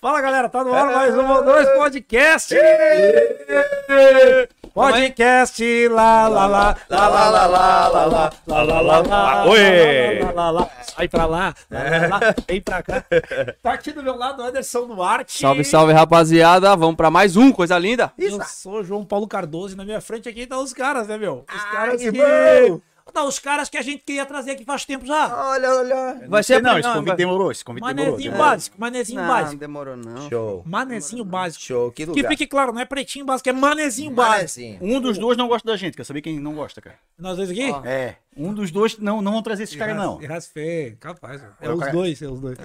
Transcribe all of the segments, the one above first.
Fala, galera, tá no ar mais um ou dois podcast. Podcast, lá, lá, lá, lá, lá, lá, lá, lá, lá, lá, lá, lá, lá, Oi! lá, lá, lá, sai pra lá, vem pra cá. Tá aqui do meu lado Anderson Duarte. Salve, salve, rapaziada. Vamos pra mais um, coisa linda. Eu sou João Paulo Cardoso e na minha frente aqui tá os caras, né, meu? Os caras que... irmão! Não, os caras que a gente queria trazer aqui faz tempo já. Olha. Vai ser Não, a esse convite demorou, esse convite demorou. Manezinho básico, manezinho Não, básico. demorou não. Show. Manezinho básico. Show, que Que lugar. fique claro, não é pretinho básico, é manezinho básico. Manezinho. Um dos dois não gosta da gente, quer saber quem não gosta, cara? Nós dois aqui? Ó. É, um dos dois não vão trazer esses caras, não. Raspei, capaz. É É o os cara- dois, é os dois.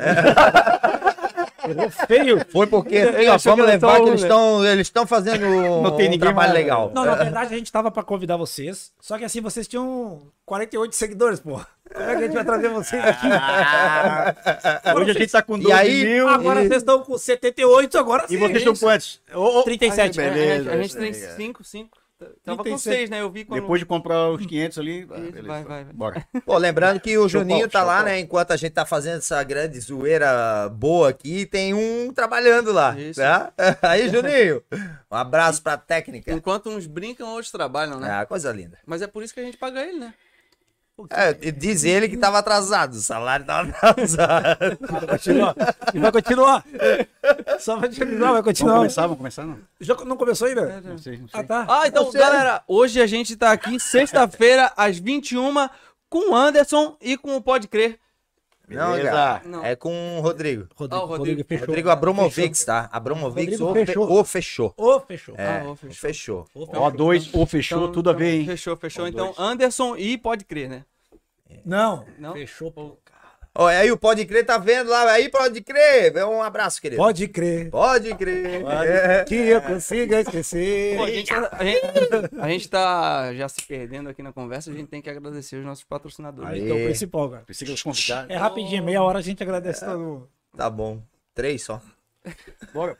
Errou feio. Foi porque Ele ó, achou vamos que era levar só que um, eles estão fazendo Não tem um ninguém trabalho mais- legal. Não, na verdade a gente tava pra convidar vocês, só que assim, vocês tinham 48 seguidores, pô. Como é que a gente vai trazer vocês aqui? Hoje a gente tá com E 12 aí, mil Agora vocês estão com 78, agora sim. e vocês estão quantos? 37. Beleza. A gente tem 5. Tava com 36. 6, né? Eu vi quando... Depois de comprar os 500 ali, beleza. vai. Bora. Pô, lembrando que o Show Juninho Paulo, tá show lá, Paulo. né? Enquanto a gente tá fazendo essa grande zoeira boa aqui, tem um trabalhando lá. Isso. Tá? Aí, Juninho, um abraço pra técnica. Enquanto uns brincam, outros trabalham, né? Ah, coisa linda. Mas é por isso que a gente paga ele, né? É, diz ele que tava atrasado, o salário tava atrasado. Continua. E vai continuar. Só vai continuar, vai continuar. Vamos começar não? Já não começou ainda? Não sei. Ah, tá. Ah, então, Você- galera, hoje a gente tá aqui, sexta-feira, às 21h, com o Anderson e com o Pode Crer. Não, Beleza. cara, Não. é com o Rodrigo. Ah, o Rodrigo. fechou. Rodrigo Abramovic, tá? Abramovic Rodrigo ou fechou. fechou. Ô, fechou. É, Ah, fechou. fechou. Ô, Ó, dois, ou fechou, Então- tudo a ver, hein? Fechou. Ó, Então, dois. Anderson e Pode Crer, né? Não, Não? fechou. Pô. Ó, aí o Pode Crer tá vendo lá, aí Pode Crer. Um abraço, querido. Pode crer. Pode crer. É. Que eu consiga esquecer. Pô, a gente tá já se perdendo aqui na conversa, a gente tem que agradecer os nossos patrocinadores. Aí. Então, o principal, cara. Precisa os convidados. É rapidinho, meia hora a gente agradece todo mundo. Tá bom. 3 só. Bora.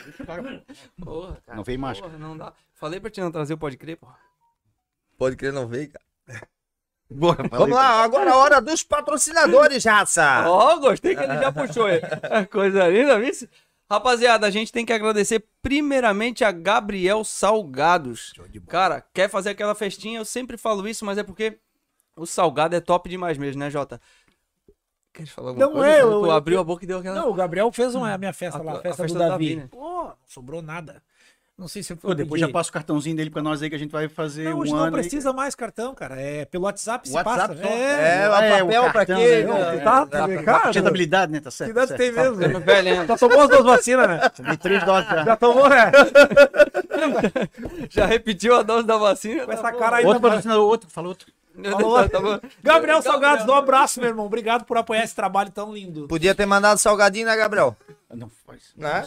Porra, cara, Não veio mais. porra, não dá. Falei pra te não trazer o Pode Crer, porra. Pode Crer não veio, cara. Bora. Vamos lá, agora a hora dos patrocinadores, raça. Ó, gostei que ele já puxou aí. Coisa linda, vice. Rapaziada, a gente tem que agradecer primeiramente a Gabriel Salgados. Cara, quer fazer aquela festinha? Eu sempre falo isso, mas é porque o salgado é top demais mesmo, né, Jota? Quer falar alguma Não coisa? é, Tu abriu a boca e deu aquela... Não, o Gabriel fez a minha festa lá, a festa do Davi. né? Pô, não sobrou nada. Não sei se eu Pô, depois já passa o cartãozinho dele pra nós aí que a gente vai fazer Não, um hoje ano. não precisa mais cartão, cara. É pelo WhatsApp se WhatsApp passa. só. É, o É, papel o pra cartão, quê? né? Tá, Aí. cara. Sustentabilidade, né? Tá certo. Cuidado tá tem certo. mesmo. Velho, Já tomou as duas vacinas, né? Tomei 3 doses já. Já tomou, né? já repetiu a dose da vacina? Com essa Tá bom. cara aí. Outro tá- patrocinador, outro, fala outro. Meu Falou. Deus, tá bom. Gabriel Salgados, dá um abraço, meu irmão. Obrigado por apoiar esse trabalho tão lindo. Podia ter mandado salgadinho, né, Gabriel? Não faz. Né?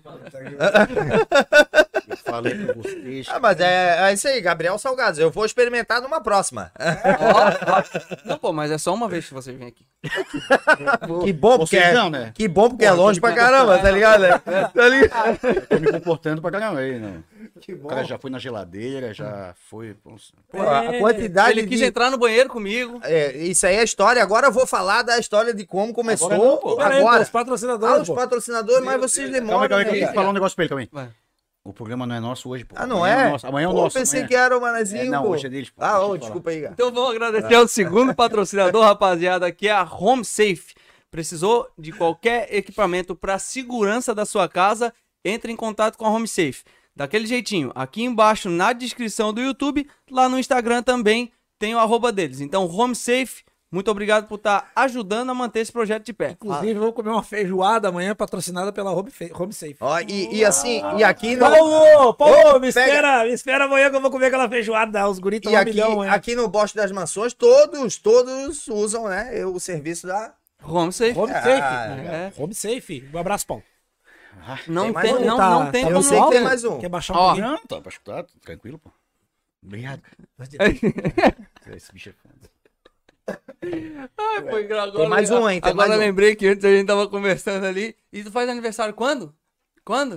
Eu falei pra vocês. Ah, mas é isso aí, Gabriel Salgados. Eu vou experimentar numa próxima. Não, pô, mas é só uma vez que você vem aqui. Que bom, porque Vocês é, não, né? que bom porque é Pô, longe tô pra caramba, tá ligado? Né? Tá ligado? Eu tô me comportando pra caramba aí, né? Que O cara já foi na geladeira, já foi. Pô, a quantidade Ele quis de... entrar no banheiro comigo. É, isso aí é a história. Agora eu vou falar da história de como começou. Agora não, pô. Pera aí, pô, Agora. os patrocinadores, Ah, os pô. patrocinadores, mas vocês Calma aí, demoram. calma aí, né, que eu vou cara? falar um negócio pra ele, calma aí. Vai. O programa não é nosso hoje, pô. Ah, não Amanhã é? nosso. Amanhã é o Pô, nosso. pensei amanhã. que era o Manezinho, É, não, pô. hoje é deles, pô. Ah, Deixa ô, eu desculpa aí, cara. Então vamos agradecer ao segundo patrocinador, rapaziada, que é a Home Safe. Precisou de qualquer equipamento para segurança da sua casa? Entre em contato com a Home Safe. Daquele jeitinho, aqui embaixo na descrição do YouTube, lá no Instagram também tem o @, deles. Então, Home Safe, muito obrigado por estar ajudando a manter esse projeto de pé. Inclusive, vou comer uma feijoada amanhã patrocinada pela Home Safe. Ó, e assim, e aqui no, Paulo, me pega. espera amanhã que eu vou comer aquela feijoada. Os guris estão e um aqui, milhão amanhã. aqui no Bosque das Mansões, todos usam, né, o serviço da... Home Safe. Home Ah, Safe. é. Home Safe. Um abraço, Paulo. Não Tem mais tem, um, não, tá? não tem Tá Eu como sei que não. tem mais um. Quer baixar um Ó. pouquinho? Não, tá pra escutar, tranquilo, pô. Obrigado. Esse bicho é foda. Ai, foi agora, Tem mais um, hein? Tem agora mais um. lembrei que antes a gente tava conversando ali. E tu faz aniversário quando? Quando?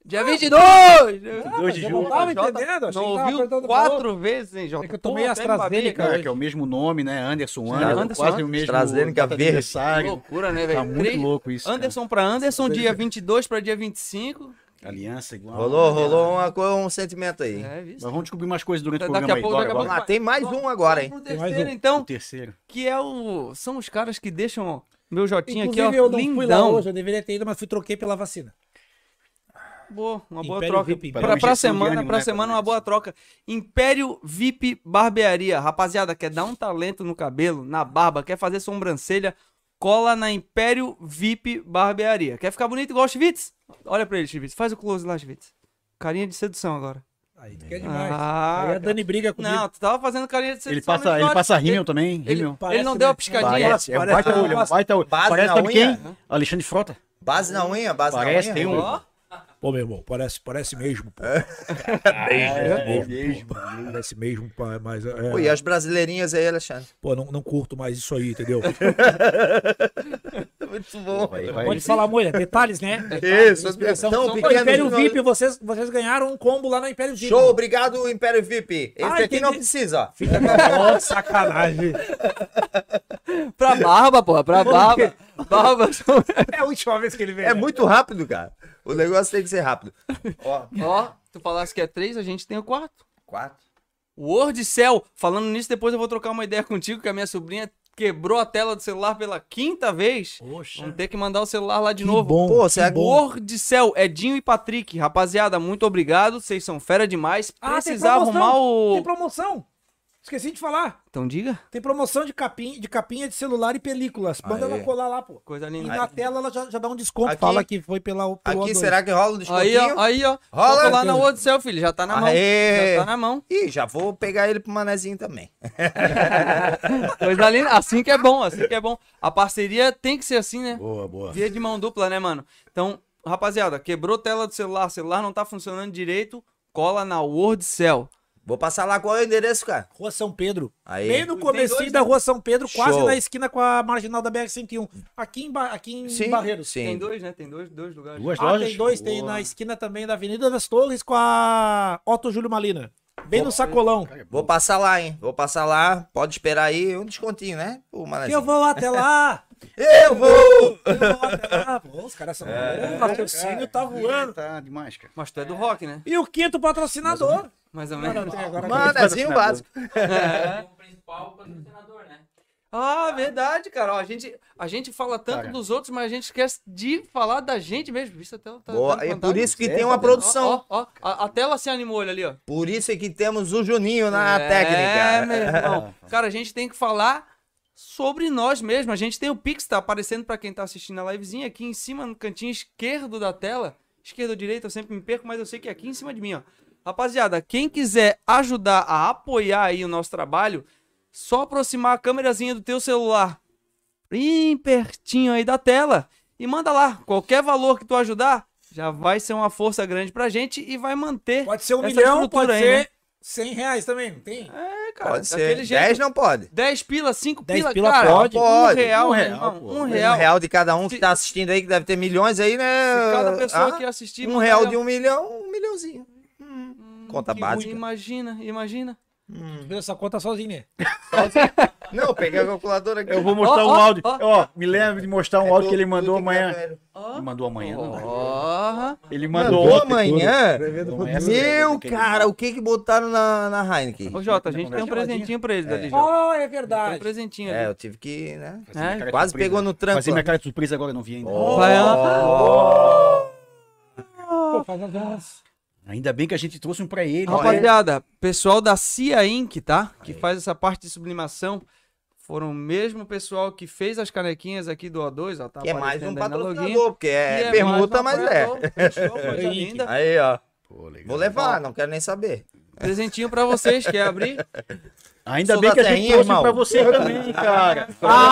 Dia 22! 2 de Eu julho. não tava Jota, entendendo. achei Não que tava ouviu apertando o valor. 4 vezes, hein, Jota? É que eu tomei Porra, até me AstraZeneca. babei, Cara, que é o mesmo nome, né? Anderson, Anderson, quase o mesmo. AstraZeneca data de verde. Que aniversário. loucura, né, Tá velho? muito louco isso. cara. Anderson pra Anderson, dia 22 pra dia 25. Aliança igual. Rolou um sentimento aí. É, viu? Mas vamos descobrir mais coisas durante o Daqui programa a pouco, aí. daqui a Bora, pouco. bora. Ah, tem mais um agora, hein? Pro mais terceiro, um. O então, terceiro. que é são os caras que deixam meu Jotinha aqui, Inclusive, ó, eu não fui lá lindão. hoje, eu deveria ter ido, mas troquei pela vacina. Boa, uma boa Império troca. VIP, Pra, para uma pra injeção de semana, ânimo, pra né, semana, cara? uma boa troca. Império VIP Barbearia. Rapaziada, quer dar um talento no cabelo, na barba, quer fazer sobrancelha, cola na Império VIP Barbearia. Quer ficar bonito igual o Schwitz? Olha pra ele, Schwitz. Faz o close lá, Schwitz. Carinha de sedução agora. Aí tu quer demais. Ah, Aí a Dani briga comigo. Não, tu tava fazendo carinha de sedução. Ele no shot. passa rímel também. Ele, Rímel. ele não deu a piscadinha. Parece. É um baita olho, é um baita olho. Base Parece, na sabe unha. quem? Alexandre Frota. Base na unha, base Parece, na tem unha. um. Ó, Pô, meu irmão, parece mesmo, pô. Parece mesmo, pá, mas... Pô, e as brasileirinhas aí, Alexandre? Pô, não curto mais isso aí, entendeu? Muito bom. Pode falar, mulher. Detalhes, né? Isso, Inspiração. tão Pô, pequeno. Império VIP, vocês ganharam um combo lá na Império VIP. Show, obrigado, Império VIP. Esse Ah, aqui entendi. não precisa, ó. Fica com sacanagem. pra barba, porra, pra barba. Barba. É a última vez que ele veio. É muito rápido, cara. O negócio tem que ser rápido. Ó, Ó, tu falasse que é 3, a gente tem o 4. 4. Word Cell. Falando nisso, depois eu vou trocar uma ideia contigo, que a minha sobrinha quebrou a tela do celular pela 5ª vez. Poxa. Vamos ter que mandar o celular lá de Que novo. bom, Pô, que será que- bom. Word Cell, Edinho e Patrick. Rapaziada, muito obrigado. Vocês são fera demais. Ah, Precisar tem promoção. arrumar o... Tem promoção. Esqueci de falar. Então diga. Tem promoção de capinha de celular e películas. Manda Aê. ela colar lá, pô. Coisa E linda. na tela ela já dá um desconto. Aqui- Fala que foi pelo Aqui, O2. será que rola um Aí, descontinho? ó. Aí, ó. Rola. Vou lá na Word Cell, filho. Já tá na mão. Aê. Já tá na mão. Ih, já vou pegar ele pro manezinho também. Coisa linda. Assim que é bom, assim que é bom. A parceria tem que ser assim, né? Boa, boa. Via de mão dupla, né, mano? Então, rapaziada, quebrou tela do celular, celular não tá funcionando direito, cola na Word Cell. Vou passar lá qual é o endereço, cara. Rua São Pedro. Aí. Bem no Tem comecinho dois, da né? Rua São Pedro, quase Show. na esquina com a marginal da BR-101. Aqui em Sim, Barreiros. sim. Tem dois, né? Tem dois lugares. Duas Ah, lojas. tem dois. Tem Boa. na esquina também da Avenida das Torres com a Otto Júlio Malina. Bem no sacolão. Vou passar lá, hein? Vou passar lá. Pode esperar aí um descontinho, né? O manezinho. Eu vou até lá. Eu vou! Eu vou até lá. Pô, os caras são... o patrocínio tá voando. Tá demais, cara. Mas tu é do rock, né? E o quinto patrocinador. Mais ou Não, menos. tem agora. Manezinho básico. Como principal patrocinador, né? Ah, verdade, cara. Ó, a gente fala tanto Cara. dos outros, mas a gente esquece de falar da gente mesmo. Isso até tá Boa. dando É vantagem. por isso que É, tem uma tá produção. Ó, a tela se animou olha ali, ó. Por isso é que temos o Juninho na É, técnica. meu irmão. Cara, a gente tem que falar sobre nós mesmos. A gente tem o Pix, tá aparecendo pra quem tá assistindo a livezinha aqui em cima, no cantinho esquerdo da tela. Esquerda ou direita, eu sempre me perco, mas eu sei que é aqui em cima de mim, ó. Rapaziada, quem quiser ajudar a apoiar aí o nosso trabalho, só aproximar a câmerazinha do teu celular bem pertinho aí da tela e manda lá. Qualquer valor que tu ajudar, já vai ser uma força grande pra gente e vai manter. Pode ser 1 essa milhão, estrutura pode aí, ser né? 100 reais também, não tem? É, cara, Pode ser. daquele jeito. 10 não pode. 10 pila, 5 10 pila, pila cara. pode. Pode. R$1, R$1, meu irmão, pô. R$1. Um real de cada um que Se- tá assistindo aí, que deve ter milhões aí, né? Se cada pessoa Ah, que assistir... um real de 1 milhão, 1 milhãozinho. Conta que básica. Imagina. Tu fez essa conta sozinho, né? Não, eu peguei a calculadora aqui. Eu vou mostrar Ó, um ó, áudio. ó. Ó, me lembro de mostrar um áudio que ele mandou Tudo que amanhã. dá pra ele. Ó, Ele mandou amanhã, não. ó. Ele mandou Mandou ontem. amanhã? Então, essa Meu, é que ele cara, o que que botaram na Heineken? Ô, Jota, a gente tem um Geladinha. presentinho pra eles ali, Jota. Ah, é Tem um verdade. presentinho É, ali. eu tive que, né? Fazer minha cara de Quase surpresa. pegou no tranco. Fazer minha cara de surpresa agora, eu não vi ainda. Vai, ó. Pô, faz as honras. Ainda bem que a gente trouxe um pra ele. Rapaziada, pessoal da Cia Inc, tá? Que faz essa parte de sublimação. Foram o mesmo pessoal que fez as canequinhas aqui do O2, ó. Tá Que é mais um aparecendo aí na login. patrocinador, porque E é mais permuta, um mas é. apoiador. Fechou, coisa linda. Aí, ó. Pô, legal. Vou levar, não quero nem saber. Presentinho pra vocês, quer abrir? Ainda Sou bem da que a gente terrinha, trouxe irmão. pra você também, cara.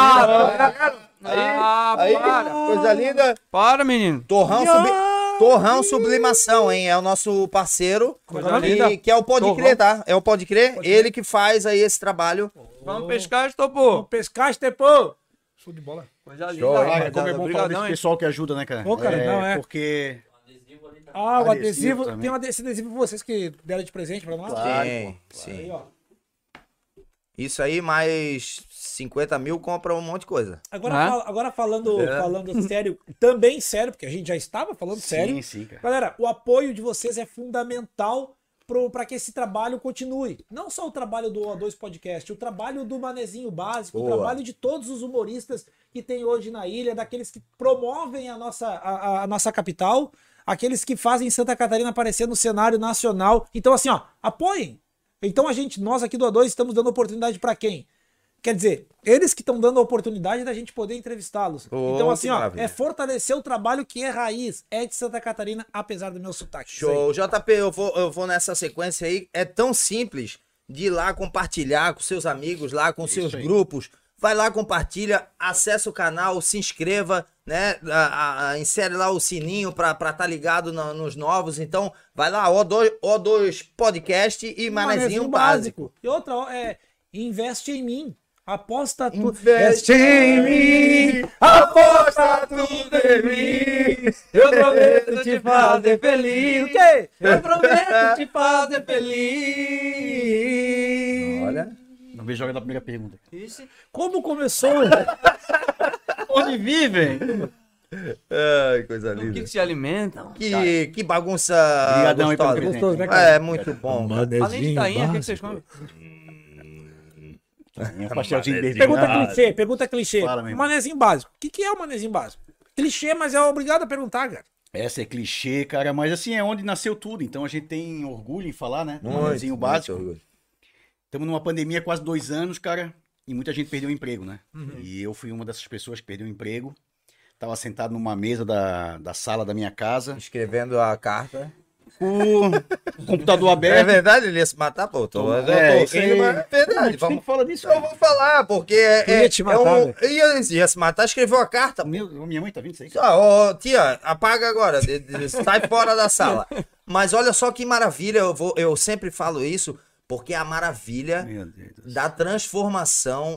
Aí, Para! coisa linda. Para, menino! Torrão Sublimação, hein? É o nosso parceiro. Coisa E linda. que é o Pode Torrão. Crer, tá? É o Pode Crer. Ele que faz aí esse trabalho. Vamos pescar, Vamos estopou! pescar, Estepô. Show de bola. Coisa linda, Show, Cara, rapaziada. como é bom falar Obrigadão, desse hein? pessoal que ajuda, né, cara? Pô, cara, não, é. Porque O adesivo ali tá Ah, o Adesivo adesivo. também. Tem esse adesivo pra vocês que deram de presente pra nós? Claro, Sim, pô, sim. Aí, ó. Isso aí, mais 50 mil, compra um monte de coisa. Agora, Ah. agora falando sério, também sério, porque a gente já estava falando sério. Sim, sim, cara. Galera, o apoio de vocês é fundamental para que esse trabalho continue. Não só o trabalho do O2 Podcast, o trabalho do Manezinho Básico, o Boa. trabalho de todos os humoristas que tem hoje na ilha, daqueles que promovem a nossa capital, aqueles que fazem Santa Catarina aparecer no cenário nacional. Então, assim, ó, apoiem. Então, nós aqui do O2 estamos dando oportunidade para quem? Quer dizer, eles que estão dando a oportunidade da gente poder entrevistá-los. Oh, Então, que assim, ó, maravilha. é fortalecer o trabalho que é raiz, é de Santa Catarina, apesar do meu sotaque. Isso aí. Show. JP, eu vou nessa sequência aí. É tão simples de ir lá compartilhar com seus amigos, lá com seus aí. grupos. Vai lá, compartilha, acessa o canal, se inscreva, né? Insere lá o sininho pra estar ligado nos novos. Então, vai lá, O2 Podcast e Manezinho Básico. E outra, ó, investe em mim. Aposta tudo. Investe em mim, aposta tudo em mim. Eu prometo te fazer feliz. O quê? Eu prometo te fazer feliz. Olha. Não vejo a hora da primeira pergunta. Como começou? Onde vivem? Ai, coisa Do que linda. se alimentam? Que bagunça Obrigadão aí pelo gostosa. presente. Gostoso, né, cara? É muito bom. Além de tainha, o que vocês comem? Um pastelzinho de Pergunta clichê. Fala, meu irmão. Manezinho básico. O que é o manezinho básico? Clichê, mas é obrigado a perguntar, cara. Essa é clichê, cara, mas assim, é onde nasceu tudo. Então a gente tem orgulho em falar, né? Do Muito, Manezinho Básico. muito orgulho. Estamos numa pandemia há quase 2 anos, cara, e muita gente perdeu o emprego, né? E eu fui uma dessas pessoas que perdeu o emprego. Tava sentado numa mesa da sala da minha casa, Escrevendo a carta. com o computador É aberto. verdade, ele ia se matar, pô. Eu tô isso aí. rindo, mas é verdade. A gente Vamos... sempre fala disso. Eu vou falar, porque Ia te matar, velho. ia se matar, escreveu a carta. Minha mãe tá vendo isso aí? Ó, tia, apaga agora, sai fora da sala. Mas olha só que maravilha, eu sempre falo isso, porque é a maravilha Meu Deus do céu. da transformação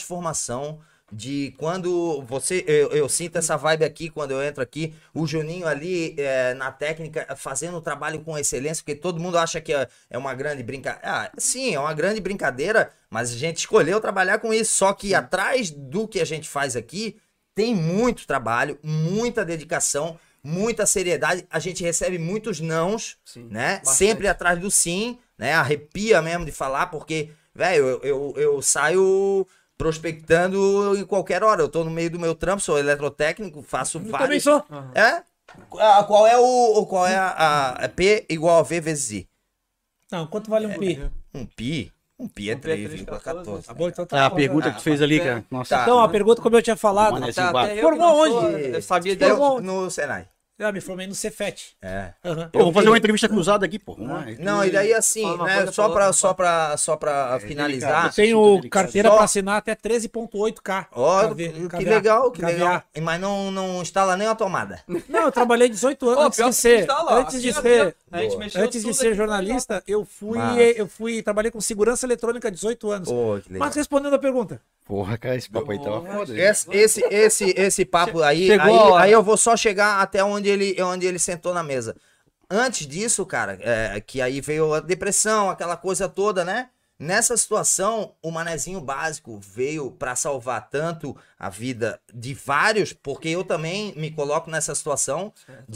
de quando eu sinto essa vibe aqui, quando eu entro aqui, o Juninho ali na técnica, fazendo o trabalho com excelência, porque todo mundo acha que é uma grande brincadeira. Ah, sim, é uma grande brincadeira, mas a gente escolheu trabalhar com isso, só que atrás do que a gente faz aqui, tem muito trabalho, muita dedicação, muita seriedade, a gente recebe muitos nãos, Sim, né? bastante. Sempre atrás do sim, né? Arrepia mesmo de falar, porque, velho, eu saio prospectando em qualquer hora. Eu tô no meio do meu trampo, sou eletrotécnico, faço Eu também vários. sou. É? Qual é a P igual a V vezes I? Não, quanto vale um pi? Um pi? Um pi é Um pi é 3,14. Tá bom, então tá. Ah, a bom, pergunta tá. que tu fez ali, cara. Nossa. Tá. Então, a pergunta, como eu tinha falado, Manezinho Tá, Básico. até eu que Formou não sou, onde? eu sabia Formou disso. onde? No Senai. eu me formei no Cefet. É. Aham. Pô, vamos fazer uma entrevista cruzada aqui, pô. Vamos lá. Não, e daí assim, Fala uma né? coisa, Só fala pra finalizar. Eu tenho delicado. carteira Só- pra assinar até 13,8K. Ó, KV, que KVA. legal, que KVA. legal. Mas não instala nem a tomada. Não, eu trabalhei 18 anos Pô, antes pior de que ser. está lá. Antes de Aqui, ser. a gente mexeu Antes de tudo ser aqui, jornalista, eu Massa. fui trabalhei com segurança eletrônica há 18 anos. Pô, que legal. Mas respondendo a pergunta, Porra, cara, esse papo aí tava foda. Esse papo aí, Chegou a hora. aí eu vou só chegar até onde ele sentou na mesa. Antes disso, cara, que aí veio a depressão, aquela coisa toda, né? Nessa situação, o Manezinho Básico veio pra salvar tanto a vida de vários, porque eu também me coloco nessa situação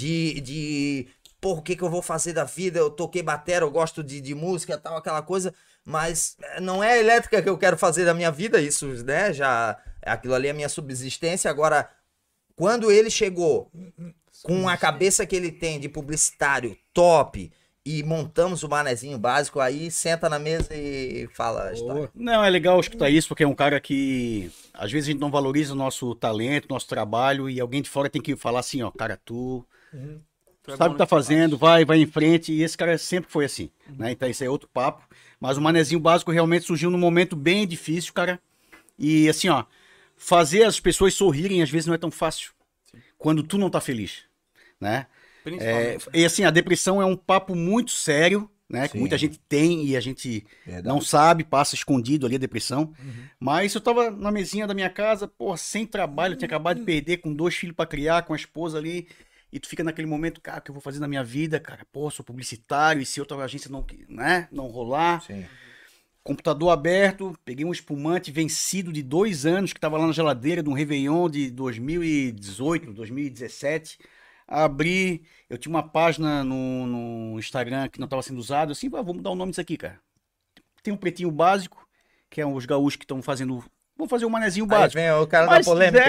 de pô, o que eu vou fazer da vida? Eu toquei batera, eu gosto de música, tal, aquela coisa, mas não é a elétrica que eu quero fazer da minha vida, isso, né? Já aquilo ali é a minha subsistência. Agora, quando ele chegou com a cabeça que ele tem de publicitário top e montamos o Manezinho Básico, aí senta na mesa e fala a história. Não, é legal escutar isso, porque é um cara que às vezes a gente não valoriza o nosso talento, nosso trabalho, e alguém de fora tem que falar assim, ó, cara, tu sabe o que tá fazendo, vai em frente, e esse cara sempre foi assim, né? Então isso aí é outro papo. Mas o Manezinho Básico realmente surgiu num momento bem difícil, cara. E assim, ó, fazer as pessoas sorrirem às vezes não é tão fácil. Quando tu não tá feliz, né? Principalmente. E assim, a depressão é um papo muito sério, né? Que Sim. muita gente tem e a gente Verdade. não sabe, passa escondido ali a depressão. Mas eu tava na mesinha da minha casa, porra, sem trabalho, tinha acabado de perder, com 2 filhos pra criar, com a esposa ali. e tu fica naquele momento, cara, o que eu vou fazer na minha vida, cara? Pô, sou publicitário, e se outra agência não, né, não rolar? Sim. Computador aberto, peguei um espumante vencido de 2 anos, que tava lá na geladeira de um Réveillon de 2018, 2017. Abri, eu tinha uma página no Instagram que não estava sendo usada, assim, vou mudar o nome disso aqui, cara. Tem um pretinho básico, que é os gaúchos que estão fazendo, vou fazer um manezinho Aí básico. vem o cara Mas da polêmica.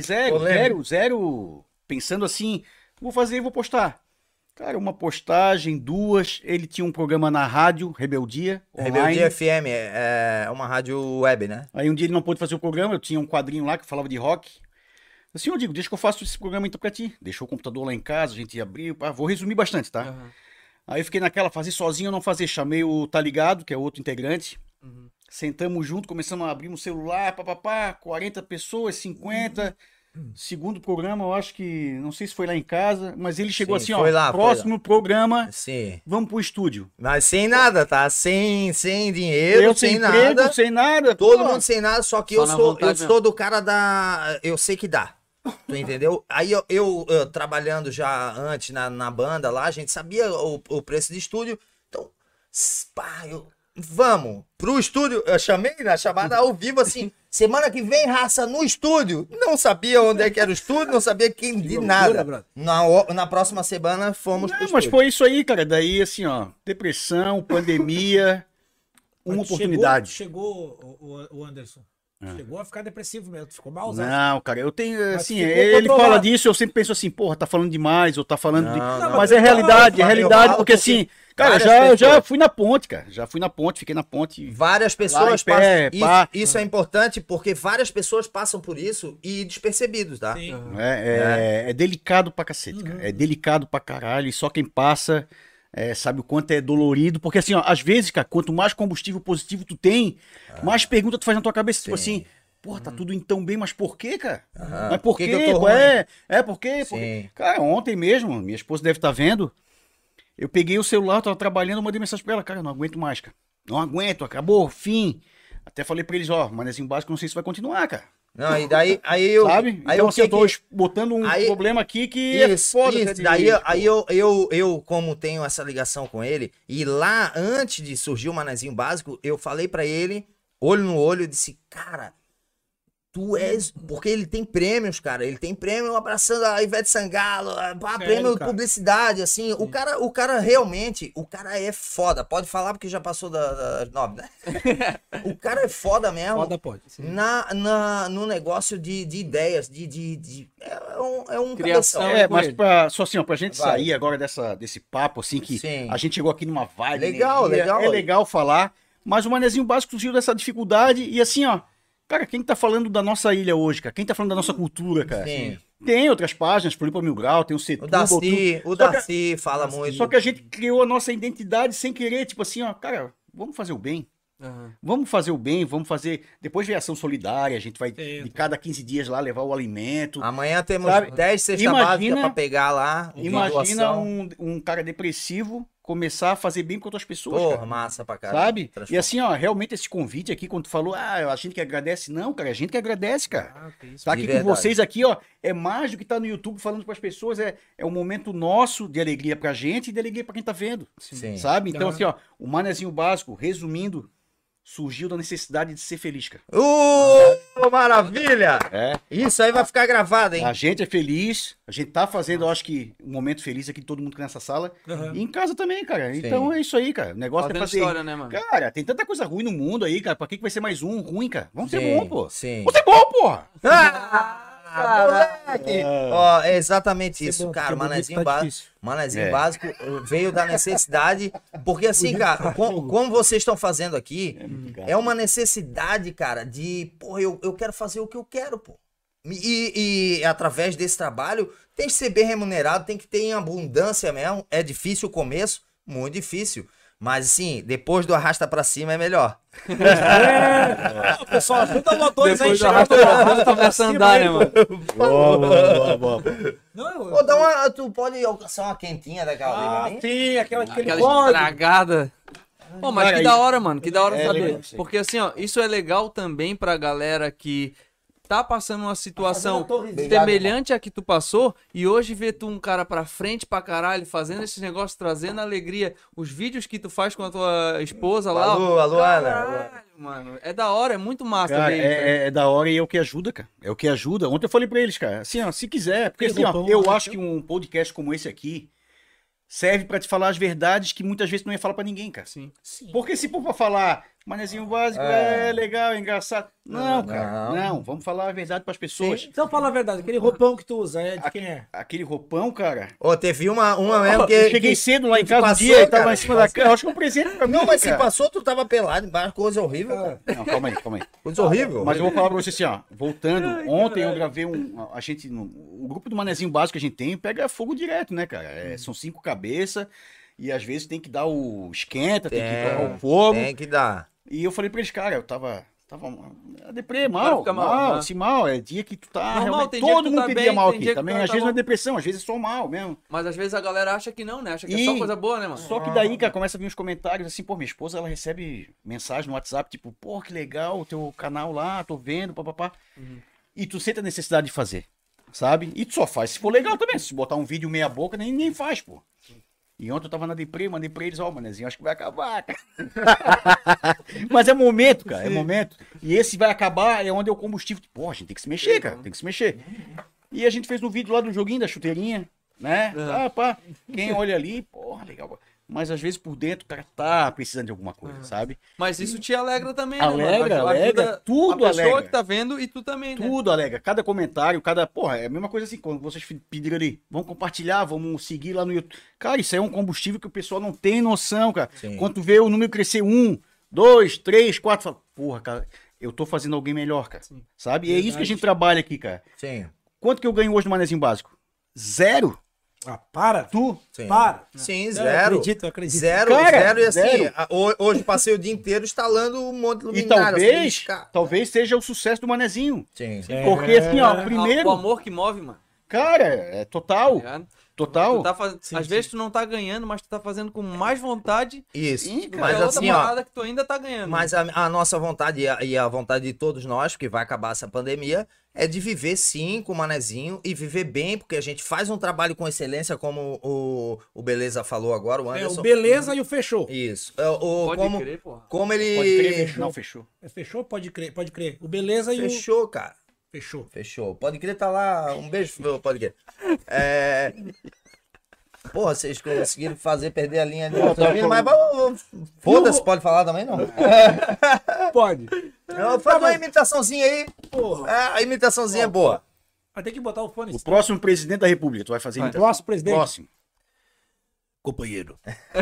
zero, pensando assim, vou fazer e vou postar. Cara, uma postagem, 2, ele tinha um programa na rádio, Rebeldia, online. Rebeldia FM é uma rádio web, né? Aí um dia ele não pôde fazer o programa, eu tinha um quadrinho lá que falava de rock. Assim, eu digo, deixa que eu faço esse programa então pra ti. Deixou o computador lá em casa, a gente abriu, vou resumir bastante, tá? Aham. Aí eu fiquei naquela, fazer sozinho ou não fazer. Chamei o Tá Ligado, que é outro integrante. Sentamos junto, começamos a abrir um celular, 40 pessoas, 50. Segundo programa, eu acho que, não sei se foi lá em casa, mas ele chegou Sim, assim, foi ó, lá, próximo programa, Sim. vamos pro estúdio. Mas sem nada, tá? Sem dinheiro, Eu sem sem emprego, nada. sem nada. Todo pô. mundo sem nada, só que Só eu na sou vontade do cara da... Eu sei que dá. Tu entendeu? Aí eu trabalhando já antes na banda lá, a gente sabia o preço de estúdio. Então, pá, vamos pro estúdio. Eu chamei na chamada ao vivo assim, semana que vem, raça, no estúdio. Não sabia onde é que era o estúdio, não sabia quem de nada. brother. Na próxima semana fomos pro Não, mas estúdio. foi isso aí, cara. Daí, assim, ó, depressão, pandemia, uma Mas oportunidade. Chegou o Anderson. Chegou a ficar depressivo mesmo, ficou malzão. Não, cara, eu tenho, Mas assim, ficou ele comprovado. fala disso, eu sempre penso assim, porra, tá falando demais, ou tá falando de... Não, Mas não, é realidade, eu é realidade, falo porque porque assim, cara, várias já pessoas- fui na ponte, cara, já fui na ponte, fiquei na ponte. Várias Lá pessoas em pé, passam. pá. Isso é importante porque várias pessoas passam por isso e despercebidos, tá? Sim. É delicado pra cacete, cara, é delicado pra caralho, e só quem passa sabe o quanto é dolorido, porque assim, ó, às vezes, cara, quanto mais combustível positivo tu tem, mais pergunta tu faz na tua cabeça, tipo assim... Porra, tá tudo então bem, mas por quê, cara? Mas por quê? que eu tô Pô, ruim? por quê? Por quê? Sim. Cara, ontem mesmo, minha esposa deve estar vendo, eu peguei o celular, tava trabalhando, eu mandei mensagem pra ela, cara, eu não aguento mais, cara. Não aguento, acabou, fim. Até falei pra eles, ó, manezinho básico, não sei se vai continuar, cara. Não, e daí aí eu. Sabe? Aí Então, eu assim, eu tô que... botando um aí- problema aqui que Isso, é foda. isso. até de- Daí aí eu, como tenho essa ligação com ele, e lá, antes de surgir o Manezinho Básico, eu falei pra ele, olho no olho, eu disse, cara, tu és. Porque ele tem prêmios, cara. Ele tem prêmio abraçando a Ivete Sangalo, prêmio de cara? publicidade, assim. O cara realmente, o cara é foda. Pode falar porque já passou da 9, né? O cara é foda mesmo. Foda pode. No negócio de ideias, é um Criação. cabeção. Mas ele. só assim, ó, pra gente Vai. sair agora desse papo, assim, que Sim. a gente chegou aqui numa vibe. Legal, energia, legal. É legal falar, mas o Manezinho Básico surgiu dessa dificuldade e assim, ó, cara, quem tá falando da nossa ilha hoje, cara? Quem tá falando da nossa cultura, cara? Sim. Tem outras páginas, Floripa Mil Grau, tem o Setúbal. O Só que- Darcy fala muito. Só que a gente criou a nossa identidade sem querer, tipo assim, ó, cara, vamos fazer o bem. Aham. Vamos fazer o bem, vamos fazer. Depois vem a ação solidária, a gente vai Sim. de cada 15 dias lá levar o alimento. Amanhã temos Sabe? 10 cestas Imagina- básicas pra pegar lá. de Imagina doação. um cara depressivo começar a fazer bem com outras pessoas, Porra, cara. massa pra caralho. Sabe? Transforma. E assim, ó, realmente esse convite aqui, quando tu falou, a gente que agradece, não, cara, a gente que agradece, cara. Tá aqui De com verdade. vocês aqui, ó, é mais do que tá no YouTube falando pras pessoas, é um momento nosso de alegria pra gente e de alegria pra quem tá vendo, Sim. sabe? Então, Aham. assim, ó, o Manezinho Básico, resumindo, surgiu da necessidade de ser feliz, cara. Maravilha! É. Isso aí vai ficar gravado, hein? A gente é feliz, a gente tá fazendo, eu acho que, um momento feliz aqui, todo mundo que nessa sala, Aham. e em casa também, cara. Então é isso aí, cara. O negócio é Fazendo fazer... história, né, mano? Cara, tem tanta coisa ruim no mundo aí, cara. Pra que vai ser mais um ruim, cara? Vamos ser Sim, bom, pô. sim. Vamos ser bom, porra! Moleque! Ó, é exatamente isso, bom, cara. porque Manezinho bonito tá básico. difícil. Manezinho É. básico veio da necessidade. Porque assim, cara, como vocês estão fazendo aqui, é uma necessidade, cara, de. Porra, eu quero fazer o que eu quero, pô. E através desse trabalho, tem que ser bem remunerado, tem que ter em abundância mesmo. É difícil o começo, muito difícil. Mas assim, depois do arrasta pra cima é melhor. Pessoal, ajuda o motores aí, Depois do chega arrasta pra- pra cima, começa a andar, né, mano? Boa. Não, Pô, dá uma, tu pode alcançar uma quentinha daquela ali pra mim? sim, aquele Aquela código. estragada. Pô, mas Cara, que da hora, mano. Que da hora é saber. legal isso aí. Porque assim, ó, isso é legal também pra galera que tá passando uma situação Fazendo a torrezinha. semelhante à que tu passou, e hoje ver tu um cara pra frente pra caralho, fazendo esses negócios, trazendo alegria, os vídeos que tu faz com a tua esposa lá, Alô, alô, Ana. caralho, mano, é da hora, é muito massa Cara, ver isso, né? é da hora e é o que ajuda, cara. É o que ajuda. Ontem eu falei pra eles, cara, assim, ó, se quiser, porque assim, ó, eu acho que um podcast como esse aqui serve pra te falar as verdades que muitas vezes tu não ia falar pra ninguém, cara. Sim. Porque se for pra falar, manezinho básico, é legal, é engraçado. Não, cara, não. Vamos falar a verdade pras pessoas. Então fala a verdade, aquele roupão que tu usa, é de quem é? Aquele roupão, cara. Ô, teve uma mesmo que... Eu cheguei cedo lá em casa um passou, dia e tava cara, em cima da cama. Eu acho que é um presente pra mim. Não, mas se cara. passou, tu tava pelado embaixo, coisa horrível, cara. Não, calma aí. Coisa horrível. Mas eu vou falar pra você assim, ó. Voltando, ontem eu gravei a gente, o grupo do Manezinho Básico que a gente tem, pega fogo direto, né, cara? São 5 cabeças e às vezes tem que dar o esquenta, tem que tocar o fogo. Tem que dar. E eu falei pra eles, cara, eu tava deprê, Claro, mal, fica mal, mal, né? assim, mal, é dia que tu tá Normal, realmente, tem dia que todo tu mundo tá teria bem, mal tem aqui, dia que também, tu tá às vezes não é bom. depressão, às vezes é só mal mesmo. Mas às vezes a galera acha que não, né? Acha que é só coisa boa, né, mano? Só que daí, cara, começa a vir uns comentários assim, pô, minha esposa, ela recebe mensagem no WhatsApp, tipo, pô, que legal o teu canal lá, tô vendo, papapá. E tu sente a necessidade de fazer, sabe? E tu só faz se for legal também, se botar um vídeo meia boca, nem faz, pô. E ontem eu tava na deprê, mandei pra eles, ó, manezinho, acho que vai acabar, cara. Mas é momento, cara, é momento. E esse vai acabar, é onde é o combustível. Pô, a gente tem que se mexer, cara, tem que se mexer. E a gente fez um vídeo lá do joguinho da chuteirinha, né? Ah, pá, quem olha ali, porra, legal. Mas às vezes por dentro o cara tá precisando de alguma coisa, sabe? Mas isso te alegra também, né, Alegra, mano? alegra, Ajuda tudo a pessoa alegra. que tá vendo e tu também, né? Tudo alegra. Cada comentário, cada. Porra, é a mesma coisa assim, quando vocês pediram ali, vamos compartilhar, vamos seguir lá no YouTube. Cara, isso aí é um combustível que o pessoal não tem noção, cara. Sim. Quando tu vê o número crescer 1, 2, 3, 4, fala, porra, cara, eu tô fazendo alguém melhor, cara. Sabe? E é isso que a gente trabalha aqui, cara. Sim. Quanto que eu ganho hoje no Manezinho Básico? 0. Ah, para. Tu? Sim. Para. Sim, Eu zero. acredito, eu acredito. Zero, Cara, zero e assim, zero. Hoje passei o dia inteiro instalando um monte de E luminária. talvez, assim, cara. talvez seja o sucesso do Manezinho. Sim. Porque assim, ó, primeiro, O amor que move, mano. cara, é total. Tá ligado? Total. Tu tá às vezes tu não tá ganhando, mas tu tá fazendo com mais vontade. Isso. Sim, cara. Mas é outra assim, ó, parada que tu ainda tá ganhando. mas a nossa vontade e a vontade de todos nós, porque vai acabar essa pandemia, é de viver sim com o Manezinho e viver bem, porque a gente faz um trabalho com excelência, como o Beleza falou agora, o É, Anderson. o Beleza e o Fechou. Isso. Pode crer, porra. Como ele... Pode crer, fechou. Não, fechou. É, fechou? Pode crer, pode crer. O Beleza e o... Fechou, cara. Fechou. Fechou. Pode crer, tá lá. Um beijo, meu Pode crer. Porra, vocês conseguiram fazer perder a linha de raciocínio, mas foda-se, pode falar também, não? Pode. Faz uma imitaçãozinha aí. Porra. A imitaçãozinha é boa. Vai ter que botar o fone. O próximo presidente da República, tu vai fazer imitação. Próximo presidente. Próximo. Companheiro.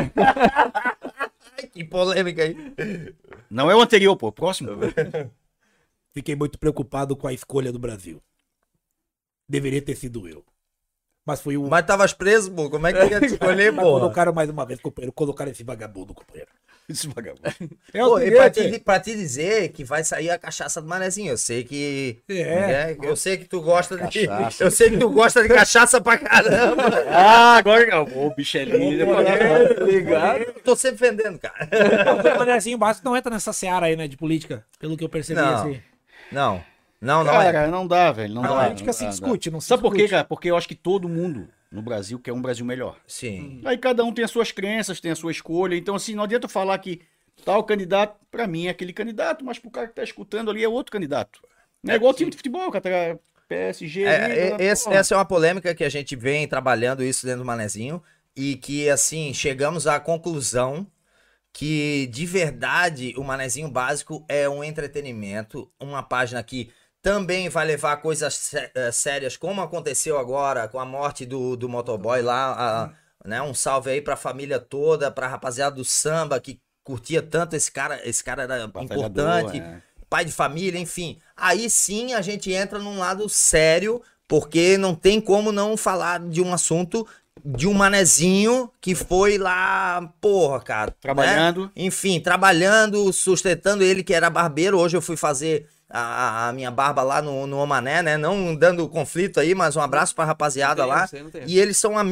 Ai, que polêmica aí. Não é o anterior, pô. O próximo. Fiquei muito preocupado com a escolha do Brasil. Deveria ter sido eu. Mas foi o... Mas tavas preso, pô. Como é que ia te escolher, Mas porra? colocaram mais uma vez, companheiro. Colocaram esse vagabundo, companheiro. Esse vagabundo. É Pô, o e seguinte, pra te dizer que vai sair a cachaça do Manezinho. Eu sei que. É. Eu sei que tu gosta de. Cachaça. Eu sei que tu gosta de cachaça pra caramba. Ah, agora o bicho é lindo. Ligado? Eu tô sempre vendendo, cara. o Manezinho Básico não entra nessa seara aí, né, de política, pelo que eu percebi, Não. assim. Não. Não é. Cara, não dá, velho. Não A dá. política se discute, não se Sabe por quê, discute. cara? Porque eu acho que todo mundo no Brasil quer um Brasil melhor. Sim. Aí cada um tem as suas crenças, tem a sua escolha. Então, assim, não adianta falar que tal candidato, pra mim, é aquele candidato, mas pro cara que tá escutando ali é outro candidato. Não é igual time de futebol, cara. PSG. Essa é uma polêmica que a gente vem trabalhando isso dentro do Manezinho e que, assim, chegamos à conclusão que, de verdade, o Manezinho Básico é um entretenimento, uma página que também vai levar coisas sérias, como aconteceu agora com a morte do motoboy lá, né? Um salve aí pra família toda, pra rapaziada do samba que curtia tanto esse cara era importante, pai de família, enfim. Aí sim a gente entra num lado sério, porque não tem como não falar de um assunto de um Manezinho que foi lá, porra, cara. Trabalhando. Né? Enfim, trabalhando, sustentando ele que era barbeiro. Hoje eu fui fazer a minha barba lá no Omané, né? Não dando conflito aí, mas um abraço pra rapaziada lá. Não tem. E eles são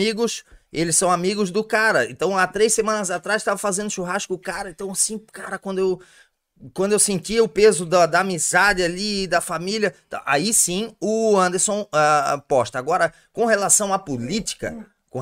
amigos do cara. Então, há 3 semanas atrás, tava fazendo churrasco com o cara. Então, assim, cara, quando eu quando eu sentia o peso da amizade ali, da família, aí sim o Anderson posta. Agora, com relação à política,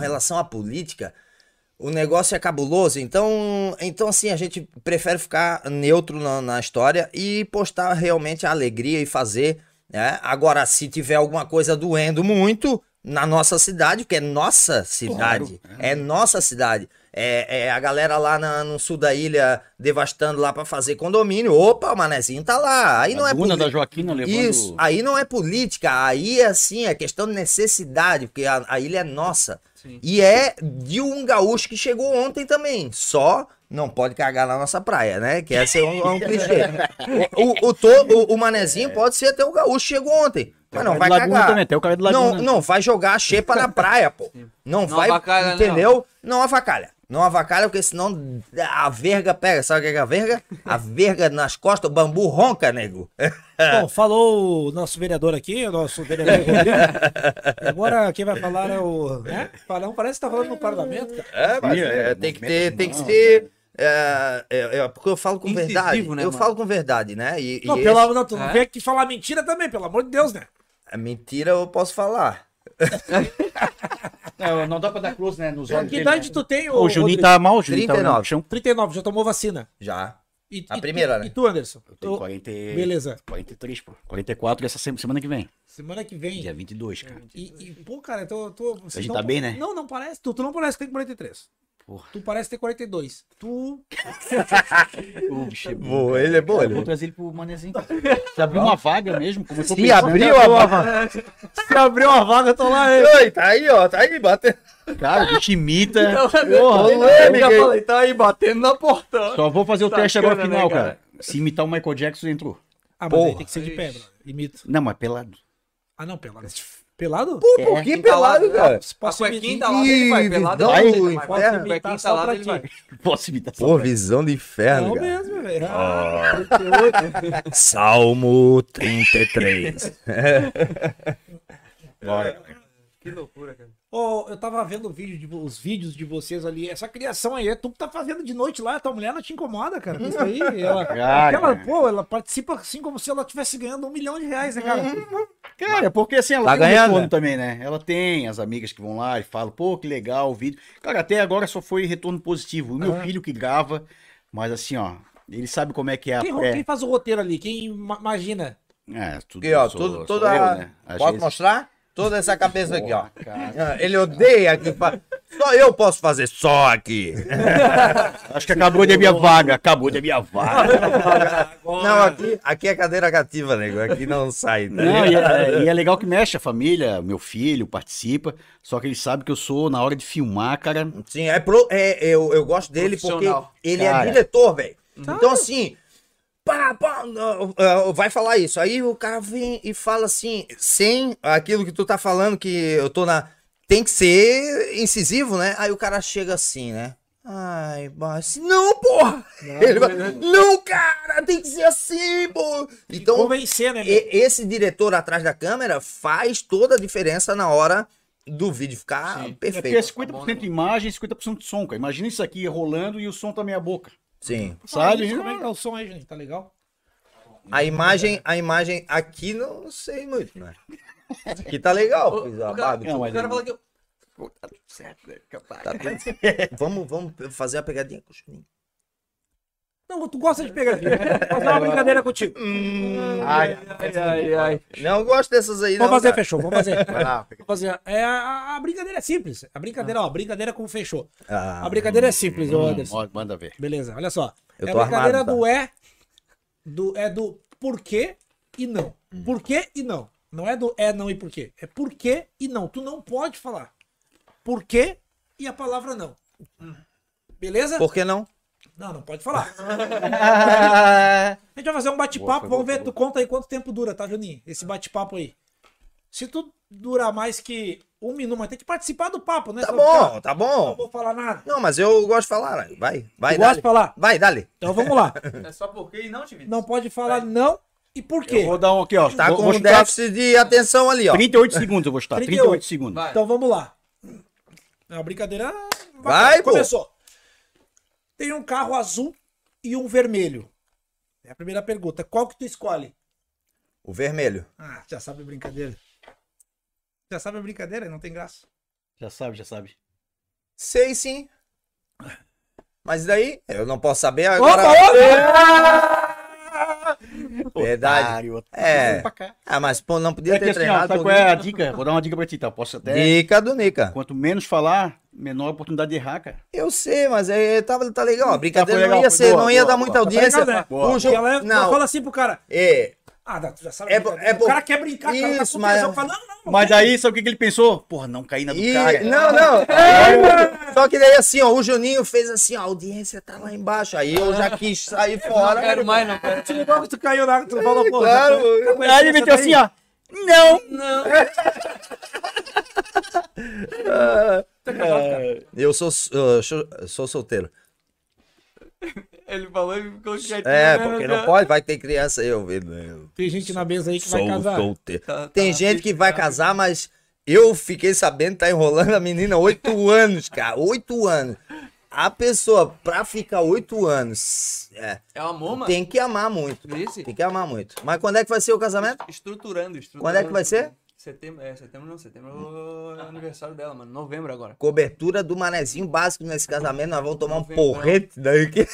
o negócio é cabuloso, então assim, a gente prefere ficar neutro na história e postar realmente a alegria e fazer, né? Agora, se tiver alguma coisa doendo muito na nossa cidade, porque é nossa cidade, é nossa cidade, é a galera lá no sul da ilha devastando lá pra fazer condomínio, opa, o manezinho tá lá, aí não é política. Da Joaquina levando... Isso, aí não é política, aí é assim, é questão de necessidade, porque a ilha é nossa. Sim. E é de um gaúcho que chegou ontem também. Só não pode cagar na nossa praia, né? Que esse é um clichê. O manezinho pode ser até o gaúcho que chegou ontem. Mas não vai cagar. Também, tem o cara de Laguna. Não vai jogar a xepa na praia, pô. Não vai, avacalha, entendeu? Não avacalha. Não avacalha, porque senão a verga pega. Sabe o que é a verga? A verga nas costas, o bambu ronca, nego. Bom, falou o nosso vereador aqui, o nosso vereador Rodrigo. Agora quem vai falar é o... Né? Parece que tá falando no parlamento, cara. Tem que ser... porque eu falo com incisivo, verdade. Né, eu falo com verdade, né? Não, tu não vem aqui falar mentira também, pelo amor de Deus, né? A mentira eu posso falar. Não dá pra dar close, né? Nos olhos que idade tu tem, o Juninho tá mal, o Juninho 39. Tá 39, já tomou vacina? Já. A primeira, né? E tu, Anderson? Eu tenho 40... Beleza. 43, pô. 44 essa semana que vem. Semana que vem. Dia 22, cara. Pô, cara, a gente tá bem, né? Não parece. Tu não parece que tem 43. Porra. Tu parece ter 42. Tu... Boa, ele é bom, Vou trazer ele pro manezinho. Se abriu uma vaga mesmo, como eu tô Se abriu a vaga. Se abriu uma vaga, eu tô lá. Oi, tá aí, batendo. Cara, o bicho imita. Eu já falei, tá aí batendo na porta. Só vou fazer o teste agora final, cara. Se imitar o Michael Jackson, entrou. Ah, mas aí tem que ser de pé, bro. Imito. Não, mas pelado. Ah, não, pelado. Pelado? Pô, por que pelado, cara? A cuequinha tá lá, ele vai. Pelado, cuequinha tá lá, ele vai. Posso imitar? Pô, visão do inferno, Não cara. mesmo, velho. Salmo 33. Bora. Que loucura, cara. Eu tava vendo os vídeos de vocês ali. Essa criação aí, tu que tá fazendo de noite lá, tua mulher não te incomoda, cara? Isso aí, ela participa assim como se ela estivesse ganhando R$1 milhão, né, cara? Cara, porque assim, ela tá tem ganhando, retorno né? também, né? Ela tem as amigas que vão lá e falam, pô, que legal o vídeo. Cara, até agora só foi retorno positivo. O meu filho que grava, mas assim, ó, ele sabe como é que é Quem faz o roteiro ali? Quem imagina? Tudo. Aqui, ó, sou toda... eu, né? Pode mostrar? Toda essa cabeça aqui, ó. Ele odeia que só eu posso fazer só aqui. Acho que acabou de minha vaga. Não, aqui é cadeira cativa, nego. Aqui não sai. Né? Não, e é legal que mexe a família, meu filho participa, só que ele sabe que eu sou, na hora de filmar, cara... Sim, eu gosto dele porque ele é diretor, velho. Então, assim... vai falar isso. Aí o cara vem e fala assim, sem aquilo que tu tá falando, que eu tô na... Tem que ser incisivo, né? Aí o cara chega assim, né? Ai, mas... Não, porra! Ele vai... Não, cara! Tem que ser assim, pô! Então, convencer, né? Esse diretor atrás da câmera faz toda a diferença na hora do vídeo ficar perfeito. É porque é 50% imagem e 50% de som, cara. Imagina isso aqui rolando e o som tá meia boca. Sim. Sabe? Como é que tá o som aí, gente? Tá legal? A imagem aqui não sei muito, né? Aqui tá legal. O cara fala que eu... Tá tudo certo, né? Capaz. Vamos fazer a pegadinha com o Juninho. Não, tu gosta de pegadinha. Fazer uma brincadeira contigo. Ai. Não gosto dessas aí, vamos não. Fazer, cara. fechou. Vamos fazer. Vamos fazer. A brincadeira é simples. A brincadeira com fechou. A brincadeira é simples, Anderson. Manda ver. Beleza, olha só. Eu É tô a brincadeira armado, do porquê e não. Porquê e não. Não é do não e porquê. É porquê e não. Tu não pode falar porquê e a palavra não. Beleza? Por que não? Não pode falar. A gente vai fazer um bate-papo. Vamos ver, tu conta aí quanto tempo dura, tá, Juninho? Esse bate-papo aí. Se tu durar mais que 1 minuto, mas tem que participar do papo, né? Tá bom, tá Não bom. vou falar nada. Não, mas eu gosto de falar. Vai, Tu gosta de falar? Vai, dale. Então vamos lá. É só porque e não, Tivito. Não pode falar não e por quê. Eu vou dar um aqui, ó. Tá com vou um déficit de atenção ali, ó. 38 segundos eu vou chutar. 38 segundos. Vai. Então vamos lá. A brincadeira Vai, pô. começou. Tem um carro azul e um vermelho. É a primeira pergunta. Qual que tu escolhe? O vermelho. Ah, já sabe a brincadeira. Já sabe a brincadeira, não tem graça. Já sabe, já sabe. Sei sim. Mas daí, eu não posso saber agora. Verdade. Otário, É. pra cá. Ah, mas pô, não podia É que ter assim, ó, treinado. sabe qual é a dica? Vou dar uma dica pra ti, tá? Posso até... Dica do Nica. Quanto menos falar, menor a oportunidade de errar, cara. Eu sei, mas aí tá legal. A brincadeira foi legal, não ia foi ser, boa, não ia boa, dar boa. muita Tá audiência. legal, né? Boa. O jogo, Ela não, fala assim pro cara. é, Ah, tu já sabe. É a brincadeira. por- O cara quer brincar, o cara tá Isso, com mas- tesão, fala, não. Mas daí, sabe o que ele pensou? Porra, não caí na do cara. não. Só que daí assim, ó, o Juninho fez assim, ó, a audiência tá lá embaixo. Aí eu já quis sair fora. Não quero mais, não quero. Tu lembrou que tu caiu na... Tu falou, pô... Claro. Aí ele meteu assim, ó. Não! Não. Eu sou solteiro. Ele falou e ficou quietinho. É, né, porque né? não pode, vai ter criança aí, eu Tem gente na mesa aí que vai sou casar. solteiro. Tá, Tem gente que vai casar, mas eu fiquei sabendo que tá enrolando a menina 8 anos, cara. 8 anos. A pessoa, pra ficar 8 anos, É o amor, mano. tem que amar muito. Esse? Tem que amar muito. Mas quando é que vai ser o casamento? Estruturando. Quando é que vai ser? Setembro é o aniversário dela, mano. Novembro agora. Cobertura do manezinho básico nesse casamento. Nós vamos tomar um Novembro. porrete daí que...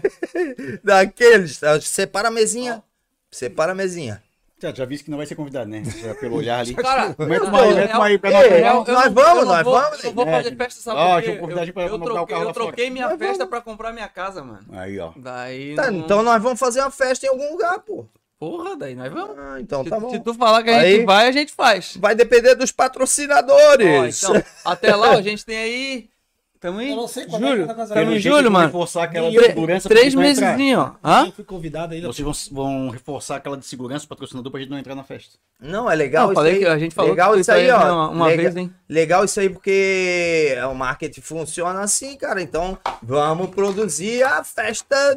daqueles. Separa a mesinha. Separa a mesinha. Já vi que não vai ser convidado, né? Já pelo olhar ali. Cara, Mete uma aí, mete uma aí pra Ei, nós. eu- pegar. nós vamos, nós vou, vamos, Eu vou né? fazer festa, sabe Ó, por deixa quê? eu convidar a gente pra Eu comprar o carro lá troquei fora. minha festa pra comprar minha casa, mano. Aí, ó. Daí Tá, não... então nós vamos fazer uma festa em algum lugar, pô. Porra, daí nós vamos. Ah, então tá bom. Se tu falar que a Aí- gente vai, a gente faz. Vai depender dos Ó, patrocinadores. então, até lá, ó, a gente tem aí... Tamo em Eu não sei quando é que julho. tá casando. Tamo em Pelo jeito, julho, vão mano. reforçar aquela E de eu- segurança pra 3 gente não entrar. mesezinho, ó. Eu Hã? fui convidado ainda. Vocês vão reforçar aquela de segurança, patrocinador, pra gente não entrar na festa. Não, é legal Não, isso falei aí. que a gente falou legal que isso aí, ó. uma vez, hein? Legal isso aí porque o marketing funciona assim, cara. Então, vamos produzir a festa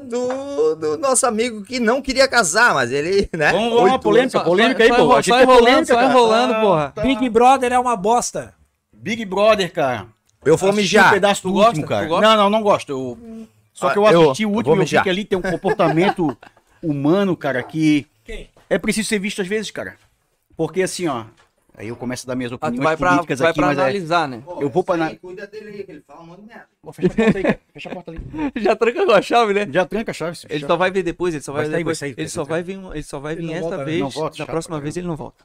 do nosso amigo que não queria casar, mas ele, né? Vamos lá, polêmica Só- polêmica só- aí, pô. só A gente é enrolando, polêmica, só cara. enrolando, Ah, porra. tá. Big Brother é uma bosta. Big Brother, cara. Eu vou Assisti um mijar. pedaço do Tu último, gosta? cara. Tu gosta? Não gosto. Só que eu Ah, eu assisti o vou último e eu vi mijar. que ali tem um comportamento humano, cara, que Quem? é preciso ser visto às vezes, cara. Porque assim, ó, aí eu começo a dar minhas Ah, opiniões tu vai pra, políticas vai aqui, pra mas analisar, né? eu vou pra... Cuida dele aí, que ele fala um monte de merda. Fecha a porta aí, cara. Fecha a porta ali. Já tranca com a chave, né? Já tranca a chave. se Ele fechar. só vai ver depois, ele só vai, Vai ver sair, depois. vai sair, Ele só vai vir, ele só vai vir não esta volta, né? vez. Não volta, Da chato próxima pra vez ele não volta.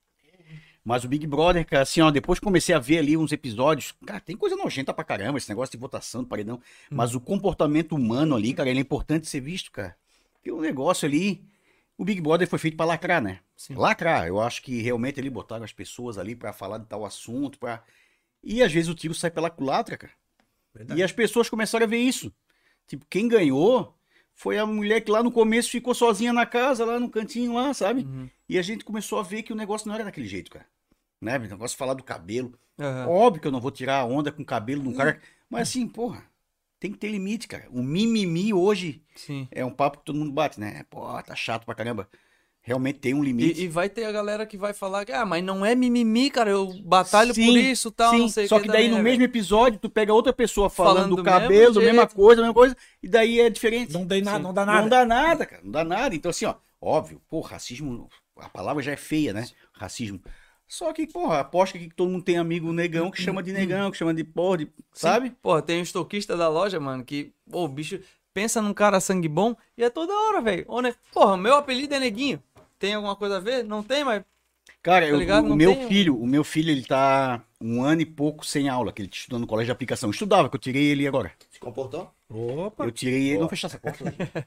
Mas o Big Brother, cara, assim, ó, depois que comecei a ver ali uns episódios, cara, tem coisa nojenta pra caramba, esse negócio de votação, do paredão. Mas o comportamento humano ali, cara, ele é importante ser visto, cara. Porque o negócio ali, o Big Brother foi feito pra lacrar, né? Sim. Lacrar. Eu acho que realmente ali botaram as pessoas ali pra falar de tal assunto, pra... E às vezes o tiro sai pela culatra, cara. Verdade. E as pessoas começaram a ver isso. Tipo, quem ganhou foi a mulher que lá no começo ficou sozinha na casa, lá no cantinho lá, sabe? E a gente começou a ver que o negócio não era daquele jeito, cara. Né? O negócio de falar do cabelo. Aham. Óbvio que eu não vou tirar a onda com o cabelo de um cara. Mas assim, porra, tem que ter limite, cara. O mimimi hoje Sim. é um papo que todo mundo bate, né? Pô, tá chato pra caramba. Realmente tem um limite. E vai ter a galera que vai falar que, mas não é mimimi, cara, eu batalho Sim, por isso e tal, sim. não sei o Só que daí também, no né, mesmo velho? episódio, tu pega outra pessoa falando Falando do do cabelo, mesmo mesma jeito. coisa, e daí é diferente. Não, dei nada, Sim. não dá nada. Não dá nada, cara. Não dá nada. Então, assim, ó, óbvio, pô, racismo, a palavra já é feia, né? Racismo. Só que, porra, aposto que todo mundo tem amigo negão que chama de negão, que chama de porra, sabe? Sim. Pô, tem um estoquista da loja, mano, que, pô, o bicho pensa num cara sangue bom e é toda hora, velho. Porra, meu apelido é Neguinho. Tem alguma coisa a ver? Não tem, mas... Cara, Tá ligado? o Não meu tem- filho, ele tá 1 ano e pouco sem aula, que ele estudou no colégio de aplicação. Estudava, que eu tirei ele agora. Se comportou? Opa. Eu tirei ele, não fechar essa porta.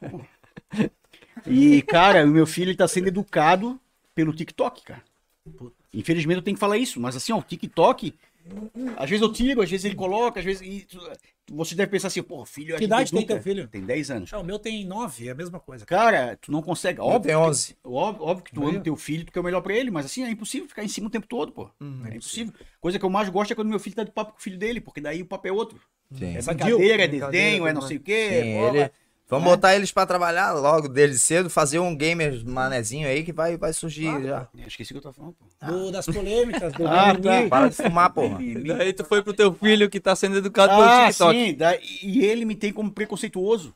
E, cara, o meu filho ele tá sendo educado pelo TikTok, cara. Infelizmente eu tenho que falar isso, mas assim, ó, o TikTok, às vezes eu tiro, às vezes ele coloca, às vezes. Você deve pensar assim, pô, filho. a Que gente idade tem educa. teu filho? Tem 10 anos. Ah, o meu tem 9, é a mesma coisa. Cara, tu não consegue. Óbvio, tem 11. óbvio que tu Aí, ama ó. teu filho, tu quer o melhor pra ele, mas assim, é impossível ficar em cima o tempo todo, pô. Uhum. É impossível. Coisa que eu mais gosto é quando meu filho tá de papo com o filho dele, porque daí o papo é outro. Sim. É Sadio. brincadeira, é Brincadeira, desenho, é não tudo sei o quê. Sim, bola. ele... Vamos botar eles pra trabalhar logo desde cedo, fazer um gamer manezinho aí que vai surgir já. Eu esqueci o que eu tava falando, pô. Das polêmicas, do Ah, mimimi. Para de fumar, porra. Daí tu foi pro teu filho que tá sendo educado pelo Ah, TikTok. sim. E ele me tem como preconceituoso.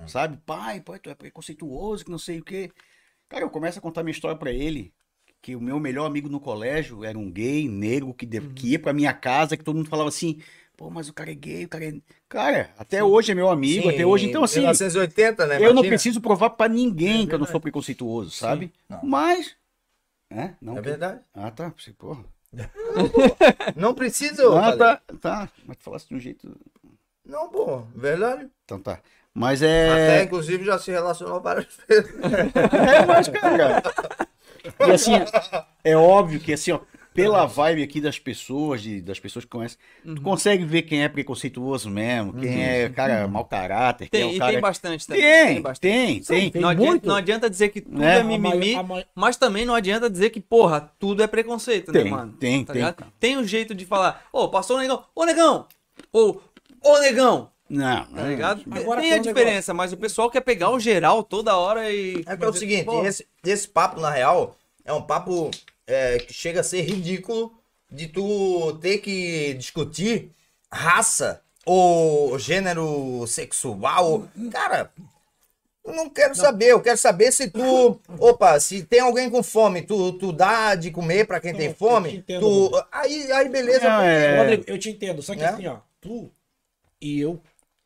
sabe? Pai, tu é preconceituoso, que não sei o quê. Cara, eu começo a contar minha história pra ele, que o meu melhor amigo no colégio era um gay, negro, que ia pra minha casa, que todo mundo falava assim, pô, mas o cara é gay, o cara é... Cara, até hoje é meu amigo, até hoje, então assim... 1980, né? Eu não Imagina. preciso provar pra ninguém que eu não sou preconceituoso, sabe? Não. Mas... Não, É verdade. Ah, tá, porra. Não precisa, eu Ah, falei. tá, mas tu falasse de um jeito... Não, pô, verdade. Então tá. Mas Até, é... inclusive, já se relacionou várias vezes. mas, cara... E assim, é óbvio que assim, ó, pela vibe aqui das pessoas que conhecem, tu consegue ver quem é preconceituoso mesmo, quem é, cara, mau caráter, quem é o cara... Tem bastante também. Tem. Não adianta dizer que tudo Né? é mimimi, mas também não adianta dizer que, porra, tudo é preconceito, né, mano? Tem. Ligado? Tem um jeito de falar, passou o negão, ô negão! Ou, ô negão! Não, Tá ligado? Agora Tem tem a um diferença, mas o pessoal quer pegar o geral toda hora e... É que é o seguinte, Pô, esse papo, na real, é um papo que chega a ser ridículo de tu ter que discutir raça ou gênero sexual. Cara, eu não quero saber. Eu quero saber se tu... Opa, se tem alguém com fome, tu dá de comer pra quem tem eu te fome. entendo, Aí beleza. Não, é- Rodrigo, eu te entendo, só que Né? assim, ó, tu e eu,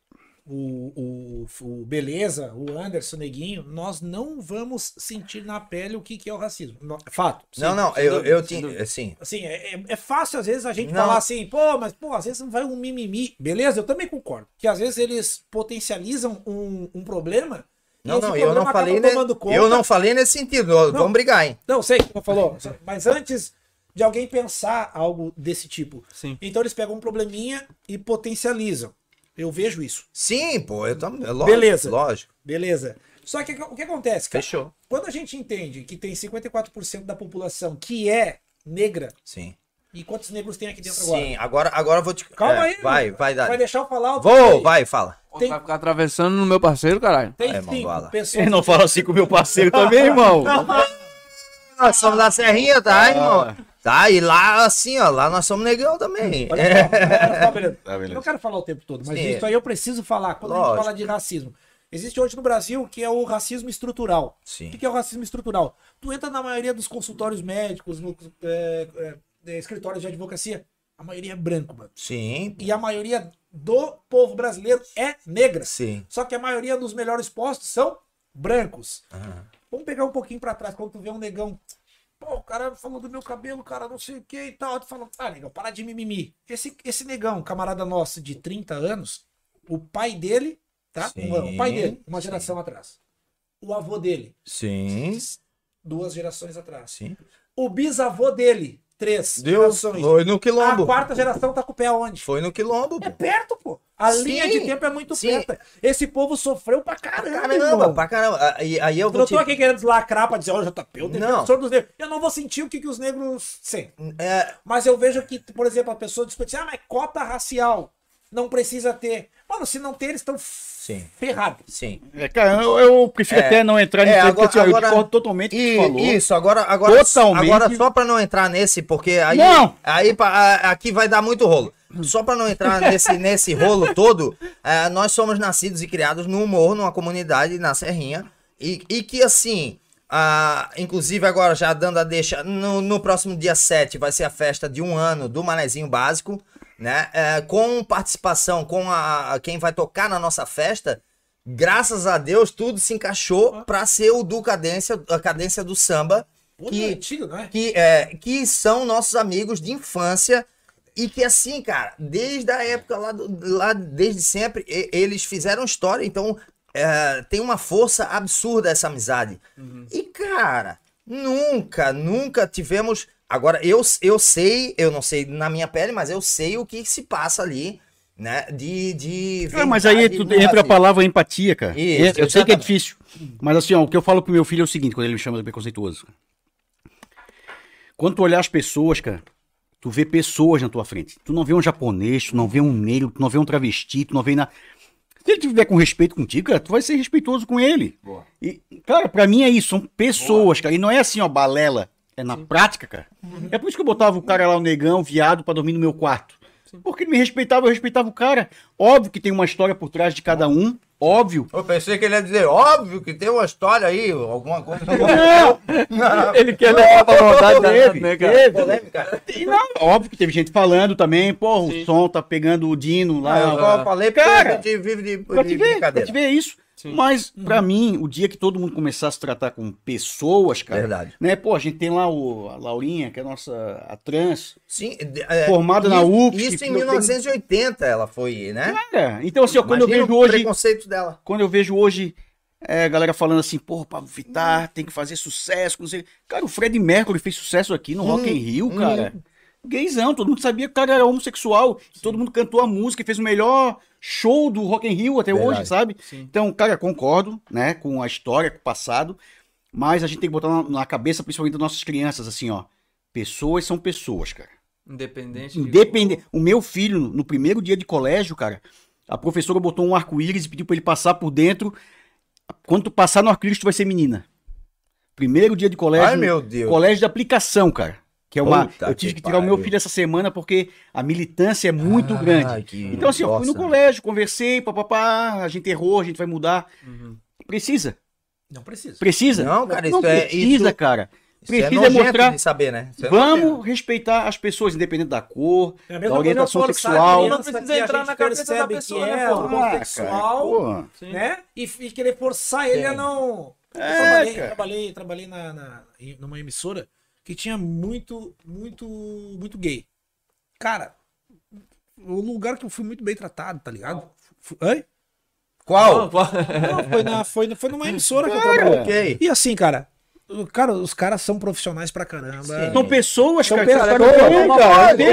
o Beleza, o Anderson, o Neguinho, nós não vamos sentir na pele o que é o racismo. Fato. sim. Não, sem eu dúvida, sem tinha... dúvida. Assim, Assim, é fácil às vezes a gente Não. falar assim, pô, mas pô, às vezes vai um mimimi. Beleza, eu também concordo. Que às vezes eles potencializam um problema. e não, esse eu problema não acaba falei... tomando conta. Eu não falei nesse sentido. Vamos brigar, hein? Não, sei que não falou. Mas antes de alguém pensar algo desse tipo. Sim. Então eles pegam um probleminha e potencializam. Eu vejo isso. Sim, pô, eu também. Lógico, Beleza. Lógico. Beleza. Só que o que acontece, cara? Fechou. Quando a gente entende que tem 54% da população que é negra, Sim. e quantos negros tem aqui dentro Sim, agora eu vou te... Calma aí. Vai dar. Vai deixar eu falar? Vai, fala. Você vai ficar atravessando no meu parceiro, caralho? Tem Vai, Manguala. 5 pessoas. Ele não fala assim com o meu parceiro também, irmão. Nós somos da Serrinha, tá, irmão? Tá, e lá, assim, ó, lá nós somos negão também. Olha só, beleza. Tá, beleza. Eu não quero falar o tempo todo, mas Sim. isso aí eu preciso falar. Quando a Lógico. gente fala de racismo, existe hoje no Brasil que é o racismo estrutural. Sim. O que é o racismo estrutural? Tu entra na maioria dos consultórios médicos, no escritórios de advocacia, a maioria é branco, mano. Sim, E a maioria do povo brasileiro é negra. sim. Só que a maioria dos melhores postos são brancos. Aham. Vamos pegar um pouquinho pra trás, quando tu vê um negão. Pô, o cara falou do meu cabelo, cara, não sei o que e tal. Tu fala, negão, para de mimimi. Esse negão, camarada nosso de 30 anos, o pai dele, tá? Sim, O pai dele, uma sim. geração atrás. O avô dele, Sim, 2 gerações atrás. sim. O bisavô dele, 3 Deus, gerações. foi no A quilombo. 4ª geração tá com o pé aonde? Foi no quilombo, É pô. perto, pô. A Sim, linha de tempo é muito sim. perto. Esse povo sofreu pra caramba, Caramba, irmão. pra caramba. Aí eu Eu vou não te... tô aqui querendo lacrar pra dizer, ó, JP, eu Não. defensor dos negros. Eu não vou sentir o que os negros sentem. É, Mas eu vejo que, por exemplo, a pessoa discute assim, mas cota racial. Não precisa ter. Mano, se não ter, eles estão sim, ferrados. sim. Cara, eu prefiro até não entrar nisso, aí, porque assim, eu discordo totalmente do que tu falou. Isso, agora Totalmente. só pra não entrar nesse, porque aí, Não. aqui vai dar muito rolo. Só pra não entrar nesse rolo todo, nós somos nascidos e criados num morro, numa comunidade na Serrinha, e que assim, inclusive agora já dando a deixa, no próximo dia 7 vai ser a festa de 1 ano do Manezinho Básico, né? Com participação, com quem vai tocar na nossa festa. Graças a Deus, tudo se encaixou pra ser o do a cadência do samba, Pô, que, é antigo, não é? que são nossos amigos de infância e que assim, cara, desde a época lá desde sempre, eles fizeram história, então tem uma força absurda essa amizade. E, cara, nunca tivemos... Agora, eu sei, eu não sei na minha pele, mas eu sei o que se passa ali, né? Mas aí entra a palavra empatia, cara. Isso, Eu sei que é exatamente. difícil. Mas assim, ó, o que eu falo pro meu filho é o seguinte, quando ele me chama de preconceituoso. Quando tu olhar as pessoas, cara, tu vê pessoas na tua frente. Tu não vê um japonês, tu não vê um negro, tu não vê um travesti, tu não vê nada. Se ele tiver com respeito contigo, cara, tu vai ser respeitoso com ele. Boa. E, cara, pra mim é isso, são pessoas, cara. E não é assim, ó, balela. É na prática, cara. É por isso que eu botava o cara lá, o negão, viado, pra dormir no meu quarto. Porque ele me respeitava, eu respeitava o cara. Óbvio que tem uma história por trás de cada um, óbvio. Eu pensei que ele ia dizer, óbvio que tem uma história aí, alguma coisa. Ele quer levar pra vontade da Teve, né, cara? teve. Polêmica. E não, óbvio que teve gente falando também, porra, o som tá pegando o Dino lá. Eu só falei porque Cara, a gente vive de Pra te ver, pra brincadeira. te ver isso. Mas, pra mim, o dia que todo mundo começar a se tratar com pessoas, cara. Verdade. Né, pô, a gente tem lá a Laurinha, que é a trans, Sim, formada na UF. Isso que em não tem- 1980 ela foi, né? Cara, então assim, ó, quando eu Imagina vejo o hoje, preconceito dela. quando eu vejo hoje a galera falando assim, porra, Pablo Vittar tem que fazer sucesso, não sei. Cara, o Freddie Mercury fez sucesso aqui no Rock in Rio, cara. Gaysão, todo mundo sabia que o cara era homossexual, todo mundo cantou a música e fez o melhor show do Rock in Rio até Verdade. hoje, sabe? Então, cara, concordo, né, com a história, com o passado, mas a gente tem que botar na cabeça, principalmente das nossas crianças, assim, ó, pessoas são pessoas, cara. Independente. Independente. O meu filho, no primeiro dia de colégio, cara, a professora botou um arco-íris e pediu pra ele passar por dentro. Quando tu passar no arco-íris, tu vai ser menina. Primeiro dia de colégio. Ai, meu Deus. Colégio de aplicação, cara. Que é uma. Puta Eu tive que que tirar o meu pariu. filho essa semana porque a militância é muito grande. que Então, assim, eu fui no bosta. colégio, conversei, papapá, a gente errou, a gente vai mudar. Precisa. Não precisa. Precisa. Não, cara, Não isso é- precisa, isso- cara. Isso é Precisa nojento mostrar. de saber, né? Isso é Vamos nojento. respeitar as pessoas, independente da cor, É a da mesma coisa orientação forçar a sexual. criança Não precisa que a entrar gente na cabeça da percebe pessoa, que né, é pô? homossexual, Porra. né? E querer forçar ele a não. É, cara. Trabalhei numa emissora que tinha muito gay. Cara, o lugar que eu fui muito bem tratado, tá ligado? Oi? Qual? Não, foi numa emissora que eu trabalhei. Ok. E assim, cara, os caras são profissionais pra caramba. São pessoas, São cara. pessoas, que cara. tem, Uma cara. parte, Tem. o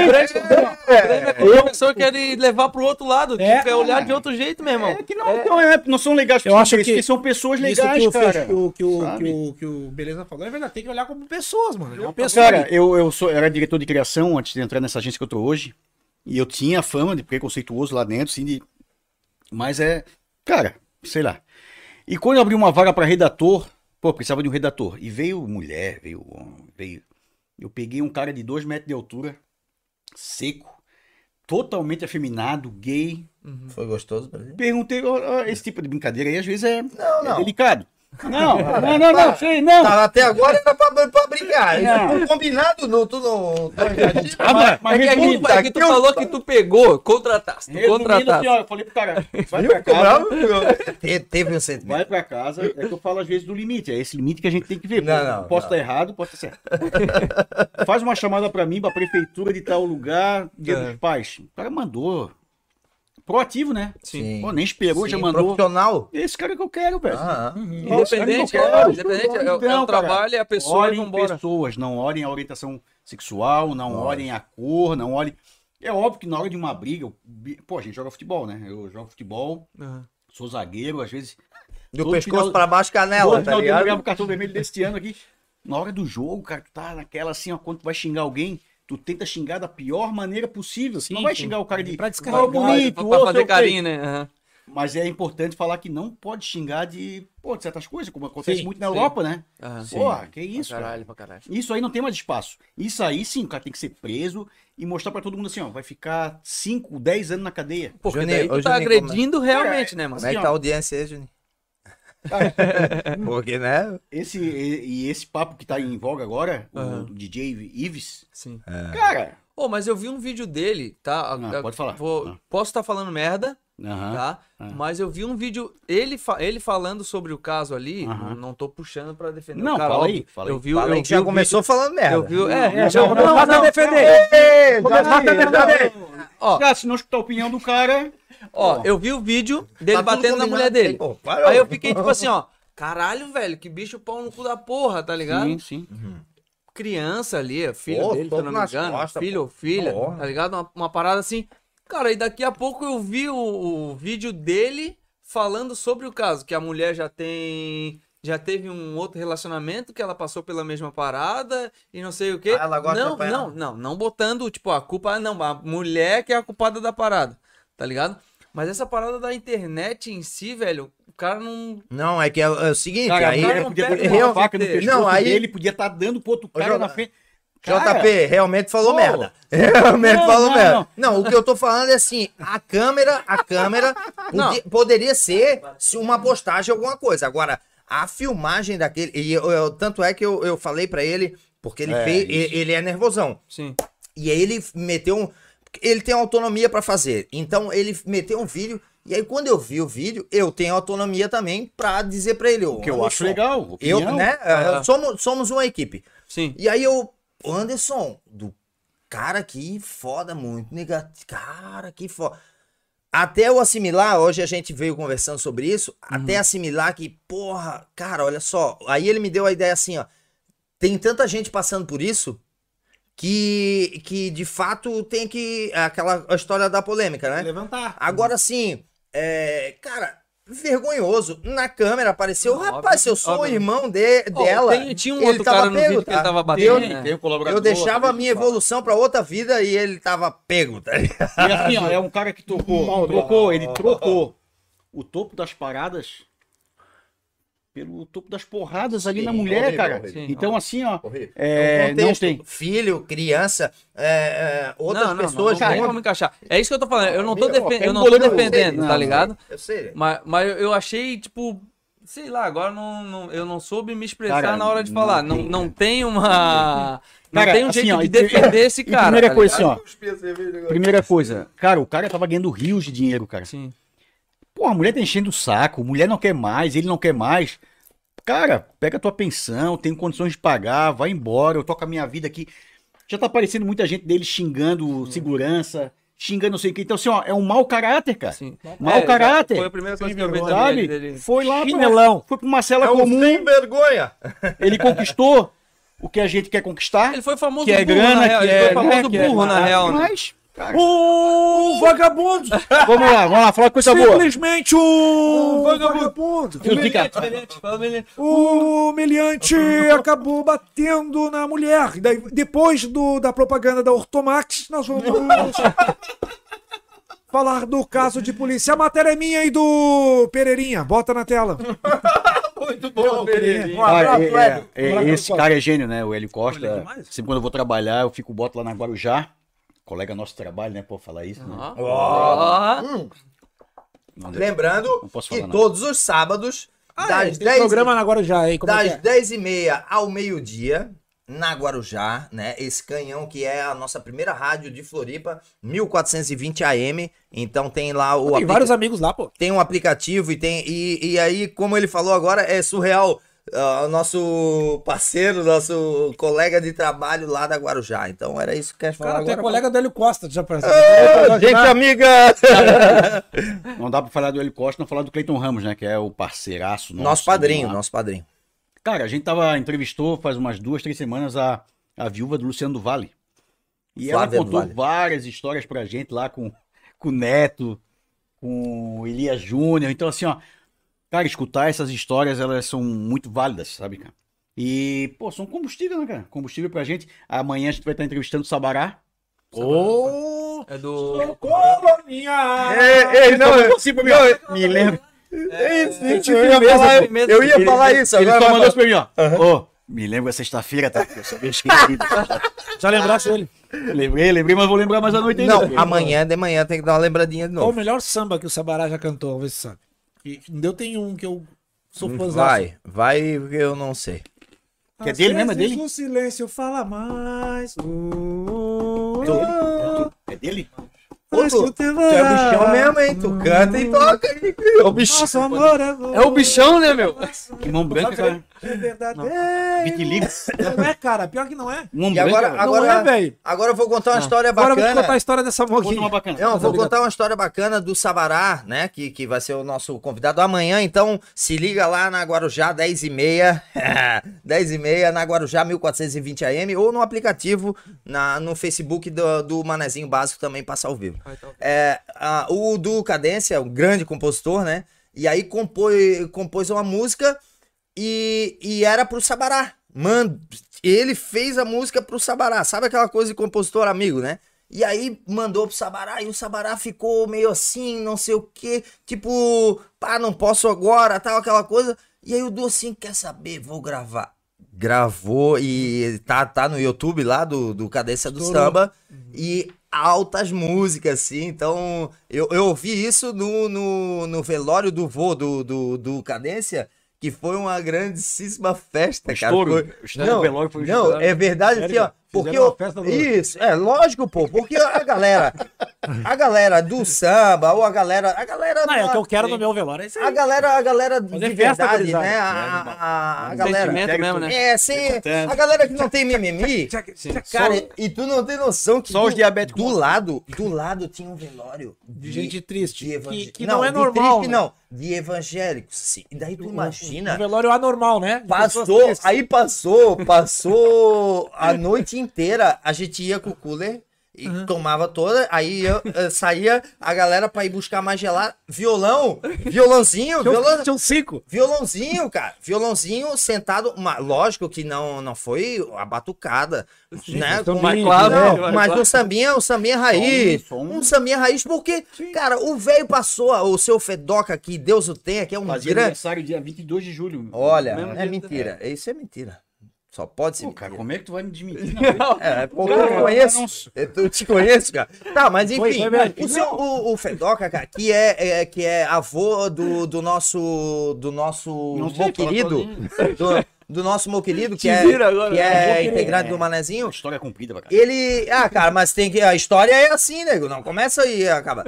grande professor quer levar pro outro lado, É. quer olhar de outro jeito, meu irmão. É que não são legais, Eu acho que são pessoas Isso legais, que cara. que o Beleza falou é verdade. Tem que olhar como pessoas, mano. É uma pessoa. Cara, eu era diretor de criação antes de entrar nessa agência que eu tô hoje. E eu tinha fama de preconceituoso lá dentro, assim, mas cara, sei lá. E quando eu abri uma vaga pra redator, pô, precisava de um redator. E veio mulher, veio homem. Eu peguei um cara de 2 metros de altura, seco, totalmente afeminado, gay. Foi gostoso pra gente? Perguntei, ó, esse tipo de brincadeira aí às vezes é não. delicado. Não, sei, não. Tá, até agora era pra brincar. Não. Isso combinado no. Tu não. Mas É que tu falou que tu pegou, contrataste. Tu resumindo assim, contrataste. ó, eu falei pro cara, vai pra casa, Teve um sentimento. vai pra casa, é que eu falo às vezes do limite, é esse limite que a gente tem que ver. Não, Posso estar errado, posso estar certo. Faz uma chamada pra mim, pra prefeitura de tal lugar, dia dos pais. O cara mandou. Proativo, né? Sim. Pô, nem esperou, Sim, já mandou. profissional. Esse cara que eu quero, velho. Independente, é o Então, trabalho, é a pessoa e Olhem vambora. pessoas, não olhem a orientação sexual, não olhem a cor, não olhem. É óbvio que na hora de uma briga, pô, a gente joga futebol, né? Eu jogo futebol, sou zagueiro, às vezes. Do todo pescoço final- pra baixo, canela, todo tá final de ano eu ligado? ganhava o cartão vermelho desse ano aqui. Na hora do jogo, cara, tu tá naquela assim, ó, quando tu vai xingar alguém, tu tenta xingar da pior maneira possível. Você não vai xingar o cara de Pra descarregar, "Ô, bonito, Pra ô, fazer sei o quê." carinho, né? Aham. Mas é importante falar que não pode xingar de certas coisas, como acontece Sim, muito na sim. Europa, né? Aham. Porra, que isso, Pra cara. caralho, pra caralho. Isso aí não tem mais espaço. Isso aí sim, o cara tem que ser preso e mostrar pra todo mundo assim, ó, vai ficar 5, 10 anos na cadeia. Porque Juninho, daí tu ô, tá Juninho, agredindo realmente, né, mano? Como é que tá a audiência aí, Juninho? Porque, né? Esse papo que tá em voga agora, Aham. o DJ Ives, Sim. cara, Pô, mas eu vi um vídeo dele, tá? Pode falar. Posso estar falando merda, aham. tá? Mas eu vi um vídeo, ele falando sobre o caso ali, Aham. não tô puxando pra defender Não, o cara. fala aí, óbvio. fala aí. Eu vi, Fala eu aí vi que já o começou falando vídeo, merda. eu vi, Começaste a defender. Ó. cara, se não escutar a opinião do cara, Ó, eu vi o vídeo dele Tá tudo batendo na combinado. mulher dele. Pô, parou. Aí eu fiquei tipo assim, ó, caralho, velho, que bicho pau no cu da porra, tá ligado? sim. Criança ali, é filho Pô, dele, se todo eu não me nas engano, costas, filho pô. ou filha, Porra. tá ligado? Uma parada assim. Cara, e daqui a pouco eu vi o vídeo dele falando sobre o caso, que a mulher já teve um outro relacionamento, que ela passou pela mesma parada e não sei o quê. Ah, ela gosta de apanhar. Não botando, tipo, a culpa, não, a mulher que é a culpada da parada, tá ligado? Mas essa parada da internet em si, velho, o cara não... Não, é que é o seguinte, Cara, aí... a mulher podia estar com real- uma faca no pescoço Não, aí- dele, podia estar dando pro outro cara Jordan, na frente. Cara, JP, realmente falou pô. merda. Realmente Não, falou não, merda. não. Não, o que eu tô falando é assim, a câmera poderia ser uma postagem, alguma coisa. Agora, a filmagem daquele, tanto é que eu falei pra ele, porque ele ele é nervosão. Sim. E aí ele meteu ele tem autonomia pra fazer. Então ele meteu um vídeo. E aí, quando eu vi o vídeo, eu tenho autonomia também pra dizer pra ele. O que eu acho legal. Eu, opinião. né? Somos uma equipe. Sim. E aí Anderson, do cara que foda muito, negativo. Cara, que foda. Até eu assimilar, hoje a gente veio conversando sobre isso, até assimilar que, porra, cara, olha só. Aí ele me deu a ideia assim, ó. Tem tanta gente passando por isso que de fato tem que. Aquela história da polêmica, né? Levantar. Agora sim, cara, vergonhoso. Na câmera apareceu, Não, rapaz, óbvio, se eu sou o óbvio. irmão dela. Tinha um ele outro tava cara no pego, vídeo que tá? ele tava batendo, né? Tem um colaborador. Eu deixava a minha também, evolução pra outra vida e ele tava pego, tá ligado? E assim, ó, é um cara que trocou o topo das paradas pelo topo das porradas ali Sim, na mulher, horrível, cara. horrível. Então, assim, ó, Horrível. não Contexto, tem. filho, criança, outras pessoas. Não tem muito- como encaixar. É isso que eu tô falando. Eu não tô, Meu, eu não um tô goleiro- defendendo, Não, tá ligado? Eu sei. Mas eu achei, tipo, sei lá, agora eu não soube me expressar Cara, na hora de não falar. tem, Não tem uma. Não Cara, tem um assim, jeito ó, de defender esse cara. Primeira tá coisa, ligado? assim, ó. Primeira coisa, cara, o cara tava ganhando rios de dinheiro, cara. Sim. Pô, a mulher tá enchendo o saco, mulher não quer mais, ele não quer mais. Cara, pega a tua pensão, tem condições de pagar, vai embora, eu toco a minha vida aqui. Já tá aparecendo muita gente dele xingando segurança, xingando não sei o que. Então, assim, ó, é um mau caráter, cara. Sim. Mau caráter. Foi a primeira coisa que eu vi vergonha, também Sabe? dele. Foi lá, Chinelão. foi pra uma cela É um comum, sem vergonha. ele conquistou o que a gente quer conquistar, Ele foi famoso que é burro, grana, na real. que Ele é... foi famoso né, que é- burro, na real. né? Mas, cara, Vagabundo! vamos lá, falar coisa boa. Simplesmente o vagabundo! O meliante acabou batendo na mulher. E daí, depois da propaganda da Ortomax, nós vamos falar do caso de polícia. A matéria é minha e do Pereirinha. Bota na tela. Muito bom, Pereirinha. Um abraço, Hélio. Esse cara é gênio, né? O Hélio Ele é Costa. demais. Sempre quando eu vou trabalhar, eu boto lá na Guarujá. Colega nosso de trabalho, né? Pode falar isso, né? Ó. Não, Lembrando Não posso que falar, não. todos os sábados, das Tem 10 programa na Guarujá aí. Como é que das é? 10h30 ao meio-dia, na Guarujá, né? Esse canhão que é a nossa primeira rádio de Floripa, 1420 AM. Então tem lá Tem vários amigos lá, pô. tem um aplicativo e aí, como ele falou agora, é surreal. O nosso parceiro, nosso colega de trabalho lá da Guarujá. Então era isso que eu quero falar Cara, tem agora. colega do Hélio Costa, já parece. Gente amiga! Não dá pra falar do Hélio Costa, não falar do Cleiton Ramos, né? Que é o parceiraço nosso. Nosso padrinho, lá. nosso padrinho. Cara, a gente entrevistou faz umas 2, 3 semanas a viúva do Luciano do Vale. E Flávia ela do contou Vale. várias histórias pra gente lá com o Neto, com o Elias Júnior. Então, assim, ó, cara, escutar essas histórias, elas são muito válidas, sabe, cara? E, pô, são combustível, né, cara? Combustível pra gente. Amanhã a gente vai estar entrevistando o Sabará. Ô, É do. Coloninha! Me lembro. Eu ia falar isso, Ele agora só vai mandou isso pra mim, ó. Ô, me lembra sexta-feira, tá? Eu sou meio esquecido. Já lembrasse ele? Lembrei, mas vou lembrar mais à noite ainda. Não, amanhã de manhã tem que dar uma lembradinha de Qual o novo. melhor samba que o Sabará já cantou? Vamos ver se sabe. E eu tenho um que eu sou fãzão. Vai, porque eu não sei. Que é dele mesmo, é Às vezes dele? O silêncio fala mais. É dele? Mas Tu é o bichão mesmo, hein? Tu canta e toca, hein? É o bichão. Nosso amor É o bichão, né, meu? Que mão branca, cara. É verdadeiro. Vitiligo. Não é, cara. Pior que não é. Mão E agora, branca. Não é, velho. agora eu vou contar uma história Agora eu vou te bacana. contar a história dessa Conta uma moguinha. bacana. Não, eu vou Obrigado. contar uma história bacana do Sabará, né? Que vai ser o nosso convidado amanhã. Então, se liga lá na Guarujá, 10h30. 10h30 na Guarujá, 1420 AM. Ou no aplicativo, no Facebook do Manezinho Básico também passa ao vivo. O Du Cadência, um grande compositor, né? E aí compôs uma música e era pro Sabará. Mano, ele fez a música pro Sabará. Sabe aquela coisa de compositor amigo, né? E aí mandou pro Sabará e o Sabará ficou meio assim, não sei o quê. Tipo, pá, não posso agora, tal, aquela coisa. E aí o Du assim, quer saber? Vou gravar. gravou e tá no YouTube lá do Cadência do Samba e altas músicas, assim. Então, eu ouvi isso no velório do vô do Cadência, que foi uma grandíssima festa, cara. O estouro do velório foi Não, é verdade, assim, ó. Porque Fizeram uma festa do- Isso, é lógico, pô. Porque a galera do samba, ou a galera. Não, é o que eu quero no meu velório. É isso aí. A galera de Fazer festa, verdade, gurizada. né? A galera. Sentimento mesmo, né? É, sem. A galera que não tem mimimi. Cara, e tu não tem noção que Só os diabéticos. do lado tinha um velório De gente triste, de que não é normal, De triste, né? não, de evangélicos. Sim. E daí tu imagina. Um velório anormal, né? De pessoas Passou, tristes. aí passou a noite inteira. A gente ia com o cooler e tomava toda. Aí eu saía a galera pra ir buscar mais gelado. Violãozinho, Tinham 5. violãozinho, cara. Violãozinho sentado. Lógico que não foi a batucada, né? então, Mas Sim, claro, Não, né? mas o sambinha raiz. Um sambinha raiz, porque, cara, o velho passou, o seu Fedoca, que Deus o tenha, que é um Fazia grande. aniversário dia 22 de julho. Olha, Mesmo é dia- mentira. Isso é mentira. Só pode ser Pô, mentira. cara, como é que tu vai me desmentir? É porque eu conheço. Eu te conheço, cara. Tá, mas enfim. Foi mesmo. O Fedoca, cara, que é avô do nosso Não sei, meu querido. Do nosso meu querido, que Te é, vira agora. que é integrante do Manezinho. História comprida pra cá. Ele. Ah, cara, mas tem que. A história é assim, nego. Não começa aí e acaba.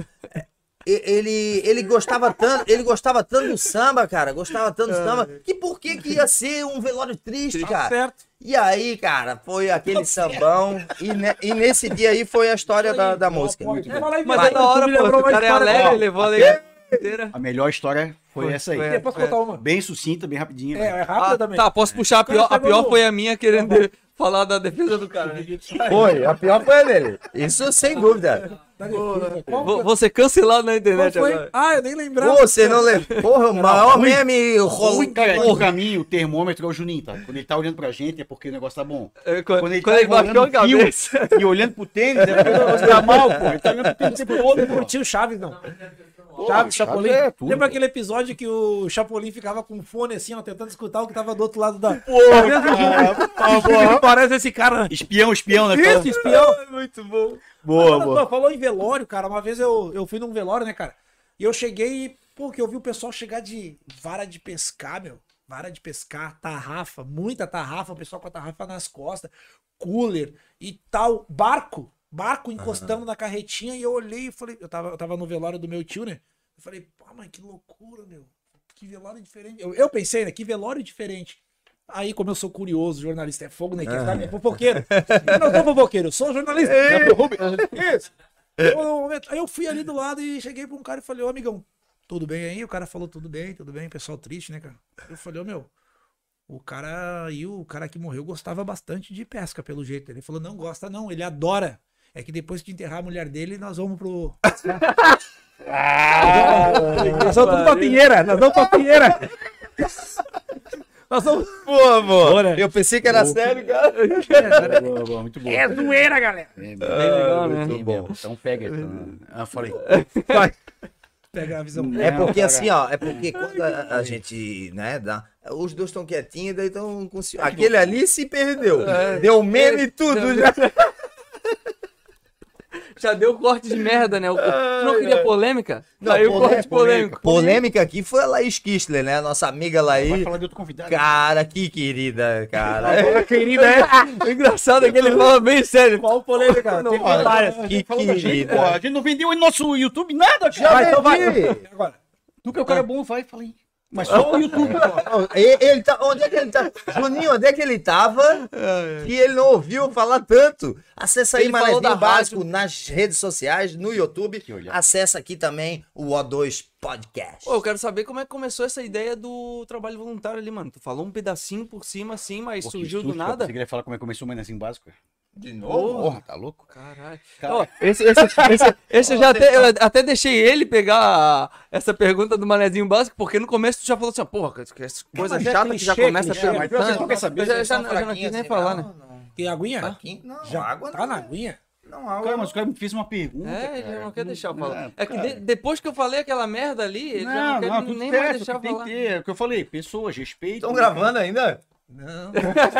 Ele gostava tanto do samba, cara. Gostava tanto do samba. Que por que ia ser um velório triste, Tá cara? certo. E aí, cara, foi aquele sambão. E nesse dia aí foi a história da música. Mas é da hora, pô. O cara é alegre, levou a alegria inteira. A melhor história foi essa aí. foi Depois contar uma. Bem sucinta, bem rapidinha. É rápida também. Tá, posso puxar a pior? cara A pior pegou- foi a minha querendo falar da defesa do cara. né? Foi, a pior foi a dele. Isso sem dúvida. Vou ser cancelado na Qual internet foi? agora. Ah, eu nem lembrava. Você não lembra? Porra, o maior meme rolou. Cara, aqui pra mim, o termômetro é o Juninho, tá? Quando ele tá olhando pra gente é porque o negócio tá bom. Quando ele tá baixou a enrolando fio cabeça. e olhando pro tênis, é porque o negócio tá mal, pô. Ele tá olhando pro tênis o tempo todo, Eu pô. curti o Chaves, não. Pô, Chaves, Chaves Chapolin. é tudo, Lembra pô. aquele episódio que o Chapolin ficava com um fone assim, ó, tentando escutar o que tava do outro lado da. Parece esse cara. Espião, né? Isso, espião. Muito bom. Agora, pô, falou em velório, cara. Uma vez eu fui num velório, né, cara? E eu cheguei e, pô, que eu vi o pessoal chegar de vara de pescar, meu. Vara de pescar, tarrafa, muita tarrafa, o pessoal com a tarrafa nas costas, cooler e tal. Barco encostando na carretinha. E eu olhei e falei, eu tava no velório do meu tio, né? Eu falei, pô, mas que loucura, meu. Que velório diferente. Eu pensei, né? Que velório diferente. Aí, como eu sou curioso, jornalista é fogo, né? Que é fofoqueiro. Eu não sou fofoqueiro, eu sou jornalista. Isso. Aí eu fui ali do lado e cheguei pra um cara e falei, ô amigão, tudo bem aí? O cara falou, tudo bem, pessoal triste, né, cara? Eu falei, ô meu, o cara que morreu gostava bastante de pesca, pelo jeito. Ele falou, não gosta não, ele adora. É que depois de enterrar a mulher dele, nós vamos pro... Nós vamos tudo pra Pinheira, nós vamos. Pô, né? eu pensei que era sério, cara. Boa, muito bom. É zoeira, galera. legal, né? Muito bom. Então pega. Falei. Pega a visão. É porque assim, ó, é porque quando a gente, né, dá. Os dois estão quietinhos, daí estão com ciúme. Aquele ali se perdeu. Deu meme e tudo já. Já deu corte de merda, né? Tu não queria polêmica? Não, Saiu corte polêmico. Polêmica aqui foi a Laís Kistler, né? Nossa amiga Vai Laís. falar de outro convidado. Cara, que querida, cara. Querida, O engraçado é que ele fala bem sério. Qual polêmica, cara? Tem olha, várias. Que Falou da gente, querida. pô. A gente não vendeu em nosso YouTube nada, cara. Vai, então vai. vendi. Agora. Tu que é o cara bom, vai, fala aí. Mas só o YouTube, pô. Ele tá, onde é que ele tá? Juninho, onde é que ele tava? Que ele não ouviu falar tanto. Acessa aí, Ele falou Manezinho da Básico, nas redes sociais, no YouTube. Que olhar. Acessa aqui também o O2 Podcast. Pô, eu quero saber como é que começou essa ideia do trabalho voluntário ali, mano. Tu falou um pedacinho por cima, assim, mas Pô, que surgiu do susto, nada. Você queria falar como é que começou o Manezinho Básico? De Porra, tá louco? Caralho. Cara. Ó, esse eu até deixei ele pegar essa pergunta do Manezinho Básico, porque no começo tu já falou assim, ó, porra, que essa coisa Mas é chata que já clichê, começa clichê, a mas perguntar. você não quer saber, Eu já não quis nem falar, né? Tem aguinha? Aqui, não, Já água tá não. na aguinha? Não, água Cara, não. mas o cara me fez uma pergunta. É, ele cara. não quer deixar eu falar. Não, É que cara. depois que eu falei aquela merda ali, ele já não quer tudo nem certo, mais deixar eu tem falar. que ter. É o que eu falei, pessoas, respeito. Estão gravando ainda? Não.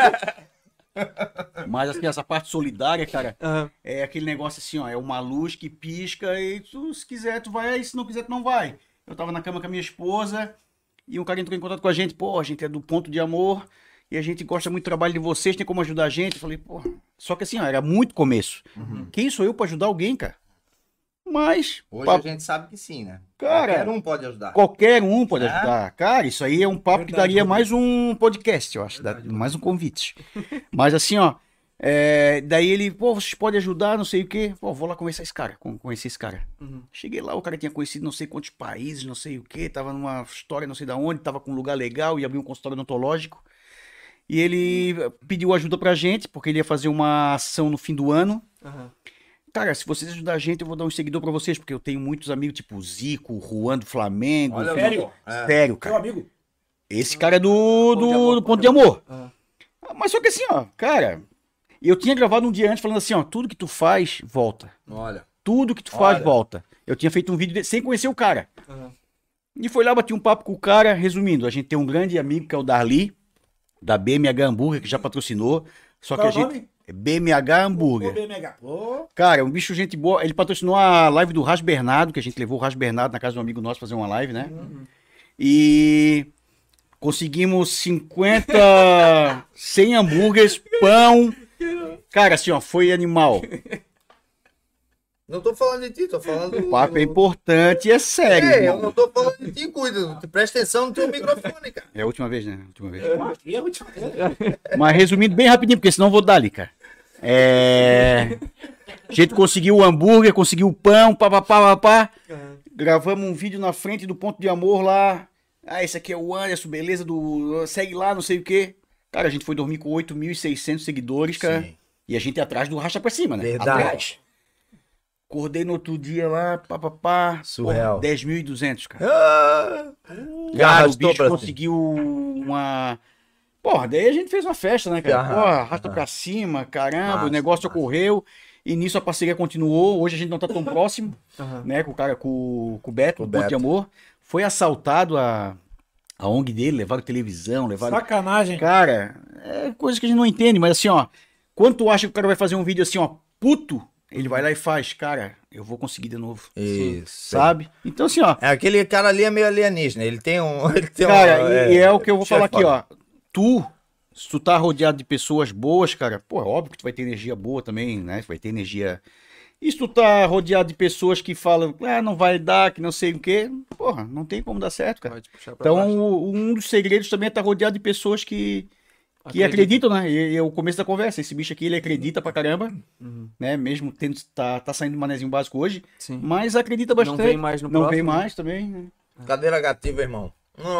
Mas assim, essa parte solidária, cara, Aham. é aquele negócio assim, ó, é uma luz que pisca e tu, se quiser tu vai, aí se não quiser tu não vai. Eu tava na cama com a minha esposa e um cara entrou em contato com a gente, pô, a gente é do Ponto de Amor e a gente gosta muito do trabalho de vocês, tem como ajudar a gente? Eu falei, pô, só que assim, ó, era muito começo. Quem sou eu pra ajudar alguém, cara? Mas, Hoje papo- a gente sabe que sim, né? Cara, Qualquer um pode ajudar. qualquer um pode É? ajudar. Cara, isso aí é um papo que Verdade, daria Rodrigo. mais um podcast, eu acho. Mais um convite. Mas assim, ó. Daí ele, pô, vocês podem ajudar, não sei o quê. Pô, vou lá conhecer esse cara. Conhecer esse cara. Uhum. Cheguei lá, o cara tinha conhecido não sei quantos países, não sei o quê. Tava numa história não sei da onde, tava com um lugar legal e abriu um consultório odontológico. E ele pediu ajuda pra gente, porque ele ia fazer uma ação no fim do ano. Aham. Cara, se vocês ajudarem a gente, eu vou dar um seguidor pra vocês, porque eu tenho muitos amigos, tipo Zico, Juan do Flamengo. Olha, Sério? Sério, Seu cara. amigo? Esse cara é do Ponto de Amor. Aham. Mas só que assim, ó, cara, eu tinha gravado um dia antes falando assim, ó, tudo que tu faz, volta. Olha. Tudo que tu faz, Olha. volta. Eu tinha feito um vídeo sem conhecer o cara. Aham. E foi lá, bati um papo com o cara, resumindo, a gente tem um grande amigo que é o Darli, da BMH Hambúrguer, que já patrocinou. Só que Qual a é o gente. nome? É BMH Hambúrguer. Ô, BMH. Ô, Cara, é um bicho gente boa. Ele patrocinou a live do Ras Bernardo, que a gente levou o Ras Bernardo na casa de um amigo nosso fazer uma live, né? E conseguimos 100 hambúrgueres, pão. Cara, assim, ó, foi animal. Não tô falando de ti, tô falando O papo é importante e é sério. É, eu irmão. não tô falando de ti, cuida. Presta atenção no teu microfone, cara. É a última vez, né? Última vez. aqui é a última vez. Mas resumindo bem rapidinho, porque senão eu vou dar ali, cara. A gente conseguiu o hambúrguer, conseguiu o pão, papapá. Gravamos um vídeo na frente do Ponto de Amor lá. Ah, esse aqui é o Anderson, beleza? Segue lá, não sei o quê. Cara, a gente foi dormir com 8.600 seguidores, cara. Sim. E a gente ia atrás do racha pra cima, né? Verdade. Atrás. Acordei no outro dia lá, papapá. Surreal. 10.200, cara. Ah, Cara, o arrastou bicho pra cima. conseguiu uma... Porra, daí a gente fez uma festa, né, cara? Aham, Porra, arrasta pra cima, caramba, Massa, o negócio massa. ocorreu. E nisso a parceria continuou. Hoje a gente não tá tão próximo, Aham. né, com o cara, com o Beto, Com o do Ponto de Beto. Amor. Foi assaltado a ONG dele, levaram televisão, levaram... Sacanagem. Cara, é coisa que a gente não entende, mas assim, ó, quando tu acha que o cara vai fazer um vídeo assim, ó, puto, ele vai lá e faz, cara, eu vou conseguir de novo. Isso. Sabe? Então assim, ó, É, aquele cara ali é meio alienígena. Ele tem um. Ele tem cara, e é o que eu vou chefe falar aqui, foda. ó. Se tu tá rodeado de pessoas boas, cara, pô, é óbvio que tu vai ter energia boa também, né? Tu vai ter energia. E se tu tá rodeado de pessoas que falam, ah, não vai dar, que não sei o quê, porra, não tem como dar certo, cara. Vai te puxar pra Então, baixo. um dos segredos também é estar rodeado de pessoas que acreditam, né? E é o começo da conversa. Esse bicho aqui, ele acredita pra caramba, né? Mesmo tendo, tá saindo do manezinho básico hoje, Sim. mas acredita bastante. Não vem mais no Não próximo, vem né? mais também, né? Cadeira gativa, irmão.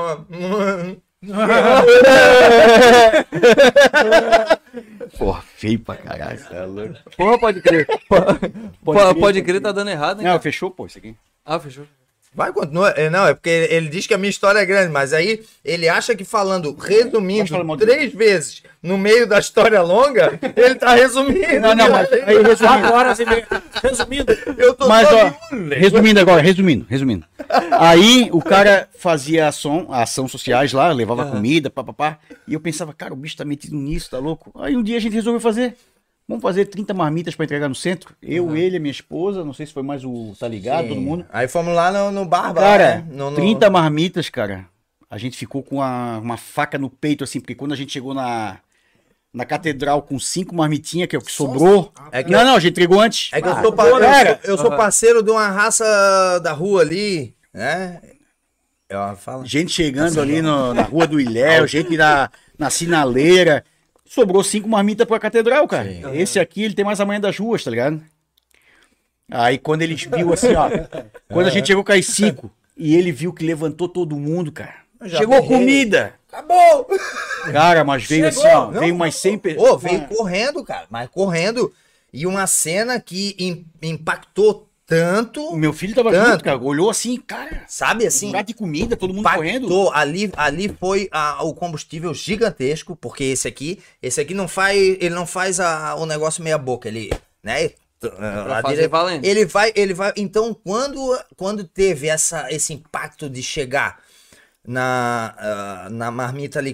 Porra, feio pra caralho, você é louco. Porra, pode crer. Pode crer, tá dando errado, hein? Não, cara? fechou, pô, isso aqui. Ah, fechou. Vai, continua. Não, é porque ele diz que a minha história é grande, mas aí ele acha que falando, Pode falar resumindo mal de 3 vezes no meio da história longa, ele tá resumindo. Não, mas aí resumindo. Agora, assim, resumindo, Eu tô Mas, só ó, de um, resumindo agora, resumindo. Aí o cara fazia ação sociais lá, levava comida, papapá. E eu pensava, cara, o bicho tá metido nisso, tá louco? Aí um dia a gente resolveu fazer. Vamos fazer 30 marmitas pra entregar no centro. Eu, ele, a minha esposa, não sei se foi mais o Tá Ligado, todo mundo. Aí fomos lá no bar, Cara, né? No- 30 marmitas, cara. A gente ficou com uma faca no peito, assim, porque quando a gente chegou na catedral com 5 marmitinhas, que é o que sobrou. É que Não, a gente entregou antes. É que eu Ah, sou, cara, eu sou parceiro de uma raça da rua ali, né? Fala. gente chegando ali na Rua do Ilhéu, gente na sinaleira. Sobrou 5 marmitas pra catedral, cara. Sim. Esse aqui, ele tem mais a manha das ruas, tá ligado? Aí quando ele viu assim, ó. Quando a gente chegou com as 5, e ele viu que levantou todo mundo, cara. já Chegou berrei. comida! Acabou! Cara, mas veio Chegou. assim, ó. Não, Veio umas 100 pessoas. Ô, veio correndo, cara, mas correndo. E uma cena que impactou tanto, O meu filho tava Tanto. junto, cara. Olhou assim, cara. sabe assim? Um prato de comida, todo mundo correndo. Impactou. Ali foi o combustível gigantesco, porque esse aqui não faz, ele não faz o negócio meia boca, ele, né? pra fazer valendo. Ele vai, então quando teve esse impacto de chegar na marmita ali com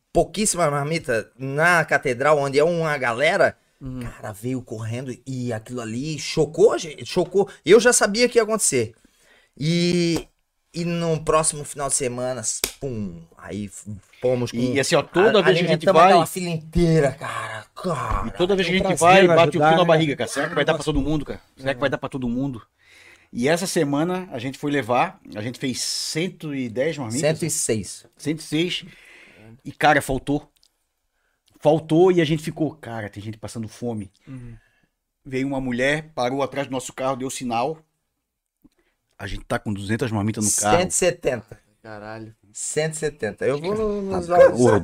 pouquíssimas marmitas na catedral, onde é uma galera, cara, veio correndo e aquilo ali chocou, gente, chocou. Eu já sabia que ia acontecer. E no próximo final de semana, pum, aí fomos com... E assim, ó, toda vez que a gente alimentamos vai... aquela fila inteira, cara. E toda vez que a É um gente prazer vai, bate ajudar, o frio na né? barriga, cara. Será que vai dar pra todo mundo, cara? Será que vai dar pra todo mundo? E essa semana a gente foi levar, a gente fez 110 marmitas. 106. 106. E, cara, faltou. Faltou e a gente ficou, cara, tem gente passando fome. Veio uma mulher, parou atrás do nosso carro, deu sinal. A gente tá com 200 marmitas no carro. 170. Caralho. 170. Eu vou nos Ô,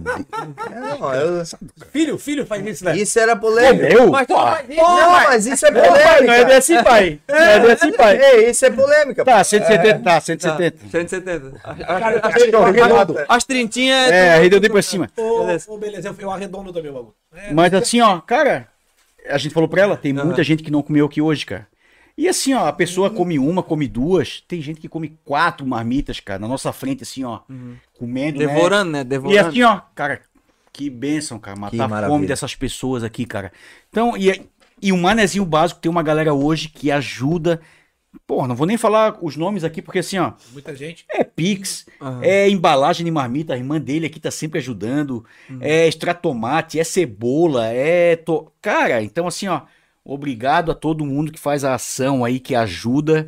Filho faz isso, né? Isso era polêmico. eu? Mas tu faz isso, Não, mas isso é polêmica. Não é bem assim, pai. Não é bem assim, pai. Ei, isso é polêmica. Tá, 170, tá, 170. 170. Arredondado. As trintinhas É, arredondei pra cima. Beleza, eu arredondo também o bagulho. Mas assim, ó, cara, a gente falou pra ela, tem muita gente que não comeu aqui hoje, cara. E assim, ó, a pessoa come uma, come duas, tem gente que come 4 marmitas, cara, na nossa frente, assim, ó, comendo, devorando, né? né? Devorando. E assim, ó, cara, que bênção, cara, matar a maravilha. fome dessas pessoas aqui, cara. Então, e o manezinho básico, tem uma galera hoje que ajuda. Pô, não vou nem falar os nomes aqui, porque assim, ó, Muita gente. é Pix, é embalagem de marmita, a irmã dele aqui tá sempre ajudando, é extratomate, é cebola, Cara, então assim, ó, obrigado a todo mundo que faz a ação aí, que ajuda,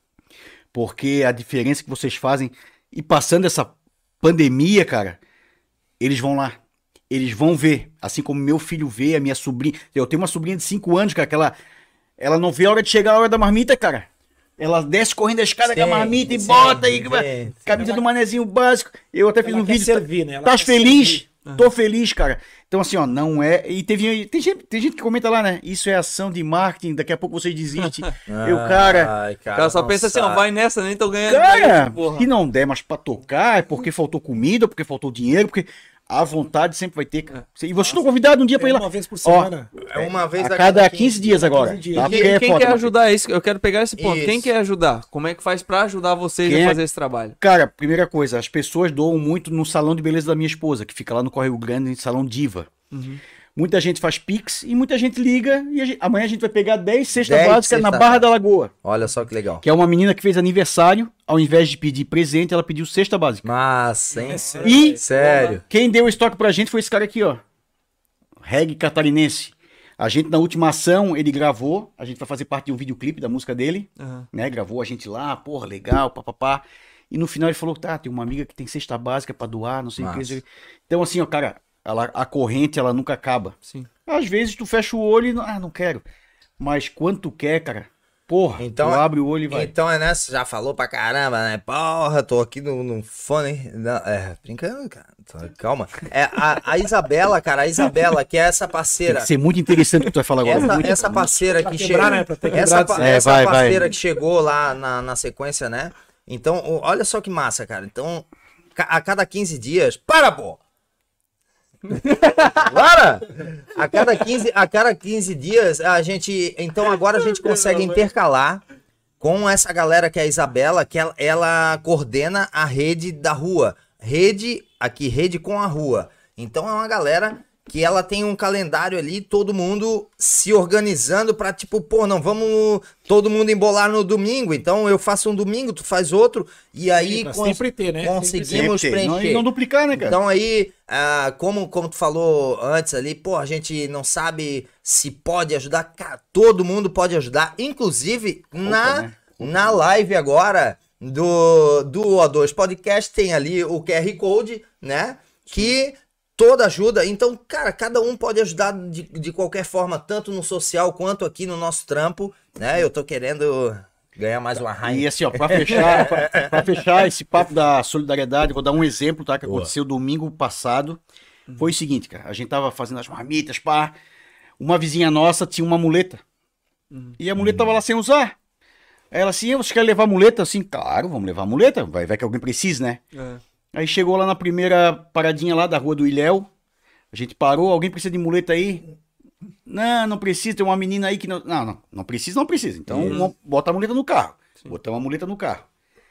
porque a diferença que vocês fazem, e passando essa pandemia, cara, eles vão lá, eles vão ver, assim como meu filho vê, a minha sobrinha, eu tenho uma sobrinha de 5 anos, cara, que ela não vê a hora de chegar a hora da marmita, cara. Ela desce correndo a escada com a marmita e bota aí, camisa do manezinho básico. Eu até fiz Ela um quer vídeo. servir, né? Ela Tá quer feliz? servir. Tô feliz, cara. Então, assim, ó, não é. E tem gente que comenta lá, né? Isso é ação de marketing, daqui a pouco vocês desistem. Cara. Ai, O cara só não pensa assim, ó, sabe. vai nessa, nem tô ganhando. Cara, porra. se não der mais pra tocar, é porque faltou comida, porque faltou dinheiro, porque a vontade sempre vai ter. Cara. E vocês estão convidados um dia pra ir lá. Uma vez por semana. É uma vez A cada 15 dias agora. 15 dias. Tá? Quem, Porque é quem foda, quer mano. ajudar isso? Eu quero pegar esse ponto. Quem Isso. quer ajudar? Como é que faz pra ajudar vocês Quem a é- fazer esse trabalho? Cara, primeira coisa, as pessoas doam muito no salão de beleza da minha esposa, que fica lá no Córrego Grande, Salão Diva. Muita gente faz Pix e muita gente liga. E amanhã a gente vai pegar 10 cestas 10 básicas na cesta Barra básica. da Lagoa. Olha só que legal. Que é uma menina que fez aniversário. Ao invés de pedir presente, ela pediu cesta básica. Massa, hein? E Sério. quem deu o estoque pra gente foi esse cara aqui, ó. Reggae catarinense. A gente, na última ação, ele gravou. A gente vai fazer parte de um videoclipe da música dele. Né? Gravou a gente lá, porra, legal, papapá. E no final ele falou, tá, tem uma amiga que tem cesta básica pra doar, não sei o que. Massa. Então, assim, ó, cara, a corrente, ela nunca acaba. Sim. Às vezes tu fecha o olho e não quero. Mas quando tu quer, cara, porra, Então, tu abre o olho e vai. Então é nessa, já falou pra caramba, né? Porra, tô aqui no fone. Não, brincando, cara. Calma. A Isabela, cara, a Isabela, que é essa Tem parceira. que ser muito interessante o que tu vai falar agora. muito Essa parceira Pra que quebrar, chegou. né? Pra ter Essa, quebrado. essa vai, parceira vai. que chegou lá na sequência, né? Então, olha só que massa, cara. Então, a cada 15 dias. Para, pô! Para! A cada 15 dias, a gente. Então agora a gente consegue intercalar com essa galera que é a Isabela, que ela coordena a rede da rua. Rede com a rua. Então é uma galera que ela tem um calendário ali, todo mundo se organizando pra tipo, pô, não, vamos todo mundo embolar no domingo. Então eu faço um domingo, tu faz outro, e aí Pra sempre ter, né? conseguimos Sempre tem. preencher. Não duplicar, né, cara? Então aí, como tu falou antes ali, pô, a gente não sabe se pode ajudar. Cara, todo mundo pode ajudar, inclusive né? na live agora do O2 Podcast tem ali o QR Code, né? Que toda ajuda. Então, cara, cada um pode ajudar de qualquer forma, tanto no social quanto aqui no nosso trampo, né? Eu tô querendo ganhar mais uma E rainha. assim, ó, pra fechar esse papo da solidariedade, vou dar um exemplo, tá? Que aconteceu domingo passado. Foi o seguinte, cara. A gente tava fazendo as marmitas, pá. Uma vizinha nossa tinha uma muleta. E a muleta tava lá sem usar. Aí ela assim, você quer levar a muleta? Assim, claro, vamos levar a muleta. Vai que alguém precise, né? Aí chegou lá na primeira paradinha lá da rua do Ilhéu. A gente parou, alguém precisa de muleta aí? Não precisa, tem uma menina aí que não... Não precisa. Então bota a muleta no carro. Botamos a muleta no carro.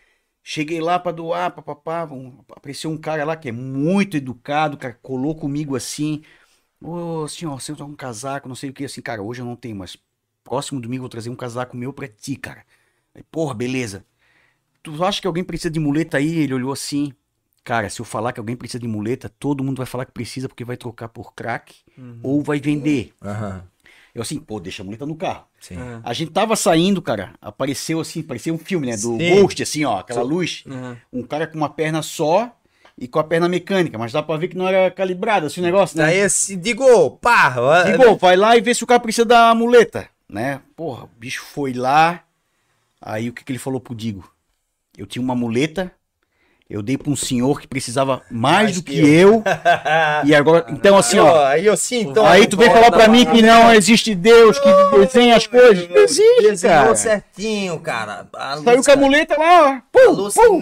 Cheguei lá pra doar, papapá, apareceu um cara lá que é muito educado, cara, colou comigo assim, ô senhor, você tem um casaco, não sei o que, assim, cara, hoje eu não tenho, mas próximo domingo eu vou trazer um casaco meu pra ti, cara. Aí, porra, beleza. Tu acha que alguém precisa de muleta aí? Ele olhou assim, cara, se eu falar que alguém precisa de muleta, todo mundo vai falar que precisa porque vai trocar por crack ou vai vender. Aham. Eu assim, pô, deixa a muleta no carro. Sim. A gente tava saindo, cara, apareceu assim, parecia um filme, né, do Sim. Ghost, assim, ó, aquela luz. Um cara com uma perna só e com a perna mecânica, mas dá pra ver que não era calibrado assim o negócio, né? Daí esse, digo, pá, Digo, vai lá e vê se o cara precisa da muleta, né? Porra, o bicho foi lá, aí o que que ele falou pro Digo? Eu tinha uma muleta, eu dei pra um senhor que precisava mais do que eu, e agora, então assim, ó, Aí eu sim, então. aí tu vem falar pra mim que não existe Deus, que desenha as coisas. Não existe, Desenhou cara. certinho, cara. Saiu com a muleta lá, ó. Pum, pum.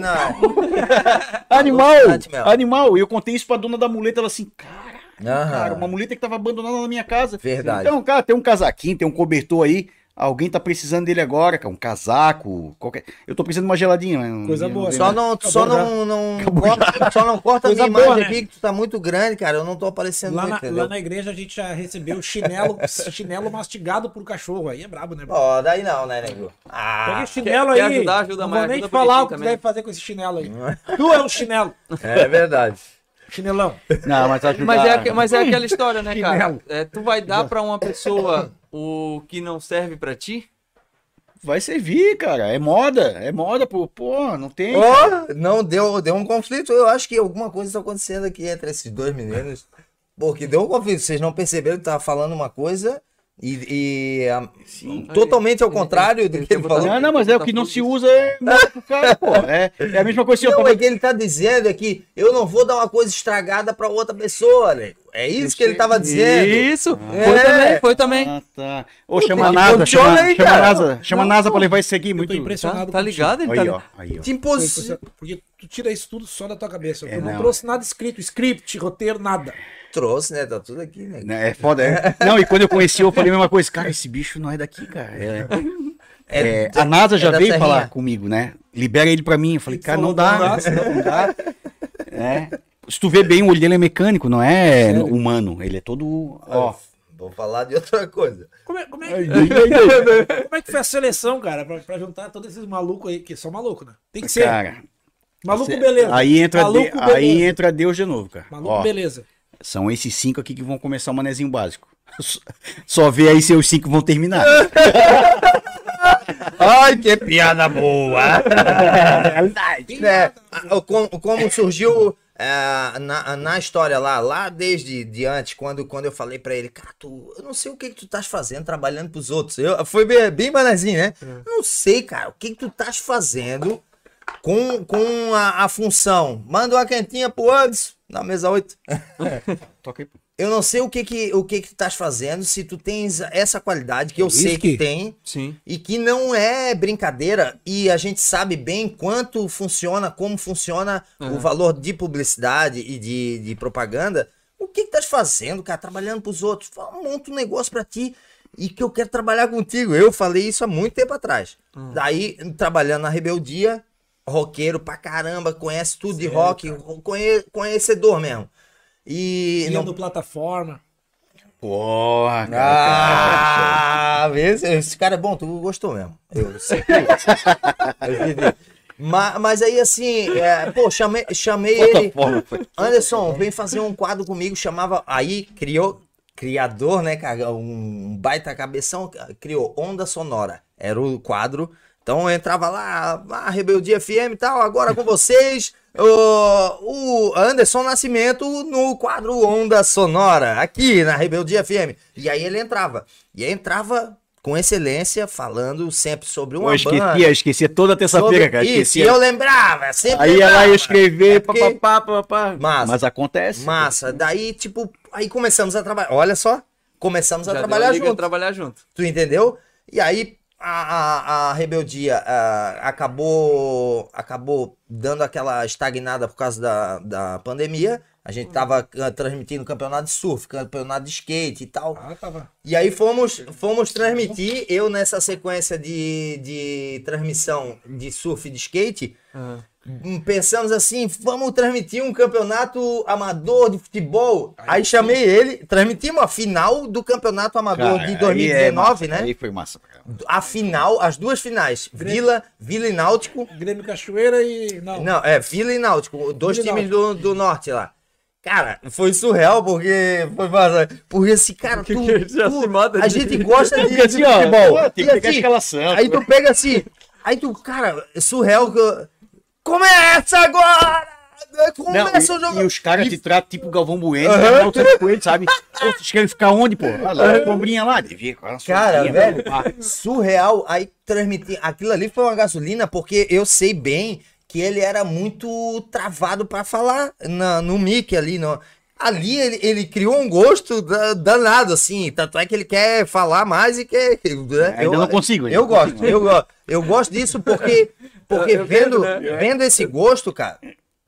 Animal, Alucinante mesmo. animal. E eu contei isso pra dona da muleta, ela assim, cara, Aham. uma muleta que tava abandonada na minha casa. Verdade. Então, cara, tem um casaquinho, tem um cobertor aí. Alguém tá precisando dele agora, cara. Um casaco, qualquer. Eu tô precisando de uma geladinha. Mas Coisa não- boa, não- Só não, Acabou só já. não corta, só não corta a minha Coisa boa, imagem né? aqui, que tu tá muito grande, cara. Eu não tô aparecendo Lá muito, na, entendeu? lá na igreja a gente já recebeu chinelo mastigado por cachorro. Aí é brabo, né? Bro? Ó, daí não, né, nego? Pega Ah, esse chinelo quer aí. ajudar, ajuda não mais, vou nem ajuda te falar o que bonitinho tu também. deve fazer com esse chinelo aí. Tu é um chinelo. é verdade. Chinelão. Não, mas ajudar. Mas é aquela história, né, cara? Chinelo. Tu vai dar pra uma pessoa o que não serve pra ti? Vai servir, cara. É moda, pô, não tem. Ó, não, deu um conflito. Eu acho que alguma coisa tá acontecendo aqui entre esses dois meninos. Porque deu um conflito. Vocês não perceberam que tava falando uma coisa totalmente ao contrário do que ele falou. Não, mas é o que não se usa é moda pro cara, pô. É a mesma coisa assim, Não, ó. é que ele tá dizendo é que eu não vou dar uma coisa estragada pra outra pessoa, né? É isso que ele tava dizendo. Isso, É. foi também. Ah, tá. Ô, chama a que NASA, funciona aí, cara. chama a NASA pra levar isso aqui. Eu Muito tô impressionado Tá ligado? Ele Aí, tá... ó. Aí, ó. Te impôs. Porque tu tira isso tudo só da tua cabeça. Eu não não. trouxe nada escrito, script, roteiro, nada. Trouxe, né? Tá tudo aqui, né? É foda, é. Não, e quando eu conheci, eu falei a mesma coisa. Cara, esse bicho não é daqui, cara. A NASA já da veio terrinha. falar comigo, né? Libera ele pra mim. Eu falei, cara, não dá. Não dá. É. Se tu vê bem, o olho dele é mecânico, não é humano. Ele é todo. Ó. Vou falar de outra coisa. Como é que foi a seleção, cara, pra juntar todos esses malucos aí, que são malucos, né? Tem que ser. Cara, Maluco, beleza. aí entra, Maluco, aí beleza. entra Deus de novo, cara. Maluco, Ó, beleza. são esses 5 aqui que vão começar o manezinho básico. Só vê aí se os 5 vão terminar. Ai, que piada boa! Né? Como surgiu na história lá desde de antes, quando eu falei pra ele, cara, eu não sei o que tu estás fazendo trabalhando pros outros. Foi bem manezinho, né? Não sei, cara, o que tu estás fazendo com a função. Manda uma quentinha pro Anderson, na mesa 8. Toca aí. Eu não sei o que tu estás fazendo, se tu tens essa qualidade, que eu sei que tem. Sim. E que não é brincadeira, e a gente sabe bem quanto funciona, como funciona o valor de publicidade e de propaganda. O que estás fazendo, cara? Trabalhando pros outros. Monta um negócio pra ti e que eu quero trabalhar contigo. Eu falei isso há muito tempo atrás. Daí, trabalhando na Rebeldia, roqueiro pra caramba, conhece tudo de rock, conhecedor mesmo. E Criando plataforma. Porra, cara. vê, esse cara é bom, tu gostou mesmo. Eu sei que mas aí assim, chamei ele. Anderson, vem fazer um quadro comigo, chamava. Aí criador, né, cara? Um baita cabeção, criou Onda Sonora. Era o quadro. Então eu entrava lá, Rebeldia FM e tal, agora com vocês, o Anderson Nascimento no quadro Onda Sonora, aqui na Rebeldia FM. E aí ele entrava. E aí entrava com excelência, falando sempre sobre uma banda. Esquecia toda terça-feira, cara. Isso, Esquecia. e eu lembrava, sempre Aí ia lá lembrava. e escrever, Porque- papapá. Massa. Mas acontece. Massa. Daí, tipo, aí começamos a trabalhar. Olha só, começamos a Já trabalhar deu a liga de junto. trabalhar junto. Tu entendeu? E aí a Rebeldia acabou dando aquela estagnada por causa da pandemia. A gente tava transmitindo campeonato de surf, campeonato de skate e tal. Tava. E aí fomos transmitir, eu nessa sequência de transmissão de surf e de skate, pensamos assim, vamos transmitir um campeonato amador de futebol. Aí chamei ele, transmitimos a final do campeonato amador de 2019, né? Aí foi massa. A final, as duas finais, Vila e Náutico. Grêmio Cachoeira e... Não, Vila e Náutico, dois Vila e times do norte lá. Cara, foi surreal, porque esse cara, a gente gosta de futebol. Tem E que pegar a assim, escalação. aí tu pega assim, cara, é surreal. Começa agora! Começa o jogo! E os caras te tratam tipo Galvão Bueno, com ele, sabe? Pô, vocês querem ficar onde, pô? Ah, lá, sombrinha lá, devia. Cara, velho, surreal. Aí transmitir, aquilo ali foi uma gasolina, porque eu sei bem que ele era muito travado pra falar no mic ali. Ali ele criou um gosto danado, assim. Tanto é que ele quer falar mais e quer. Ainda não consigo. Eu gosto disso porque vendo esse gosto, cara.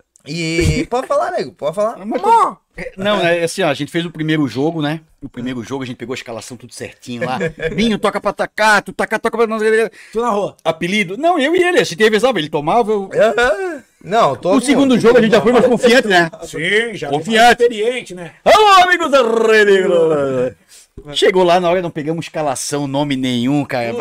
E pode falar, nego, pode falar. Não, é assim, ó, a gente fez o primeiro jogo, né? O primeiro jogo a gente pegou a escalação tudo certinho lá. Vinho, toca pra atacar, tu toca pra... Tu narrou. Apelido. Não, eu e ele, a gente revezava, ele tomava, eu... Não, No segundo jogo a gente já foi mais confiante, né? Sim, já. Confiante. Experiente, né? Alô, amigos da Rede. Chegou lá, na hora não pegamos escalação, nome nenhum, cara.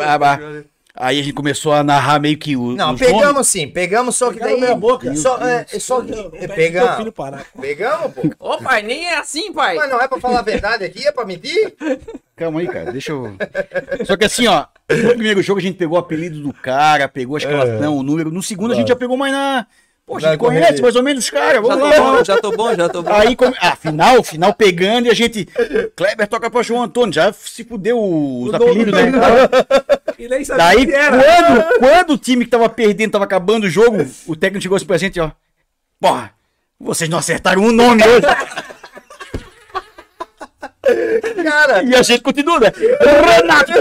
Aí a gente começou a narrar meio que o. Não, os pegamos nomes. sim, pegamos, só que Pegaram daí. meia boca. Só que. Pegamos. Pegamos, pô. Ô, pai, nem é assim, pai. Mas não é pra falar a verdade aqui, é pra mentir? Calma aí, cara, deixa eu. Só que assim, ó, no primeiro jogo a gente pegou o apelido do cara, pegou a escalação, o número. No segundo a gente já pegou mais na. Pô, a gente conhece mais ou menos os caras. Vamos lá. Já tô bom. Aí, final pegando e a gente. Kleber toca pra João Antônio, já se fudeu os apelidos, né? E nem sabia Daí, que era. quando o time que tava perdendo, tava acabando o jogo, o técnico chegou assim pra gente, ó. Porra, vocês não acertaram um nome hoje. Cara, E a gente continua, né? Renato!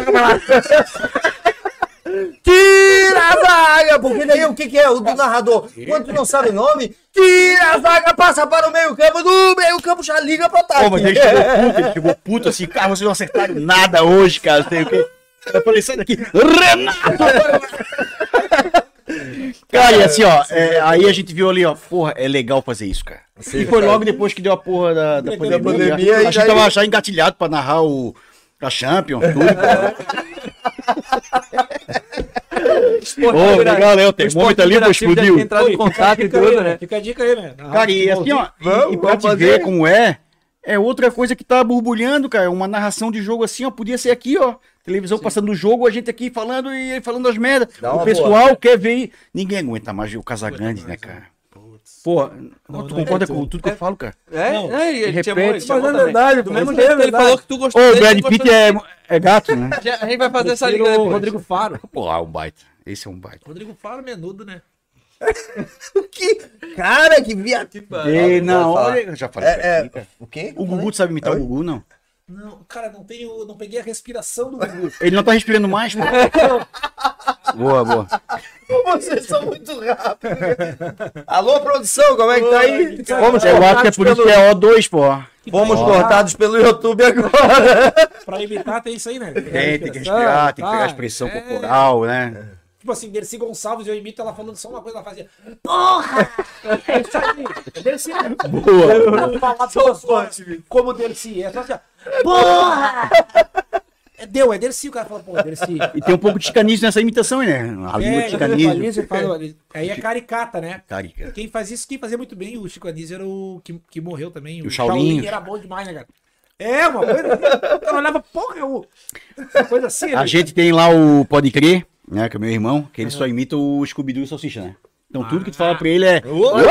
tira a zaga! Porque daí o que é o do narrador? Quando tu não sabe o nome, tira a zaga, passa para o meio-campo, do meio-campo já liga pro ataque. Pô, mas ele chegou puto assim, cara, vocês não acertaram nada hoje, cara, sei o quê. Eu falei, sai daqui, Renato! Cara, e assim, ó, aí a gente viu ali, ó, porra, é legal fazer isso, cara. E foi logo depois que deu a porra da pandemia. A gente tava já engatilhado pra narrar a Champions, tudo. Ô, legal, né? O termômetro ali, pô, explodiu. Entrado em contato e tudo, né? Fica a dica aí, né? Cara, e assim, ó, e pra te ver como é outra coisa que tá borbulhando, cara. Uma narração de jogo assim, ó, podia ser aqui, ó. Televisão passando o jogo, a gente aqui falando e falando as merdas. O pessoal quer ver. Ninguém aguenta mais ver o Casagrande, né, cara? Pô, tu concorda com tudo que eu falo, cara? Ele chamou, repete, chamou mas é também. verdade, Do pô, mesmo isso jeito é que ele verdade. falou que tu gostou Ô, o dele, Brad tu gostou Pitt é gato, né? dele. A gente vai fazer essa liga Prefiro o depois. Rodrigo Faro. Pô, um baita. Esse é um baita. Rodrigo Faro menudo, né? Cara, que viado. Ei, não, falar. olha, eu já falei isso aqui, cara. O quê? O Gugu, tu sabe imitar o Gugu, não? Não, cara, não peguei a respiração do Gugu. Ele não tá respirando mais, pô. Boa. Vocês são muito rápidos. Alô, produção, como é que tá aí? Fomos Eu acho que é por isso que é O2, pô. Fomos cortados pelo YouTube agora. Pra imitar tem isso aí, né? Tem que respirar, tem que pegar a expressão corporal, né? Tipo assim, Dercy Gonçalves, eu imito ela falando só uma coisa, ela fazia porra! É isso aí, é Dercy. Boa. Ela fala duas vezes, como Dercy, é só assim, ó, porra! É Dercy, o cara fala, pô, Dercy. E tem um pouco de chicanismo nessa imitação, né? A língua de chicanismo. Aí é caricata, né? Carica. Quem faz isso, quem fazia muito bem o Chico Anísio era o que morreu também. O Shaolin. Era bom demais, né, cara? É, uma coisa assim. Eu olhava, porra, uma coisa assim. A né? gente tem lá o Pode Crer, né? Que é o meu irmão, que ele só imita o Scooby-Doo e o Salsicha, né? Então tudo que tu fala pra ele é.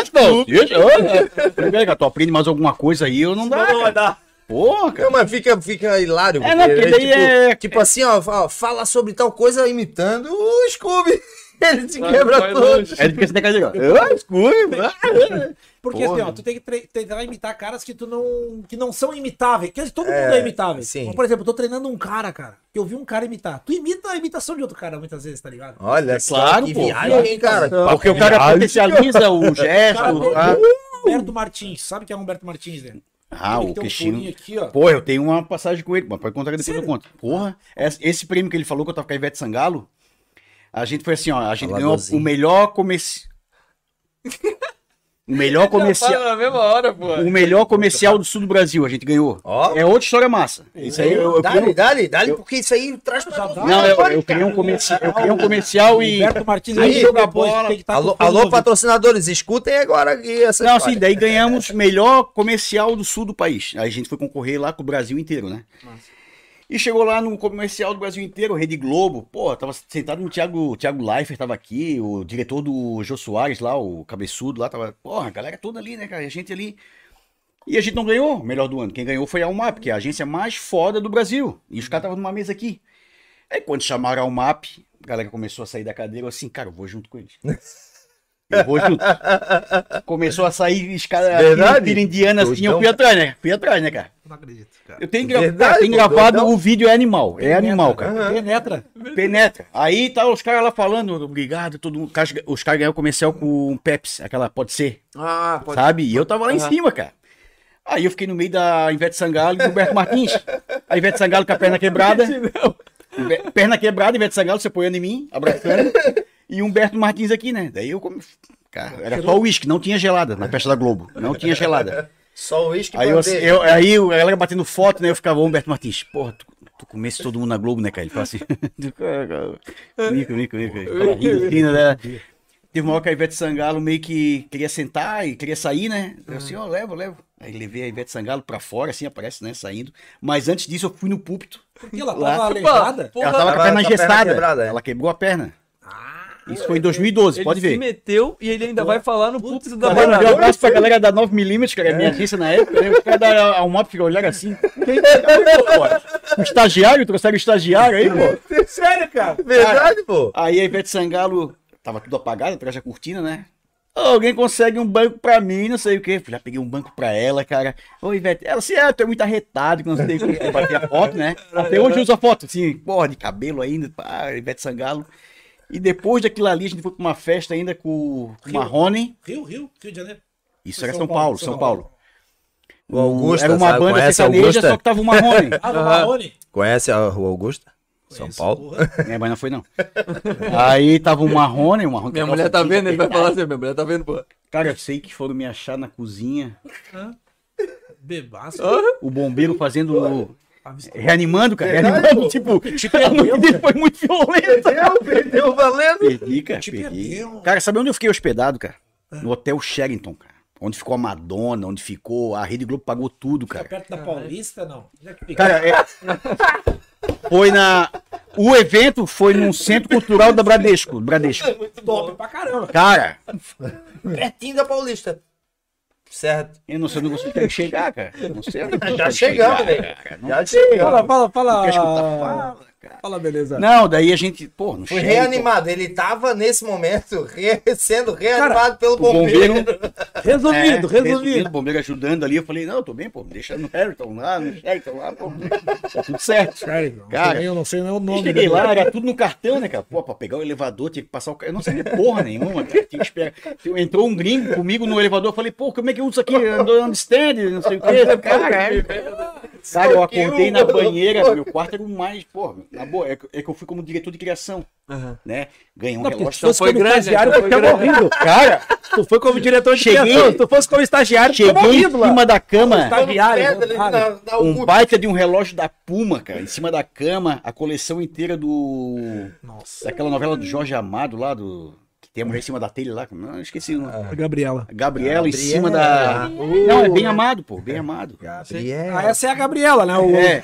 Tu aprende mais alguma coisa aí, eu não dá. Não vai dar. Porra, cara. Não, mas fica hilário. É, não, porque daí é- tipo assim, ó, fala sobre tal coisa imitando o Scooby. Ele se quebra todo. É porque você tem que dizer, ó. Scooby. Porque assim, ó, tu tem que tentar imitar caras que não são imitáveis. Que todo mundo é imitável. sim. Então, por exemplo, eu tô treinando um cara, que eu vi um cara imitar. Tu imita a imitação de outro cara muitas vezes, tá ligado? Olha, Claro, que pô. viagem, hein, cara. Porque o cara potencializa o gesto. tá? Humberto Martins. Sabe quem é Humberto Martins, né? Ah, Ele o tem um Queixinho. furinho aqui, ó. Pô, eu tenho uma passagem com ele, mas pode contar que depois Sério? eu conto. Porra, esse prêmio que ele falou que eu tava com a Ivete Sangalo, a gente foi assim, ó, a gente ganhou o melhor comercial. O melhor comercial. na mesma hora, pô. O melhor comercial do sul do Brasil, a gente ganhou. Ó. É outra história massa. Isso aí eu Dá-lhe, porque isso aí traz pra nós. Não, eu criei um comercial e. Humberto Martins Aí, joga depois bola. tem que Alô, patrocinadores, escutem agora aqui essa Não, história. assim, daí ganhamos melhor comercial do sul do país. Aí a gente foi concorrer lá com o Brasil inteiro, né? E chegou lá no comercial do Brasil inteiro, Rede Globo. Pô, tava sentado no Thiago Leifert, tava aqui, o diretor do Jô Soares lá, o cabeçudo lá, tava. Porra, a galera toda ali, né, cara? A gente ali. E a gente não ganhou o melhor do ano. Quem ganhou foi a UMAP, que é a agência mais foda do Brasil. E os caras estavam numa mesa aqui. Aí quando chamaram a UMAP, a galera começou a sair da cadeira, eu assim, cara, eu vou junto com eles. Eu vou junto. Começou a sair Verdade? fila indiana assim, eu fui atrás, né, cara? Não acredito, cara. Eu tenho, Verdade, tenho pô, gravado, então- o vídeo é animal, cara. Penetra. Penetra. Aí tá os caras lá falando, obrigado, todo mundo. Os caras ganharam o comercial com o Pepsi, aquela pode ser, Ah, pode sabe? E eu tava lá em cima, cara. Aí eu fiquei no meio da Ivete Sangalo e do Humberto Martins. A Ivete Sangalo com a perna quebrada. Perna quebrada, Ivete Sangalo se apoiando em mim, abraçando. E Humberto Martins aqui, né? Daí eu comi. Cara, era só uísque, não tinha gelada na festa da Globo. Não tinha gelada. Só o uísque Aí aí a galera batendo foto, né? Eu ficava, ô Humberto Martins, porra, tu comesse todo mundo na Globo, né, cara? Ele fala assim. Mico. Fala, rindo, né? Teve uma hora que a Ivete Sangalo meio que queria sentar e queria sair, né? Eu assim, ó, levo. Aí levei a Ivete Sangalo pra fora, assim, aparece, né, saindo. Mas antes disso eu fui no púlpito. Porque ela Lá. tava aleijada. Ela tava com a perna com a perna engessada. quebrada, é. Ela quebrou a perna. Isso foi em 2012, Ele pode se ver. meteu e ele ainda vai falar no púlpito da Galera, banda. deu um abraço pra galera da 9mm, cara, minha agência na época, né? Os caras da Almap ficam olhando assim. Quem pô? O estagiário, trouxeram o estagiário aí, pô. Sério, cara? Verdade, pô. Aí a Ivete Sangalo, tava tudo apagado atrás da cortina, né? Alguém consegue um banco pra mim, não sei o quê. Já peguei um banco pra ela, cara. Ô, Ivete, ela assim, tu é muito arretado, que não sei o quê. Eu bati a foto, né? Até hoje eu uso a foto, assim, porra, de cabelo ainda, pá, Ivete Sangalo. E depois daquilo ali, a gente foi pra uma festa ainda com o Marrone. Rio de Janeiro. Isso era São Paulo. O Augusta, Era uma sabe? banda Conhece sertaneja, Augusta? só que tava o Marrone. Ah, no Marrone? Conhece o Augusta? São Paulo? É, mas não foi não. Aí tava o Marrone. Minha mulher tá vendo, ele vai falar assim, minha mulher tá vendo, pô. Cara, eu sei que foram me achar na cozinha. Bebaço. O bombeiro fazendo. Reanimando, cara. Reanimando, tipo, a noite dele foi muito violenta. Perdeu valendo. Perdi, cara. Te Perdi. perdeu. Cara, sabe onde eu fiquei hospedado, cara? No Hotel Sheraton, cara. Onde ficou a Madonna, onde ficou. A Rede Globo pagou tudo, Fica cara. perto da Paulista, não? Já que fica. Cara, foi na. O evento foi num centro cultural da Bradesco. Muito top pra caramba. Cara, Pertinho da Paulista. Certo. eu não sei onde você tem que chegar, cara. Eu não sei onde você Já tem que chegamos, chegar, velho. cara. Não Já chegamos. Fala. quer escutar? Fala, cara. Fala, beleza. Não, daí a gente, pô, não Foi chega. reanimado. Ele tava, nesse momento, sendo reanimado pelo O bombeiro. bombeiro. Resumindo. O bombeiro ajudando ali, eu falei, não, eu tô bem, pô, me deixa no Sheraton lá, no Sheraton lá, pô. Tá tudo certo. Cara, Eu não sei nem o eu nome. cheguei lá, era tudo no cartão, né, cara? Pô, pra pegar o elevador, tinha que passar o. Eu não sabia porra nenhuma, cara. Tinha que esperar. Entrou um gringo comigo no elevador, eu falei, pô, como é que eu uso isso aqui? Eu não understand, não sei o quê. Cara, eu acordei na banheira, meu quarto era o mais, pô, na boa, é que eu fui como diretor de criação, né? Ganhei um Não, porque relógio. se fosse foi como grande, estagiário, então eu foi tinha grande. morrido. Cara, Tu foi como diretor de Cheguei- criação. Se tu fosse como estagiário, tu tinha cheguei em morrido lá. cima da cama. Estagiário. Pedra, sabe? na Um Augusta. baita de um relógio da Puma, cara, em cima da cama, a coleção inteira do. Nossa. Daquela novela do Jorge Amado lá, do. Que tem a mulher em cima da telha lá. Não, eu esqueci o nome. A Gabriela. A Gabriela em Gabriela. cima da. Não, é bem amado, pô, bem amado. Gabriel. Ah, essa é a Gabriela, né?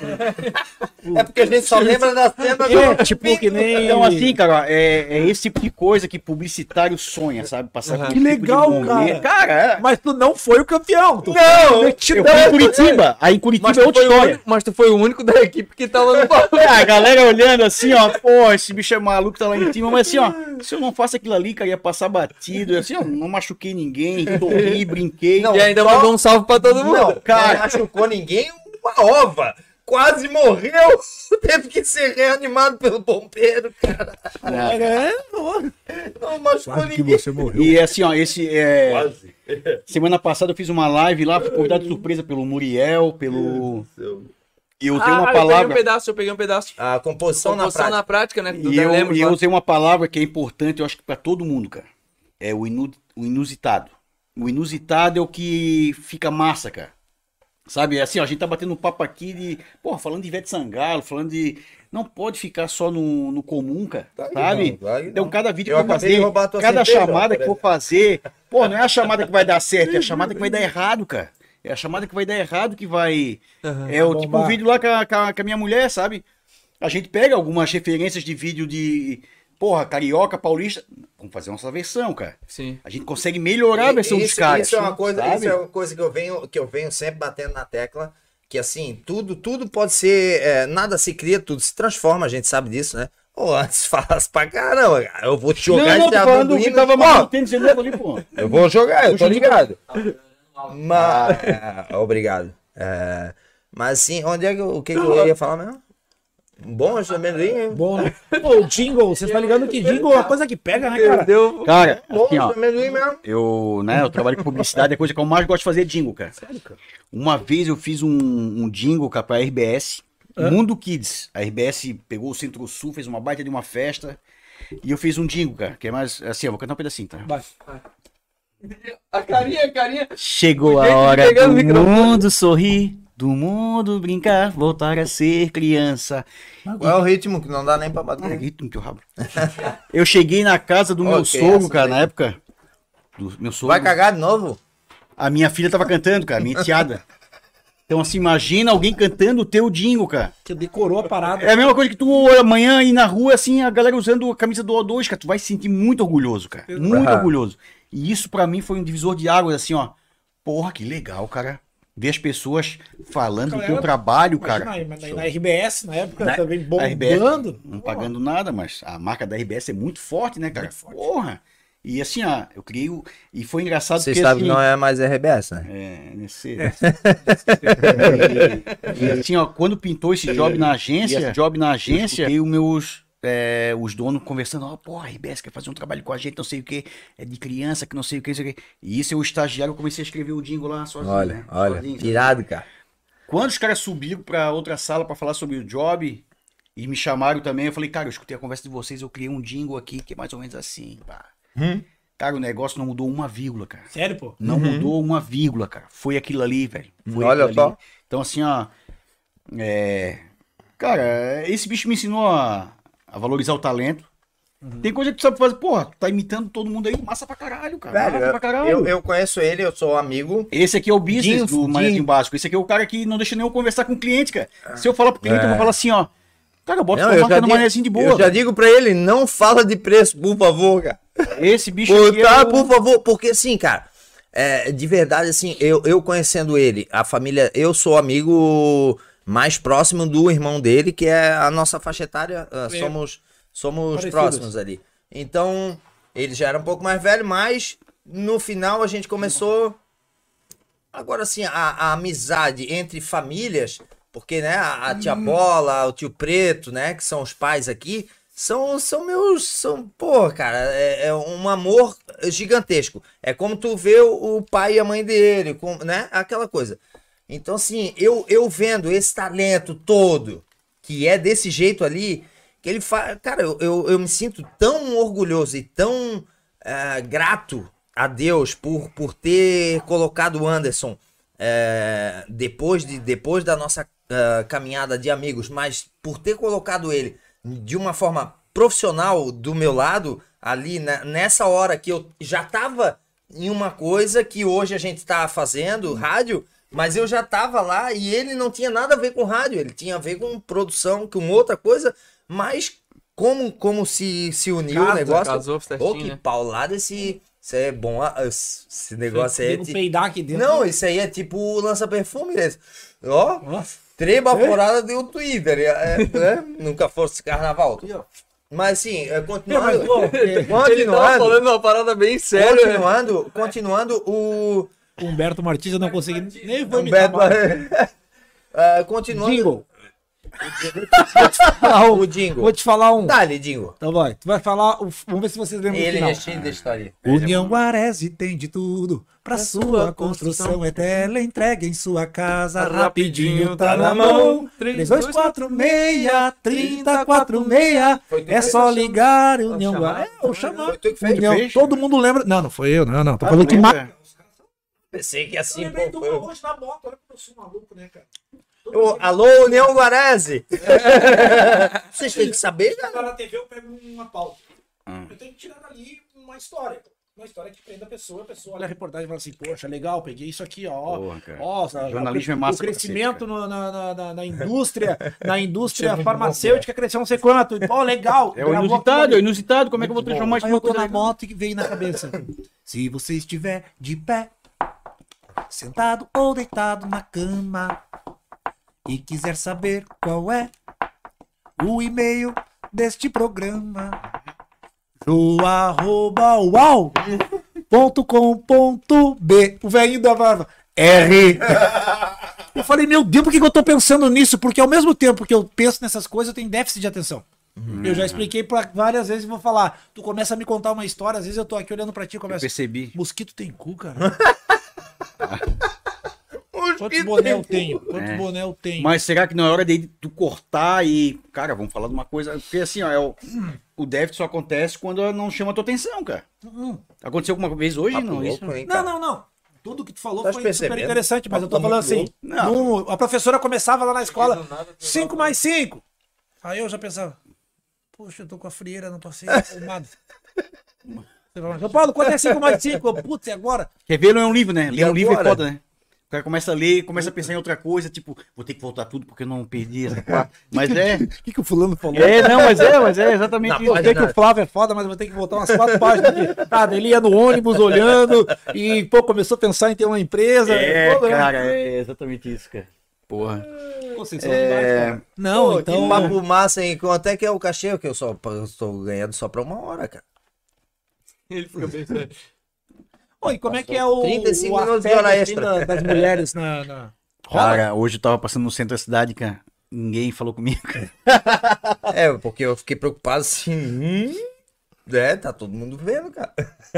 É porque a gente só lembra da cena É, tipo que nem... Então, assim, cara, é esse tipo de coisa que publicitário sonha, sabe? Passar aquele Que tipo legal, de momento. cara. Cara, Mas tu não foi o campeão. Tu Não! foi eu fui em Curitiba. Aí em Curitiba é outra história. Mas tu foi o único da equipe que tava no palco. A galera olhando assim, ó, pô, esse bicho é maluco, tá lá em cima, mas assim, ó, se eu não faço aquilo ali, cara, ia passar batido, assim, ó, não machuquei ninguém, sorri, brinquei. Não, E ainda só- mandou um salve pra todo mundo. Não, cara. não machucou ninguém, uma ova. quase morreu. Teve que ser reanimado pelo bombeiro, cara. Não machucou ninguém. você morreu. E assim, ó, semana passada eu fiz uma live lá, fui convidado de surpresa pelo Muriel, pelo... E eu usei uma palavra... Eu peguei um pedaço. A composição na prática, né? E eu usei uma palavra que é importante, eu acho que pra todo mundo, cara. É o inusitado. O inusitado é o que fica massa, cara. Sabe, assim, ó, a gente tá batendo um papo aqui de... Porra, falando de Ivete Sangalo, falando de... Não pode ficar só no comum, cara, sabe? Então, cada vídeo que eu for fazer, cada chamada que for fazer... Pô, não é a chamada que vai dar certo, é a chamada que vai dar errado, cara. É a chamada que vai dar errado que vai... É o tipo um vídeo lá com a minha mulher, sabe? A gente pega algumas referências de vídeo de... Porra, carioca, paulista... Vamos fazer nossa versão, cara. Sim. A gente consegue melhorar a versão dos caras. Isso é uma coisa que eu venho sempre batendo na tecla. Que assim, tudo pode ser... nada se cria, tudo se transforma. A gente sabe disso, né? Ou antes falasse pra caramba, cara, eu vou te jogar esse falando que tava mal tênis de novo ali, pô. Eu vou jogar, eu tô ligado. Mas... obrigado. Mas assim, onde é que o que eu ia falar mesmo? Bom, esse amendoim, hein? Bom, né? Pô, o jingle, vocês estão ligando que jingle é uma coisa que pega, né, cara? Cara, Bom, assim, ó, esse amendoim mesmo. eu trabalho com publicidade, é a coisa que eu mais gosto de fazer é jingle, cara. Sério, cara? Uma vez eu fiz um jingle, cara, pra RBS, Mundo Kids. A RBS pegou o Centro-Sul, fez uma baita de uma festa, e eu fiz um jingle, cara, que é mais, assim, eu vou cantar um pedacinho, tá? Vai. A carinha. Chegou a hora do mundo sorrir, do mundo brincar, voltar a ser criança. Qual é o ritmo que não dá nem pra bater? Ritmo que eu rabo. Eu cheguei na casa do meu sogro, cara, na época. Do meu sogro. Vai cagar de novo? A minha filha tava cantando, cara, minha enteada. Então, assim, imagina alguém cantando o teu jingle, cara. Que decorou a parada. É a mesma coisa que tu amanhã ir na rua, assim, a galera usando a camisa do O2, cara. Tu vai se sentir muito orgulhoso, cara. Muito orgulhoso. E isso pra mim foi um divisor de águas, assim, ó. Porra, que legal, cara. Ver as pessoas falando do teu trabalho, cara. Na RBS, na época, também a RBS, bombando. não pagando nada, mas a marca da RBS é muito forte, né, cara? Porra. E assim, ó, eu criei o... E foi engraçado Vocês porque... sabem assim, que não é mais RBS, né? nesse... E assim, ó, quando pintou esse job na agência, e os donos conversando, ó, porra, a RBS quer fazer um trabalho com a gente, não sei o que, é de criança, que não sei o que, não sei o que. E isso eu, estagiário, eu comecei a escrever o jingle lá sozinho, Olha, sozinho, irado, cara. Quando os caras subiram pra outra sala pra falar sobre o job e me chamaram também, eu falei, cara, eu escutei a conversa de vocês, eu criei um jingle aqui que é mais ou menos assim, pá. Cara, o negócio não mudou uma vírgula, cara. Sério, pô? Não mudou uma vírgula, cara. Foi aquilo ali, velho. Olha só. Então, assim, ó. Cara, esse bicho me ensinou a valorizar o talento. Tem coisa que tu sabe fazer. Porra, tá imitando todo mundo aí. Massa pra caralho, cara. Massa pra caralho. Eu conheço ele, eu sou amigo. Esse aqui é o business do Manezinho Básico. Esse aqui é o cara que não deixa nem eu conversar com o cliente, cara. Se eu falar pro cliente, eu vou falar assim, ó. Cara, bota tua marca no Manezinho de boa. Eu já digo pra ele, não fala de preço, por favor, cara. Esse bicho aqui por favor, porque assim, cara, de verdade, assim, eu conhecendo ele, a família, eu sou amigo mais próximo do irmão dele, que é a nossa faixa etária, somos próximos ali. Então, ele já era um pouco mais velho, mas no final a gente começou, agora assim, a amizade entre famílias, porque, né, a tia Bola, o tio Preto, né, que são os pais aqui, são meus, pô, cara, é um amor gigantesco. É como tu vê o pai e a mãe dele, né, aquela coisa. Então, assim, eu vendo esse talento todo, que é desse jeito ali, que ele faz, cara, eu me sinto tão orgulhoso e tão grato a Deus por ter colocado o Anderson depois da nossa caminhada de amigos, mas por ter colocado ele de uma forma profissional do meu lado, ali nessa hora que eu já tava em uma coisa que hoje a gente tá fazendo, rádio, mas eu já tava lá e ele não tinha nada a ver com rádio, ele tinha a ver com produção, com outra coisa, mas como se uniu o negócio. Casou certinho, Pô, que né? paulada isso é bom, esse negócio aí. Peidar aqui dentro. Não, isso aí é tipo o lança-perfume desse. Ó, três baforadas de um Twitter, né? Nunca fosse carnaval. Mas assim, continuando. Ele tava falando uma parada bem séria. Continuando Humberto Martins, eu não consegui nem Humberto, continuando. Jingle. O Dingo. Vou te falar um. Dá-lhe, Dingo. Então vai, tu vai falar. Vamos ver se vocês lembram do Ele final. é cheio de história. União Guarese tem de tudo. Pra sua construção é tela entregue em sua casa. Rapidinho tá na mão. 3246-3046. É só ligar. União Guarese. É, o chamar. Foi tu que fez? União, todo mundo lembra. Não foi eu, não. Tô falando que Pensei que assim, eu lembrei de pô, uma hoje na moto. Olha como eu sou maluco, né, cara? Alô, União Guarese. Vocês têm que saber, cara. Agora na TV eu pego uma pauta. Eu tenho que tirar dali uma história. Uma história que prenda a pessoa olha a reportagem e fala assim, poxa, legal, peguei isso aqui, ó. Porra, cara. Ó, Jornalismo é massa o crescimento pra na indústria, farmacêutica cresceu não sei quanto. Ó, legal. É o inusitado, como é que eu vou transformar isso Aí numa eu tô coisa na moto e veio na cabeça. Se você estiver de pé, sentado ou deitado na cama, e quiser saber qual é o e-mail deste programa, jo@uau.com.b. O velhinho da barba. R. Eu falei, meu Deus, por que eu tô pensando nisso? Porque ao mesmo tempo que eu penso nessas coisas, eu tenho déficit de atenção. Eu já expliquei pra várias vezes e vou falar. Tu começa a me contar uma história, às vezes eu tô aqui olhando pra ti e começo. percebi. Mosquito tem cu, cara. Quantos boné eu tenho? Quantos boné eu tenho? Mas será que na hora de tu cortar e... Cara, vamos falar de uma coisa... Porque assim, ó, o déficit só acontece quando não chama a tua atenção, cara. Aconteceu alguma vez hoje? Papo Não, louco, isso... hein, cara? Não. Tudo que tu falou Tá foi percebendo? super interessante, mas eu tô Tá falando muito assim. A professora começava lá na escola, 5 mais 5. Aí eu já pensava, poxa, eu tô com a frieira, não passei arrumado. João Paulo, quanto é 5 mais 5? Putz, e agora? Quer ver? Não é um livro, né? Ler um livro é agora? foda, né? O cara começa a ler, começa a pensar em outra coisa, tipo, vou ter que voltar tudo porque eu não perdi essa parte. Mas é... O que o fulano falou? mas é exatamente Na isso. Eu sei página- que o Flávio é foda, mas vou ter que voltar umas 4 páginas aqui. Cara, ele ia no ônibus olhando e, pô, começou a pensar em ter uma empresa. Pô, Cara, é exatamente isso, cara. Porra. Pô, vocês são demais, cara. Não, Pô, então... que papo massa, hein? Quanto é que é o cachê? Que eu estou ganhando só pra 1 hora, cara. Ele fica bem sério. Pô, e como é que é o 35 o minutos de assédio, hora assim, extra. das mulheres na... Cara, hoje eu tava passando no centro da cidade, cara. Ninguém falou comigo, cara. É, porque eu fiquei preocupado assim. Tá todo mundo vendo, cara.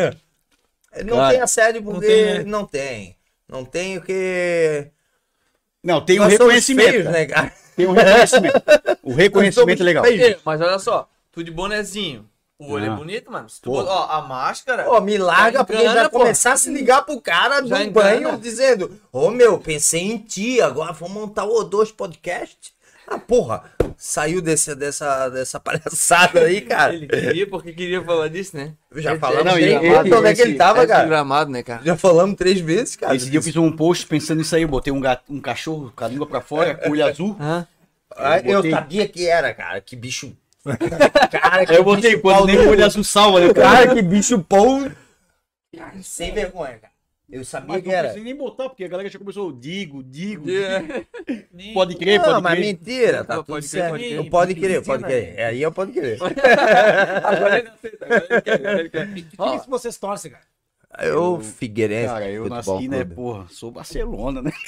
Não Cara, tem assédio não porque tem, né? não tem. Não tem o que. Não, tem um Nós somos reconhecimento. feios, né, cara? Tem um reconhecimento. O reconhecimento é legal. Mas olha só, tu de bonezinho. O olho é bonito, mano. Se tu Pô. botar, ó, a máscara. Pô, me larga, Já porque engana, já pô. começar a se ligar pro cara do Já banho engana. dizendo: Ô meu, pensei em ti, agora vamos montar o O2 Podcast. Ah, porra, saiu dessa palhaçada aí, cara. Ele queria porque queria falar disso, né? Já falamos não, 3 e- vezes onde é que ele tava, Esse cara. gramado, né, cara? Já falamos 3 vezes, cara. Esse dia eu fiz um post pensando nisso aí. Eu botei um cachorro com a língua pra fora, com o olho azul. Ah, eu botei- sabia que era, cara. Que bicho. Cara, que Aí eu botei bicho quando pau nem no- o olho azul salva, né? Cara, que bicho pão. Sem vergonha, cara. Eu sabia Mas que não era. precisei nem botar, porque a galera já começou, digo. É. Pode crer, Não, pode mas crer. mentira, tá Não, tudo pode crer, certo. pode crer. Eu pode querer, pode querer. Aí eu pode querer. Agora ele aceita, agora ele quer, agora ele quer. Que time que vocês torcem, cara? Eu, Figueirense. Cara, eu Futebol nasci, né, Clube. porra, sou Barcelona, né?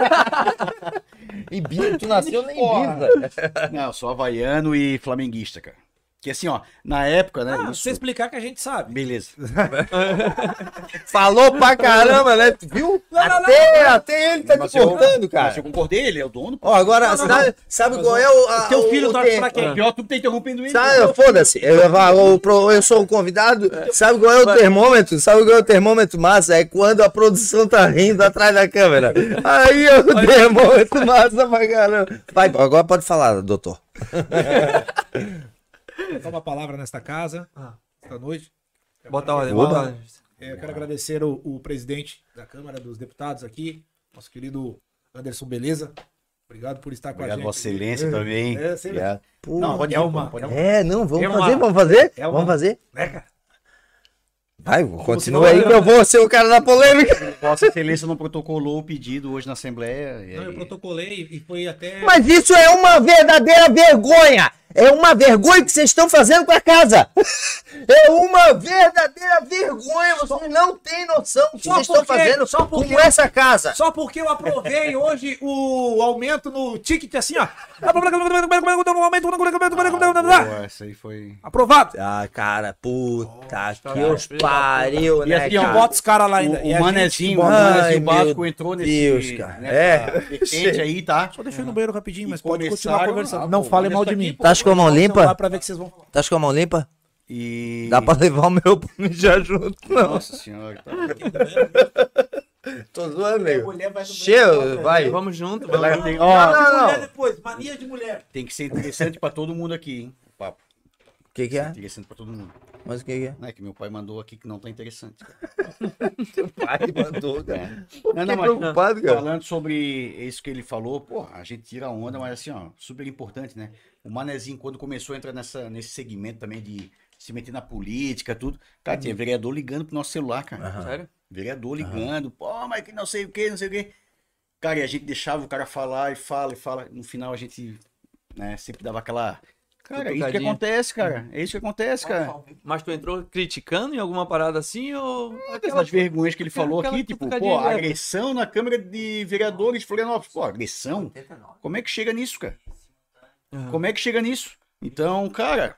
Ibiza, tu nasceu na Porra. Ibiza. Não, eu sou havaiano e flamenguista, cara. Que assim, ó, na época, né? Ah, isso- se você explicar que a gente sabe. Beleza. Falou pra caramba, né? Tu viu? Até ele tá Mas concordando, cara. Mas eu concordei, ele é o dono. Ó, agora, sabe qual é o. Teu filho torce tem- pra quem? Pior, tu tá interrompendo ele. Sabe, foda-se, eu sou o convidado. Sabe qual é o termômetro? Sabe qual é o termômetro massa? É quando a produção tá rindo atrás da câmera. Aí é o termômetro massa pra caramba. Vai, agora pode falar, doutor. Vou uma palavra nesta casa, esta noite. Bota a ordem, Oba. bota a ordem. Eu quero agradecer o presidente da Câmara dos Deputados aqui, nosso querido Anderson Beleza. Obrigado por estar com Obrigado, a Vossa gente. Excelência também. É, sempre. Não, pode ir, pode ir. Não, vamos É uma- fazer, vamos fazer? é uma- Vamos fazer? Né, cara? Vai, se continua não- aí que eu vou ser o cara da polêmica. Vossa Excelência não protocolou o pedido hoje na Assembleia. Não, eu protocolei e foi até. Mas isso é uma verdadeira vergonha. É uma vergonha que vocês estão fazendo com a casa. É uma verdadeira vergonha. Vocês não têm noção do que vocês estão fazendo com essa casa. Só porque eu aprovei hoje o aumento no ticket assim, ó. Essa aí foi... Aprovado. Ah, cara, puta que os pariu, E né, assim, ó, cara? Bota os caras lá ainda. O Manezinho, Ai, básico meu entrou Deus, nesse... cara. nessa vertente aí, tá? Só deixa eu ir no banheiro rapidinho, mas E pode continuar começaram- conversando. Ah, Não pô, fale olha mal isso de aqui, mim. pô. Tá com a mão limpa? Pra ver que vocês vão. Tá com a mão limpa? E... Dá pra levar o meu pra mijar junto, não. Nossa senhora, tá. Tô zoando, nego. Mulher vai no Cheio, banheiro, vai. Vamos junto, Galera, vamos. tem, ó, Não, Mulher depois, mania de mulher. tem que ser interessante pra todo mundo aqui, hein? O papo. O que é? Interessante pra todo mundo. Mas o que é? Não é que meu pai mandou aqui que não tá interessante. Pai mandou, cara. Não, não, mas Preocupado, cara. falando sobre isso que ele falou, pô, a gente tira a onda, mas assim, ó, super importante, né? O Manezinho, quando começou a entrar nesse segmento também de se meter na política, tudo, cara, tinha vereador ligando pro nosso celular, cara. Sério? Vereador ligando, pô, mas que não sei o que, não sei o que. Cara, e a gente deixava o cara falar e fala e fala. No final a gente, né, sempre dava aquela. Cara, é isso que Cutucadinha. acontece, cara. É isso que acontece, cara. Mas tu entrou criticando em alguma parada assim ou. Aquelas vergonhas que ele falou aquela aqui, tipo, cutucadinha pô, leve. agressão na Câmara de Vereadores de Florianópolis. Pô, agressão? Como é que chega nisso, cara? Como é que chega nisso? Então, cara,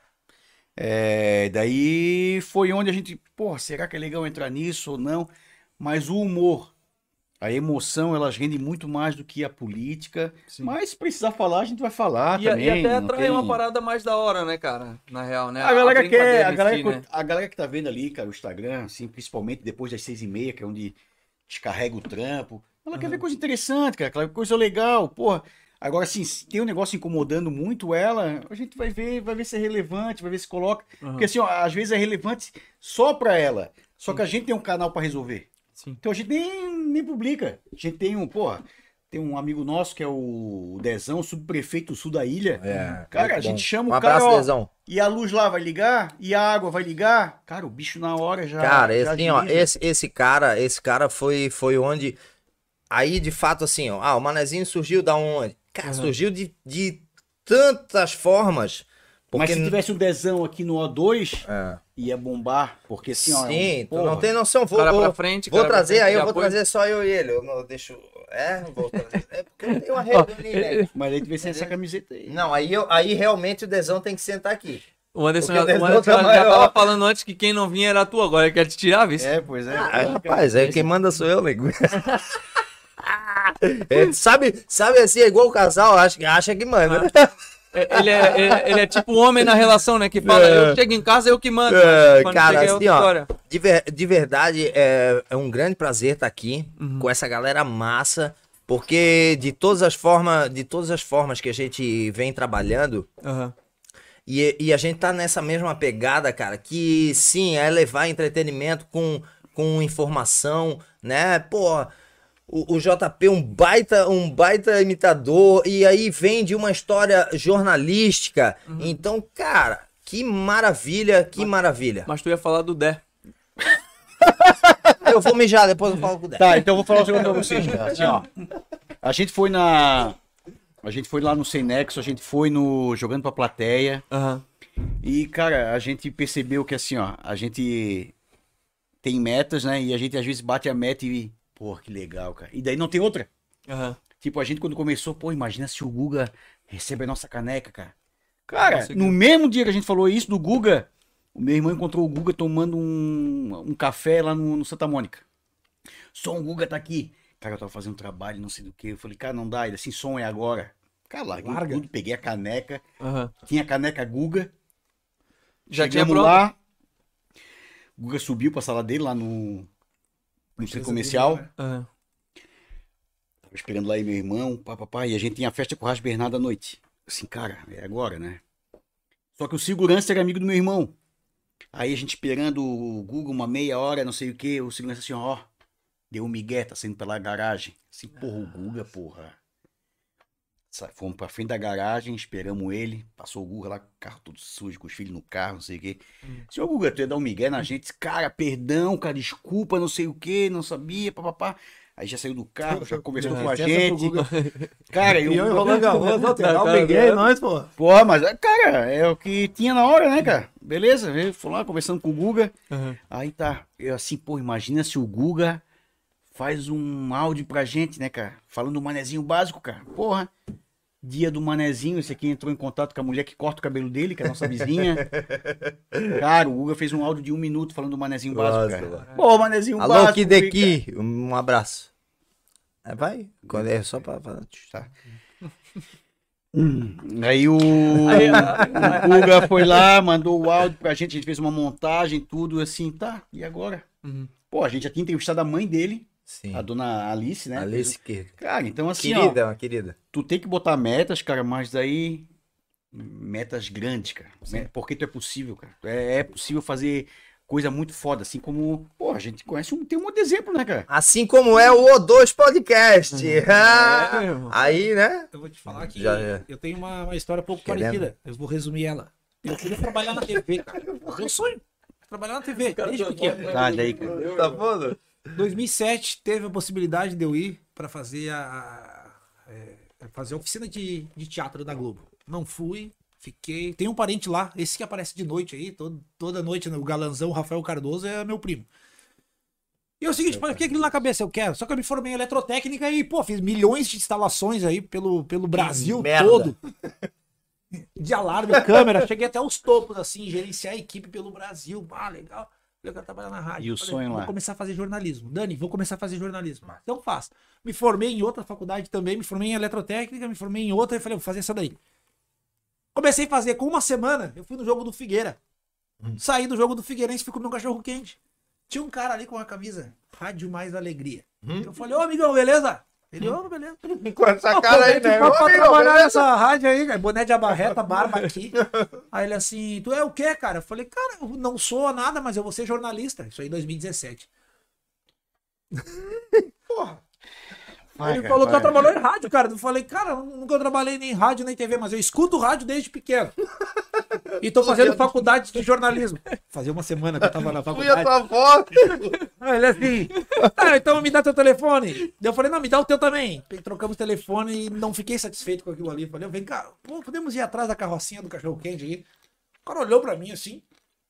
daí foi onde a gente, pô, será que é legal entrar nisso ou não? Mas o humor, a emoção, elas rendem muito mais do que a política. Mas se precisar falar, a gente vai falar E, também. e até não atrai tem- uma parada mais da hora, né, cara? Na real, né? A galera brincadeira quer, em si, né? a galera que tá vendo ali, cara, o Instagram, assim, principalmente depois das 6h30, que é onde descarrega o trampo. Ela quer ver coisa interessante, cara, aquela coisa legal, porra. Agora, assim, se tem um negócio incomodando muito ela, a gente vai ver se é relevante, vai ver se coloca. Porque, assim, ó, às vezes é relevante só pra ela. Só que a gente tem um canal pra resolver. Sim. Então a gente nem publica. A gente tem tem um amigo nosso que é o Dezão, subprefeito do sul da ilha. Cara, a gente chama Um o cara, abraço, ó, Dezão. e a luz lá vai ligar, e a água vai ligar. Cara, o bicho na hora já. Cara, já assim, ó, agiliza. esse cara foi onde. Aí, de fato, assim, ó, o Manezinho surgiu da onde? Cara, surgiu de tantas formas. Mas Porque se tivesse um Dezão aqui no O2, É. ia bombar. Porque assim, ó. Sim, tu porra, não tem noção. Cara pra frente, vou cara pra trazer, frente, aí eu de vou apoio. trazer só eu e ele. Eu não deixo. Não vou trazer. É porque eu tenho uma rede ali, né? Mas aí tu vê sem essa camiseta aí. Não, aí realmente o Dezão tem que sentar aqui. O Anderson, Porque o o Anderson Anderson tá já maior. tava falando antes que quem não vinha era tu, agora ele quer te tirar, viu? Pois é. Rapaz, quem manda sou eu, nego. Sabe assim, é igual o casal, acha que manda. né? Ele é tipo o homem na relação, né? Que fala, eu chego em casa, eu que mando. É, Quando cara, chega é assim, outra ó, história. de verdade, é um grande prazer estar aqui com essa galera massa, porque de todas as formas que a gente vem trabalhando, Aham. e a gente tá nessa mesma pegada, cara, que sim, é levar entretenimento com informação, né? Pô, o JP um baita imitador, e aí vem de uma história jornalística. Então, cara, que maravilha, que maravilha. Mas tu ia falar do Dé. Eu vou mijar, depois eu falo com o Dé. Tá, então eu vou falar um negócio pra vocês, cara. Assim, ó, a gente foi lá no Sem Nexo, a gente foi no Jogando pra Plateia. Aham. E, cara, a gente percebeu que assim, ó, a gente tem metas, né? E a gente às vezes bate a meta e, pô, que legal, cara. E daí não tem outra. Aham. Tipo, a gente quando começou, pô, imagina se o Guga recebe a nossa caneca, cara. Cara, Conseguiu. no mesmo dia que a gente falou isso do Guga, o meu irmão encontrou o Guga tomando um café lá no Santa Mônica. Som, o Guga tá aqui. Cara, eu tava fazendo trabalho, não sei do que. Eu falei, cara, não dá. Ele assim, som é agora. Cara, larguei tudo, peguei a caneca. Aham. Tinha a caneca Guga. Já tinha Chegamos pronto? lá. O Guga subiu pra sala dele lá no centro comercial. Aham. Tava esperando lá aí meu irmão, papai, e a gente tinha a festa com o Ras Bernardo à noite. Assim, cara, é agora, né? Só que o segurança era amigo do meu irmão. Aí a gente esperando o Guga uma meia hora, não sei o que, o segurança assim, ó, deu um migué, tá saindo pela garagem. Assim, porra, o Guga, porra. Fomos pra frente da garagem, esperamos ele, passou o Guga lá com o carro todo sujo, com os filhos no carro, não sei o que. Senhor Guga, tu ia dar um migué na gente? Cara, perdão, cara, desculpa, não sei o que, não sabia, papapá. Aí já saiu do carro, já conversou com a Licença pro gente. Guga. Cara, E eu eu... enrolando a voz, não, peguei nós, pô. Pô, mas, cara, é o que tinha na hora, né, cara? Beleza, eu fui lá conversando com o Guga. Aí tá, eu assim, pô, imagina se o Guga faz um áudio pra gente, né, cara? Falando do manezinho básico, cara. Porra, dia do manezinho, esse aqui entrou em contato com a mulher que corta o cabelo dele, que é a nossa vizinha. Cara, o Guga fez um áudio de 1 minuto falando do manezinho básico, cara. Pô, manezinho Alô, básico. Kideki, um abraço. Vai, quando é só pra... Tá. Aí o Guga foi lá, mandou o áudio pra gente, a gente fez uma montagem, tudo assim, tá, e agora? Pô, a gente já tinha entrevistado a mãe dele, Sim. a dona Alice, né? Alice, que... Cara, então assim, Querida, ó, uma querida. tu tem que botar metas, cara, mas daí metas grandes, cara. Porque tu é possível, cara. É possível fazer coisa muito foda, assim como, pô, a gente conhece tem um monte de exemplo, né, cara? Assim como é o O2 Podcast. Aí, né? Eu vou te falar que Já é. eu tenho uma história um pouco Querendo? parecida. Eu vou resumir ela. Eu queria trabalhar na TV, cara. Meu sonho. Trabalhar na TV, desde pequeno. Tá, daí, cara. Tá foda? 2007 teve a possibilidade de eu ir para fazer fazer a oficina de teatro da Globo. Não fui, fiquei. Tem um parente lá, esse que aparece de noite aí, toda noite, o galanzão Rafael Cardoso é meu primo. E é o seguinte, falei, fiquei aquilo na cabeça, eu quero. Só que eu me formei em eletrotécnica e, pô, fiz milhões de instalações aí pelo Brasil merda. todo. De alarme, câmera, cheguei até os topos, assim, gerenciar a equipe pelo Brasil. Ah, legal. Eu quero trabalhar na rádio. E o Falei, sonho lá? Vou começar a fazer jornalismo. Dani, vou começar a fazer jornalismo. Então faço. Me formei em outra faculdade também, me formei em eletrotécnica, me formei em outra e falei, vou fazer essa daí. Comecei a fazer, com uma semana, eu fui no jogo do Figueira. Saí do jogo do Figueirense, fui comer um cachorro quente. Tinha um cara ali com a camisa, Rádio Mais Alegria. Eu falei, ô amigão, beleza? Ele, ô, beleza. Com essa cara aí, né? Pra Ô, amigo, trabalhar beleza? nessa rádio aí, cara, boné de abarreta, barba aqui. Aí ele assim, tu é o quê, cara? Eu falei, cara, eu não sou nada, mas eu vou ser jornalista. Isso aí em 2017. Porra. Ele falou que eu trabalhou em rádio, cara. Eu falei, cara, nunca trabalhei nem em rádio nem TV, mas eu escuto rádio desde pequeno. E tô fazendo faculdade de jornalismo. Fazia uma semana que eu tava na Fui a faculdade. tua foto. Aí ele assim, tá, então me dá teu telefone. Eu falei, não, me dá o teu também. Trocamos telefone e não fiquei satisfeito com aquilo ali. Falei, vem cá, pô, podemos ir atrás da carrocinha do cachorro quente aí? O cara olhou pra mim assim.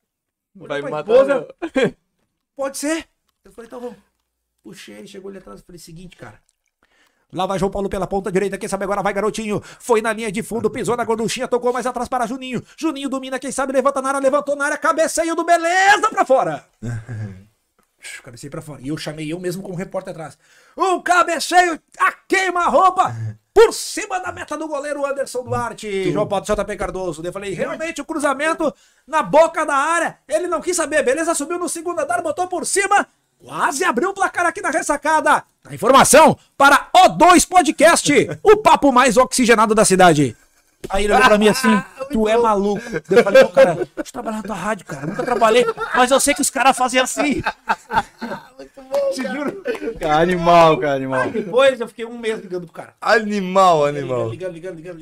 Vai pra matar. esposa. Pode ser. Eu falei, tá bom. Puxei, ele chegou ali atrás e falei, seguinte, cara. Lá vai João Paulo pela ponta direita, quem sabe agora vai Garotinho. Foi na linha de fundo, pisou na gorduchinha, tocou mais atrás para Juninho. Juninho domina, quem sabe levanta na área, levantou na área, cabeceio do Beleza pra fora. Cabeceio pra fora. E eu chamei eu mesmo como repórter atrás. Um cabeceio, a queima-roupa, por cima da meta do goleiro Anderson Duarte. João Paulo JP Cardoso. Eu falei, realmente o cruzamento na boca da área. Ele não quis saber, Beleza subiu no segundo andar, botou por cima. Quase abriu o placar aqui na ressacada. A informação para O2 Podcast, o papo mais oxigenado da cidade. Aí ele olhou pra mim assim, tu é maluco. Eu falei, pô, cara, deixa eu trabalhar na tua rádio, cara. Nunca trabalhei, mas eu sei que os caras fazem assim. Muito bom, Te juro. Cara, animal, cara, animal. Depois eu fiquei um mês ligando pro cara. Animal, animal. Ligando.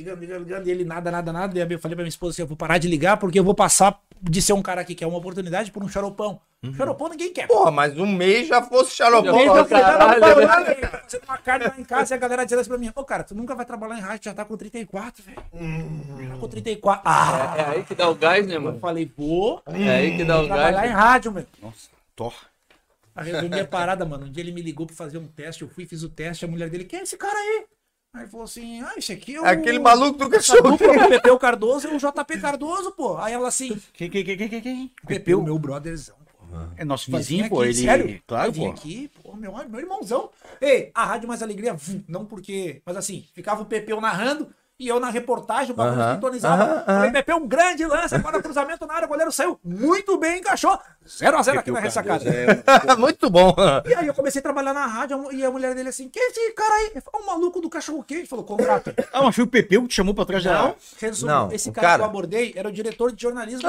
E ele nada. E aí eu falei pra minha esposa assim, eu vou parar de ligar porque eu vou passar de ser um cara que quer uma oportunidade por um xaropão. Xaropão ninguém quer. Porra, mas um mês já fosse xaropão. Mês eu falei, caralho, você tem uma carne lá em casa e a galera dizendo assim pra mim, ô cara, tu nunca vai trabalhar em rádio, já tá com 34, velho. Tá com 34. Ah! É aí que dá o gás, né, Eu mano? falei, vou É aí que dá o trabalhar gás. em rádio, meu. Nossa, torra. A resumir a parada, mano. Um dia ele me ligou pra fazer um teste, eu fui, fiz o teste, a mulher dele, quem é esse cara aí? Aí ele falou assim, esse aqui é o... Aquele maluco do Essa cachorro. dupla com o Pepeu Cardoso e o JP Cardoso, pô. Aí ela assim, Quem? Pepeu, meu brotherzão, pô. É nosso Vai vizinho, vir pô. aqui, Ele. sério? Claro, Vai vir pô. aqui, pô, meu irmãozão. Ei, a Rádio Mais Alegria, não porque... Mas assim, ficava o Pepeu narrando e eu na reportagem, o bagulho sintonizava. Falei, Pepeu, um grande lance, agora cruzamento na área, o goleiro saiu muito bem, encaixou. 0x0 aqui na ressacada. Muito bom. E aí eu comecei a trabalhar na rádio e a mulher dele assim, quem é esse cara aí? Ele falou, o maluco do cachorro quente. Falou, contrata. Ah, mas foi o Pepeu que te chamou pra trás da. Não, resumo, Não, esse o cara, cara- que eu abordei era o diretor de jornalismo.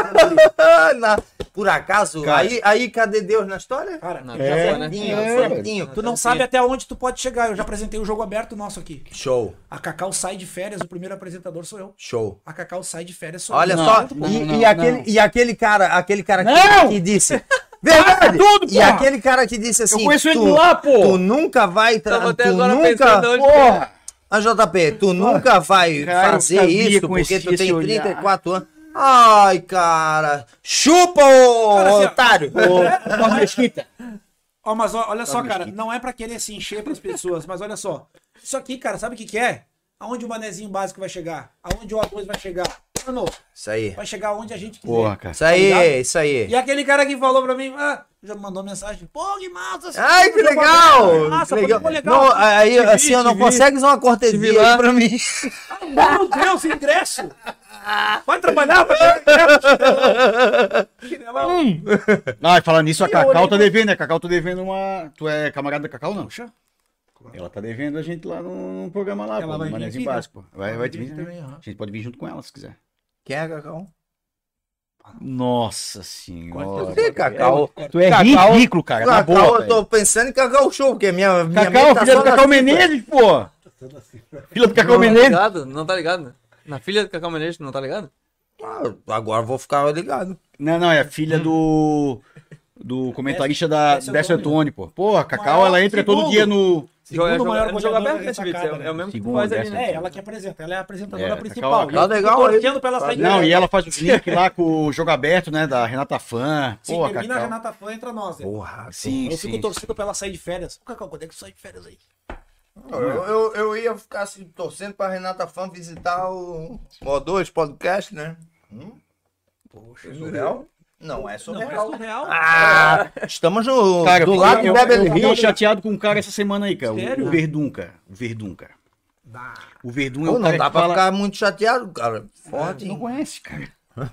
Por acaso, Cara. aí cadê Deus na história? Cara, Não, já já foi, foi, né? Certinho. tu não sabe até onde tu pode chegar. Eu já apresentei o jogo aberto nosso aqui. Show, A Cacau sai de férias, o primeiro apresentador sou eu. show. A Cacau sai de férias sou Olha eu. só, não, e não. aquele cara Não! que disse, Verdade! tudo, E porra. aquele cara que disse assim, Eu conheço ele tu, lá, pô. tu nunca vai... Tava até tu agora nunca... pensando onde Porra. A JP, tu nunca vai Cara, eu fazer sabia, isso porque conhecia tu tem esse olhar. 34 anos. Ai, cara. Chupa, ô Cara, assim, ó, otário. Ô, Mesquita. Ó, mas olha só, cara, não é pra querer se encher pras pessoas, mas olha só. Isso aqui, cara, sabe o que é? Aonde o manezinho básico vai chegar? Aonde o arroz vai chegar? Mano, Isso aí. vai chegar onde a gente quiser. Porra, cara. Isso Tá ligado? aí, isso aí. E aquele cara que falou pra mim, já mandou mensagem. Pô, que massa. Ai, que legal! Massa, Que legal. pô, legal. Não, aí, assim, eu não te vi. consegues uma cortesia aí pra mim. Meu Deus, ingresso. Vai trabalhar, vai trabalhar. Ah, e falando nisso, a Cacau tá devendo, né? Cacau tá devendo uma... Tu é camarada da Cacau, não? Puxa. Ela tá devendo a gente lá num programa lá, Ela pô, vai no vir Manezinho aqui, né? Básico, pô. Vai te vir vir também, também. aham. A gente pode vir junto com ela, se quiser. Quem é Cacau? Nossa senhora. Cacau. Tu é Cacau- ridículo, cara. Na Cacau, boa, eu tô pensando em Cacau Show, porque minha Cacau, mente tá filha só do na Cacau cifra. Menezes, pô. Filha do Cacau Não tá Menezes. ligado? Não tá ligado? Na filha do Cacau Menezes, não tá ligado? Ah, agora eu vou ficar ligado. Não, é a filha do comentarista da Décio Antônio, pô. Pô, a Cacau, Maior, ela entra todo segundo. dia no... Segundo maior jogo goleador aberto da esse vídeo. ressacada, É o né? mesmo que tu Segundo, faz ali, décimo. né? É, ela que apresenta, ela é a apresentadora É, principal. Tá legal aí. Torcendo pra ela sair Não, direto. e ela faz os links lá com o jogo aberto, né, da Renata Fã. Se Pô, a termina a Cacau. Renata Fã, entra nós. né? Porra, Sim, Eu fico sim. torcendo pra ela sair de férias. Ô, Cacau, quando é que tu sai de férias aí? Eu ia ficar assim, torcendo pra Renata Fã visitar o O2 podcast, né? Poxa, surreal? Não é surreal. surreal. Ah, estamos no, Cara, do eu lado do Beverly fiquei Hills. chateado com um cara essa semana aí, cara. Sério? O Verdun, cara. O Verdun, cara. O Verdun é Pô, o cara não dá que pra fala... ficar muito chateado, cara. Forte, Não hein? conhece, cara.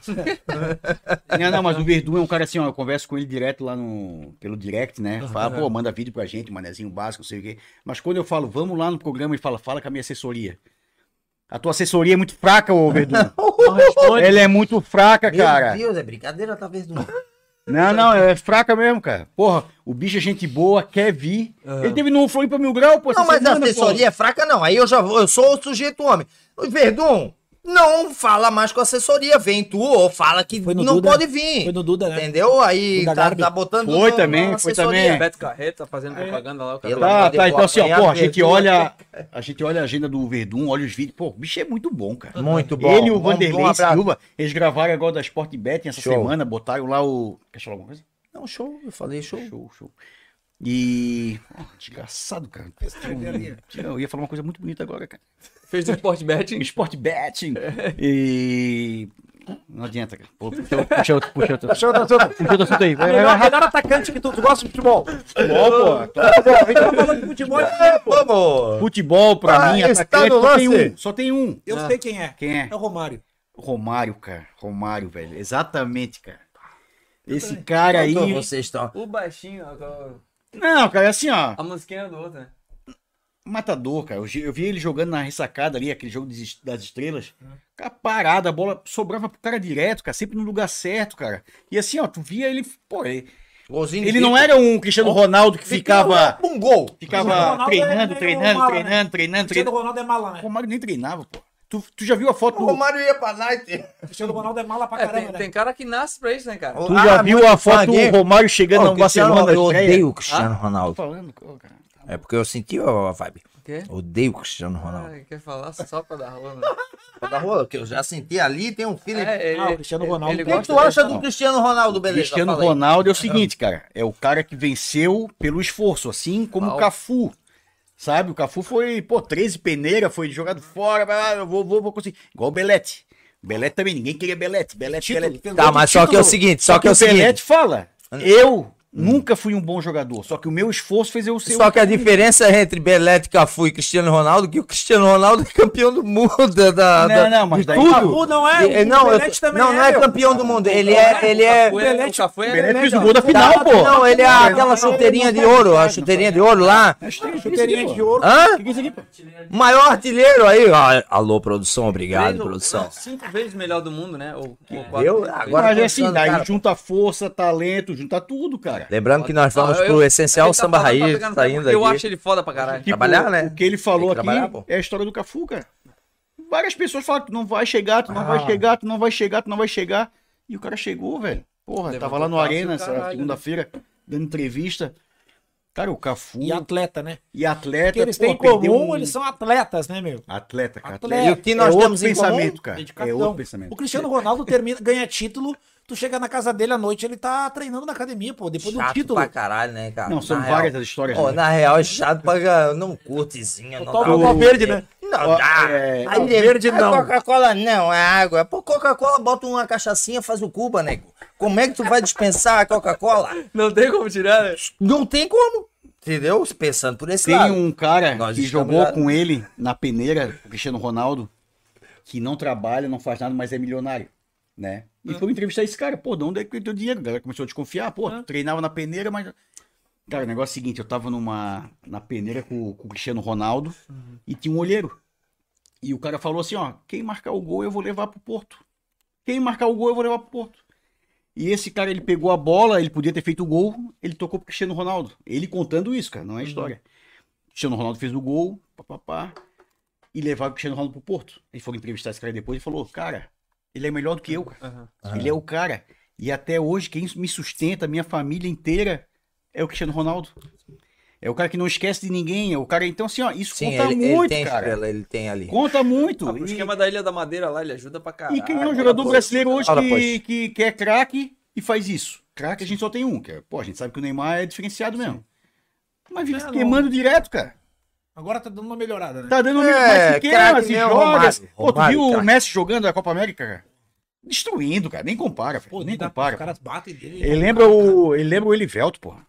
Não, mas o Verdun é um cara assim, ó, eu converso com ele direto lá pelo direct, né? Fala, pô, manda vídeo pra gente, manezinho básico, não sei o quê. Mas quando eu falo, vamos lá no programa, ele fala com a minha assessoria. A tua assessoria é muito fraca, ô Verdun. Não responde. Ela é muito fraca, Meu cara. Deus, é brincadeira, talvez não. Não, é fraca mesmo, cara. Porra, o bicho é gente boa, quer vir. Ele teve no Floripa Mil Grau, pô, Não, essa mas a semana, assessoria é fraca, não. Aí eu já vou, eu sou o sujeito homem. O Verdun, não fala mais com a assessoria. Vem tu ou fala que Foi no não Duda. pode vir. Foi no Duda, né? Entendeu? Aí Duda tá, Garbi. tá botando. Foi na também, assessoria. Beto Carreta fazendo propaganda lá. O cara. Pelo Tá, amor de tá, Deus, então assim, ó, apanhar pô, a a gente verdura. olha a agenda do Verdun, olha os vídeos, pô, o bicho é muito bom, cara. Muito bom. Ele e o Vamos- Vanderlei vamos abraço. Silva, eles gravaram agora da Sport Betting essa Show. semana, botaram lá o... Quer falar alguma coisa? Não, show, eu falei show. Show. E... Oh, desgraçado, cara. Eu ia falar uma coisa muito bonita agora, cara. Fez do Sport Betting. Sport Betting. E... Não adianta, cara. Pô, puxa outro. Puxa outro assunto aí. Vai, Melhor atacante que tu gosta de futebol. Futebol, pô. A gente tá falando de futebol. Vamos! Futebol, pra mim, está atacante, no lance. só tem um. Eu sei quem é. Quem é? É o Romário. Romário, cara. Romário, velho. Exatamente, cara. Esse cara aí... Vocês estão. O baixinho, Não, cara, assim, ó. a musiquinha do outro, né? Matador, cara. Eu vi ele jogando na ressacada ali, aquele jogo das estrelas. Cara, parado, a bola sobrava pro cara direto, cara. Sempre no lugar certo, cara. E assim, ó, tu via ele... Pô, Golzinho ele não era um Cristiano Ronaldo que ficava... Um gol! Ficava Ronaldo treinando, é treinando. Cristiano Ronaldo é mala, né? O Romário nem treinava, pô. Tu já viu a foto O do... Romário ia pra night. Cristiano Ronaldo é mala pra É, caramba, né? tem cara que nasce pra isso, né, cara? Tu já viu a foto do Romário chegando no Barcelona? Eu estreia? odeio o Cristiano Ronaldo. Tô falando, cara. É porque eu senti a vibe. O quê? Odeio o Cristiano Ronaldo. Ai, quer falar só pra dar rola, né? Da rola, que eu já senti ali, tem um feeling. o Cristiano Ronaldo. ele O que gosta tu acha desse- do Cristiano Ronaldo, beleza? Cristiano Fala aí. Ronaldo é o seguinte, cara. É o cara que venceu pelo esforço, assim como o Cafu. Sabe? O Cafu foi, 13 peneira, foi jogado fora. Eu vou conseguir. Igual o Belete. Belete também, ninguém queria Belete. Belete. Tá, mas só que é o seguinte, Só que o Belete fala, eu nunca fui um bom jogador, só que o meu esforço fez eu ser Só que a diferença entre Belete, Cafu e Cristiano Ronaldo, que o Cristiano Ronaldo é campeão do mundo Não, mas de daí- tudo. Cafu não é, Não, o eu Belete tô- também não, não é meu. campeão do mundo. Ele é. O Cafu é Belete fez o ó. gol da final, pô. Não, ele é aquela chuteirinha de ouro, a chuteirinha de ouro lá. Chuteirinha de ouro. Hã? O que é isso aqui, pô? Maior artilheiro aí. Ó. Alô, produção, obrigado, 3 ou produção. 5 vezes melhor do mundo, né? Ou 4. Viu? Agora Mas é assim, pensando, daí cara, junta força, talento, junta tudo, cara. lembrando que nós vamos pro essencial samba raiz, tá indo Eu aqui. acho ele foda pra caralho. Trabalhar, né? O que ele falou Tem que aqui trabalhar, pô. é a história do Cafu, cara. Várias pessoas falam que tu não vai chegar, tu não vai chegar, tu não vai chegar, tu não vai chegar. E o cara chegou, velho. Porra, Levantou tava lá no o taça e Arena o essa caralho, segunda-feira, dando entrevista. Cara, o Cafu E atleta, né? e atleta. Que eles têm em pô, perdeu comum, eles são atletas, né, meu? Atleta, cara. Atleta. E o que nós outro temos em pensamento, comum? cara. Dedicação. É outro pensamento. O Cristiano Ronaldo ganha título, tu chega na casa dele à noite, ele tá treinando na academia, pô, depois do Chato título. pra caralho, né, cara? Não, são Na várias real. as histórias. Pô, né? na real é chato pra caralho. Não curtezinha, não Toma dá. uma verde, né? Não Ó, dá. é, Aí verde a não. Coca-Cola não, é água. Pô, Coca-Cola bota uma cachaçinha, faz o Cuba, nego. Como é que tu vai dispensar a Coca-Cola? Não tem como tirar, né? Não tem como. Entendeu? Pensando por esse Tem lado. um cara Nós que estamos jogou já- com ele na peneira, o Cristiano Ronaldo, que não trabalha, não faz nada, mas é milionário, né? E foi entrevistar esse cara, pô, de onde é que veio teu dinheiro? A galera começou a desconfiar, pô, tu treinava na peneira, mas... Cara, o negócio é o seguinte, eu tava na peneira com o Cristiano Ronaldo e tinha um olheiro. E o cara falou assim, ó, quem marcar o gol eu vou levar pro Porto. Quem marcar o gol eu vou levar pro Porto. E esse cara, ele pegou a bola, ele podia ter feito o gol, ele tocou pro Cristiano Ronaldo. Ele contando isso, cara, não é história. Cristiano Ronaldo fez o gol, papapá, e levaram o Cristiano Ronaldo pro Porto. Eles foram entrevistar esse cara depois e falou, cara, ele é melhor do que eu, cara. Ele é o cara. E até hoje, quem me sustenta, minha família inteira, é o Cristiano Ronaldo. É o cara que não esquece de ninguém, é o cara... Então, assim, ó, isso Sim, conta ele muito, tem cara. estrela, ele tem ali. Conta muito. O esquema da Ilha da Madeira lá, ele ajuda pra caralho. E quem é um jogador brasileiro hoje Fala, pois. que é craque e faz isso? Craque a gente só tem um, que é, pô, a gente sabe que o Neymar é diferenciado mesmo. Mas fica É, não. queimando direto, cara. Agora tá dando uma melhorada, né? Tá dando É, mas se queima, craque se mesmo, joga. Romário. Pô, tu Romário, viu o craque. Messi jogando a Copa América, cara? Destruindo, cara. Nem compara, velho. Pô, Nem dá- compara. Os caras batem dele. Ele lembra o Elivelto, porra.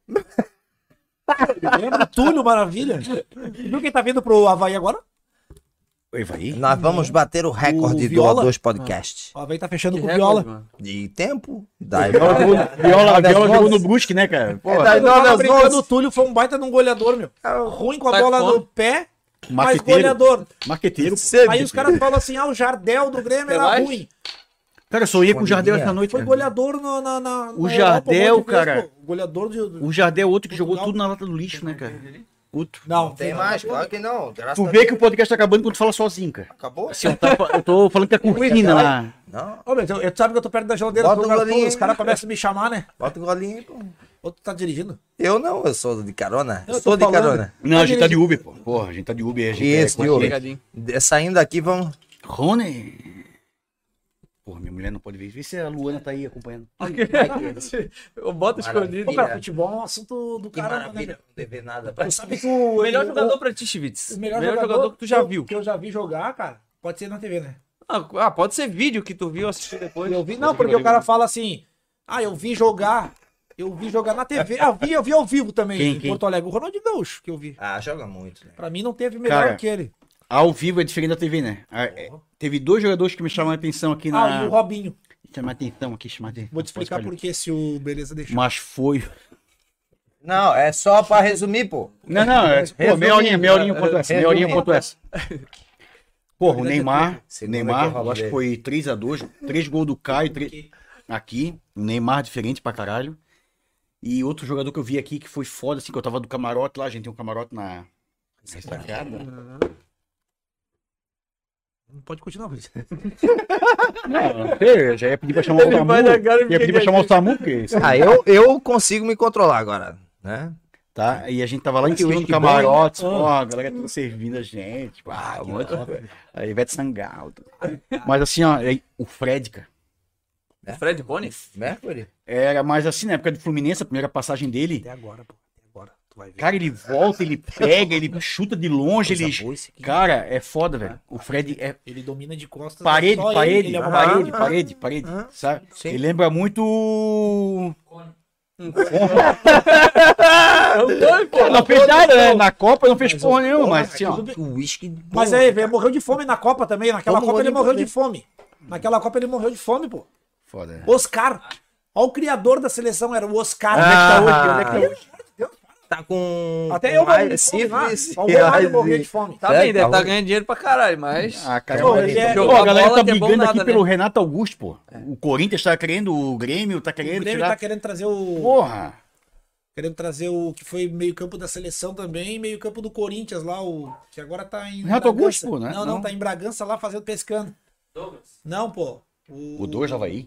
Lembra o Túlio Maravilha? Viu quem tá vindo pro Havaí agora? Oi, vai. Nós vamos bater o recorde do Viola? O2 Podcast. O Havaí tá fechando Que com o recorde, Viola. mano. De tempo. Da Viola jogou no Brusque, né, cara? Pô, É das Quando eu tava novas brincando, onze. o Túlio foi um baita de um goleador, meu. Ruim com a Sai bola fome. no pé, mas marqueteiro. goleador. Marqueteiro. Aí os caras falam assim, o Jardel do Grêmio era Relaxa. ruim. Cara, eu sonhei com o Jardel Escondidinha. essa noite. Foi cara. goleador na O na Jardel, Europa, um monte de vezes, cara. pô. Goleador de... O Jardel é outro que jogou Portugal. tudo na lata do lixo, né, cara? Puto. Não, Tem mais, claro que não. Graças Tu a vê Deus. que o podcast tá acabando quando tu fala sozinho, cara. Acabou? Assim, eu tô falando que a cortina lá. Não. Ô, meu, tu sabe que eu tô perto da geladeira, Bota tô o no golinho os aí. caras começam a me chamar, né? Bota o golinho aí, pô. Ou tu tá dirigindo? Eu não, eu sou de carona. Eu Eu tô sou de falando. carona. Não, a gente tá de Uber, pô. Porra, a gente tá de Uber. A gente Isso, de Uber. Pegadinho. Saindo daqui, vamos. Rony. Porra, minha mulher não pode ver. Vê se a Luana tá aí acompanhando. Eu boto escondido. Pô, cara, futebol é um assunto do Que caramba, né, maravilha, meu? não dever nada pra Tu sabe que o... Melhor o- jogador pra ti, Chivitz. O melhor jogador que tu já viu. Que eu já vi jogar, cara, pode ser na TV, né? Ah, pode ser vídeo que tu viu, assistiu depois. Eu vi, não, porque o cara fala assim, eu vi jogar na TV. Eu vi ao vivo também, Quem, em quem? Porto Alegre. O Ronaldinho Gaúcho, que eu vi. Ah, joga muito, né? Pra mim não teve melhor Cara, que ele. Ao vivo é diferente da TV, né? Teve dois jogadores que me chamaram a atenção aqui na. E o Robinho. Chamar atenção aqui, chamar atenção. Vou te explicar por que se o Beleza deixou. Mas foi. Não, é só pra resumir, pô. Não, é. Pô, meia horinha quanto essa. Meia horinha resumindo. quanto essa. Porra, o Neymar. Segunda Neymar, que eu eu acho que foi 3-2. 3 gols do Caio. Aqui. O Neymar diferente pra caralho. E outro jogador que eu vi aqui que foi foda, assim, que eu tava do camarote lá. A gente tem um camarote na ressacada. Não pode continuar, Luiz. Não sei, eu já ia pedir pra chamar o Samu. Ia pedir pra chamar o Samu, porque. Ah, eu consigo me controlar agora, né? Tá? E a gente tava lá em cima do uísque camarote, ó, a galera toda servindo a gente. Tipo, um monte de... Aí Ivete Sangalo. Mas assim, ó, aí, o Fred, cara, Fred Rony? Mercury? era mais assim, na época do Fluminense, a primeira passagem dele. Até agora, pô. Até agora. Tu vai ver. Cara, ele volta, ele pega, ele chuta de longe, Coisa ele. boa esse aqui. Cara, é foda, velho. O Fred é Ele domina de costas. parede, só parede, ele é uma parede, sabe? Sim. Ele lembra muito. Não fez nada, né? Na Copa não fez porra nenhuma, mas assim, ó. O uísque. Mas aí, velho, morreu de fome na Copa também. Naquela Todo Copa ele mundo morreu também. de fome. Naquela Copa ele morreu de fome, pô. Foda, né? Oscar. Olha o criador da seleção, era o Oscar. Onde é que tá hoje? Onde é que tá hoje? Tá com. Até com eu morri de AIDS, fome lá. sífilis, O Romário AIDS. morria de fome. Tá É, bem, deve tá estar bom. ganhando dinheiro pra caralho, mas. Ah, cara, Pô, mas- ele é- Pô, Jogar a galera bola tá que é bom brigando aqui nada, pelo né? Renato Augusto, pô. O Corinthians tá querendo, o Grêmio tá O querendo Grêmio tirar. tá querendo trazer o. Porra! Querendo trazer o que foi meio campo da seleção também, e meio campo do Corinthians lá, o que agora tá em Renato Augusto, pô, né? Não, Não. tá em Bragança lá fazendo pescando. Douglas. Não, pô. O Dois Havaí.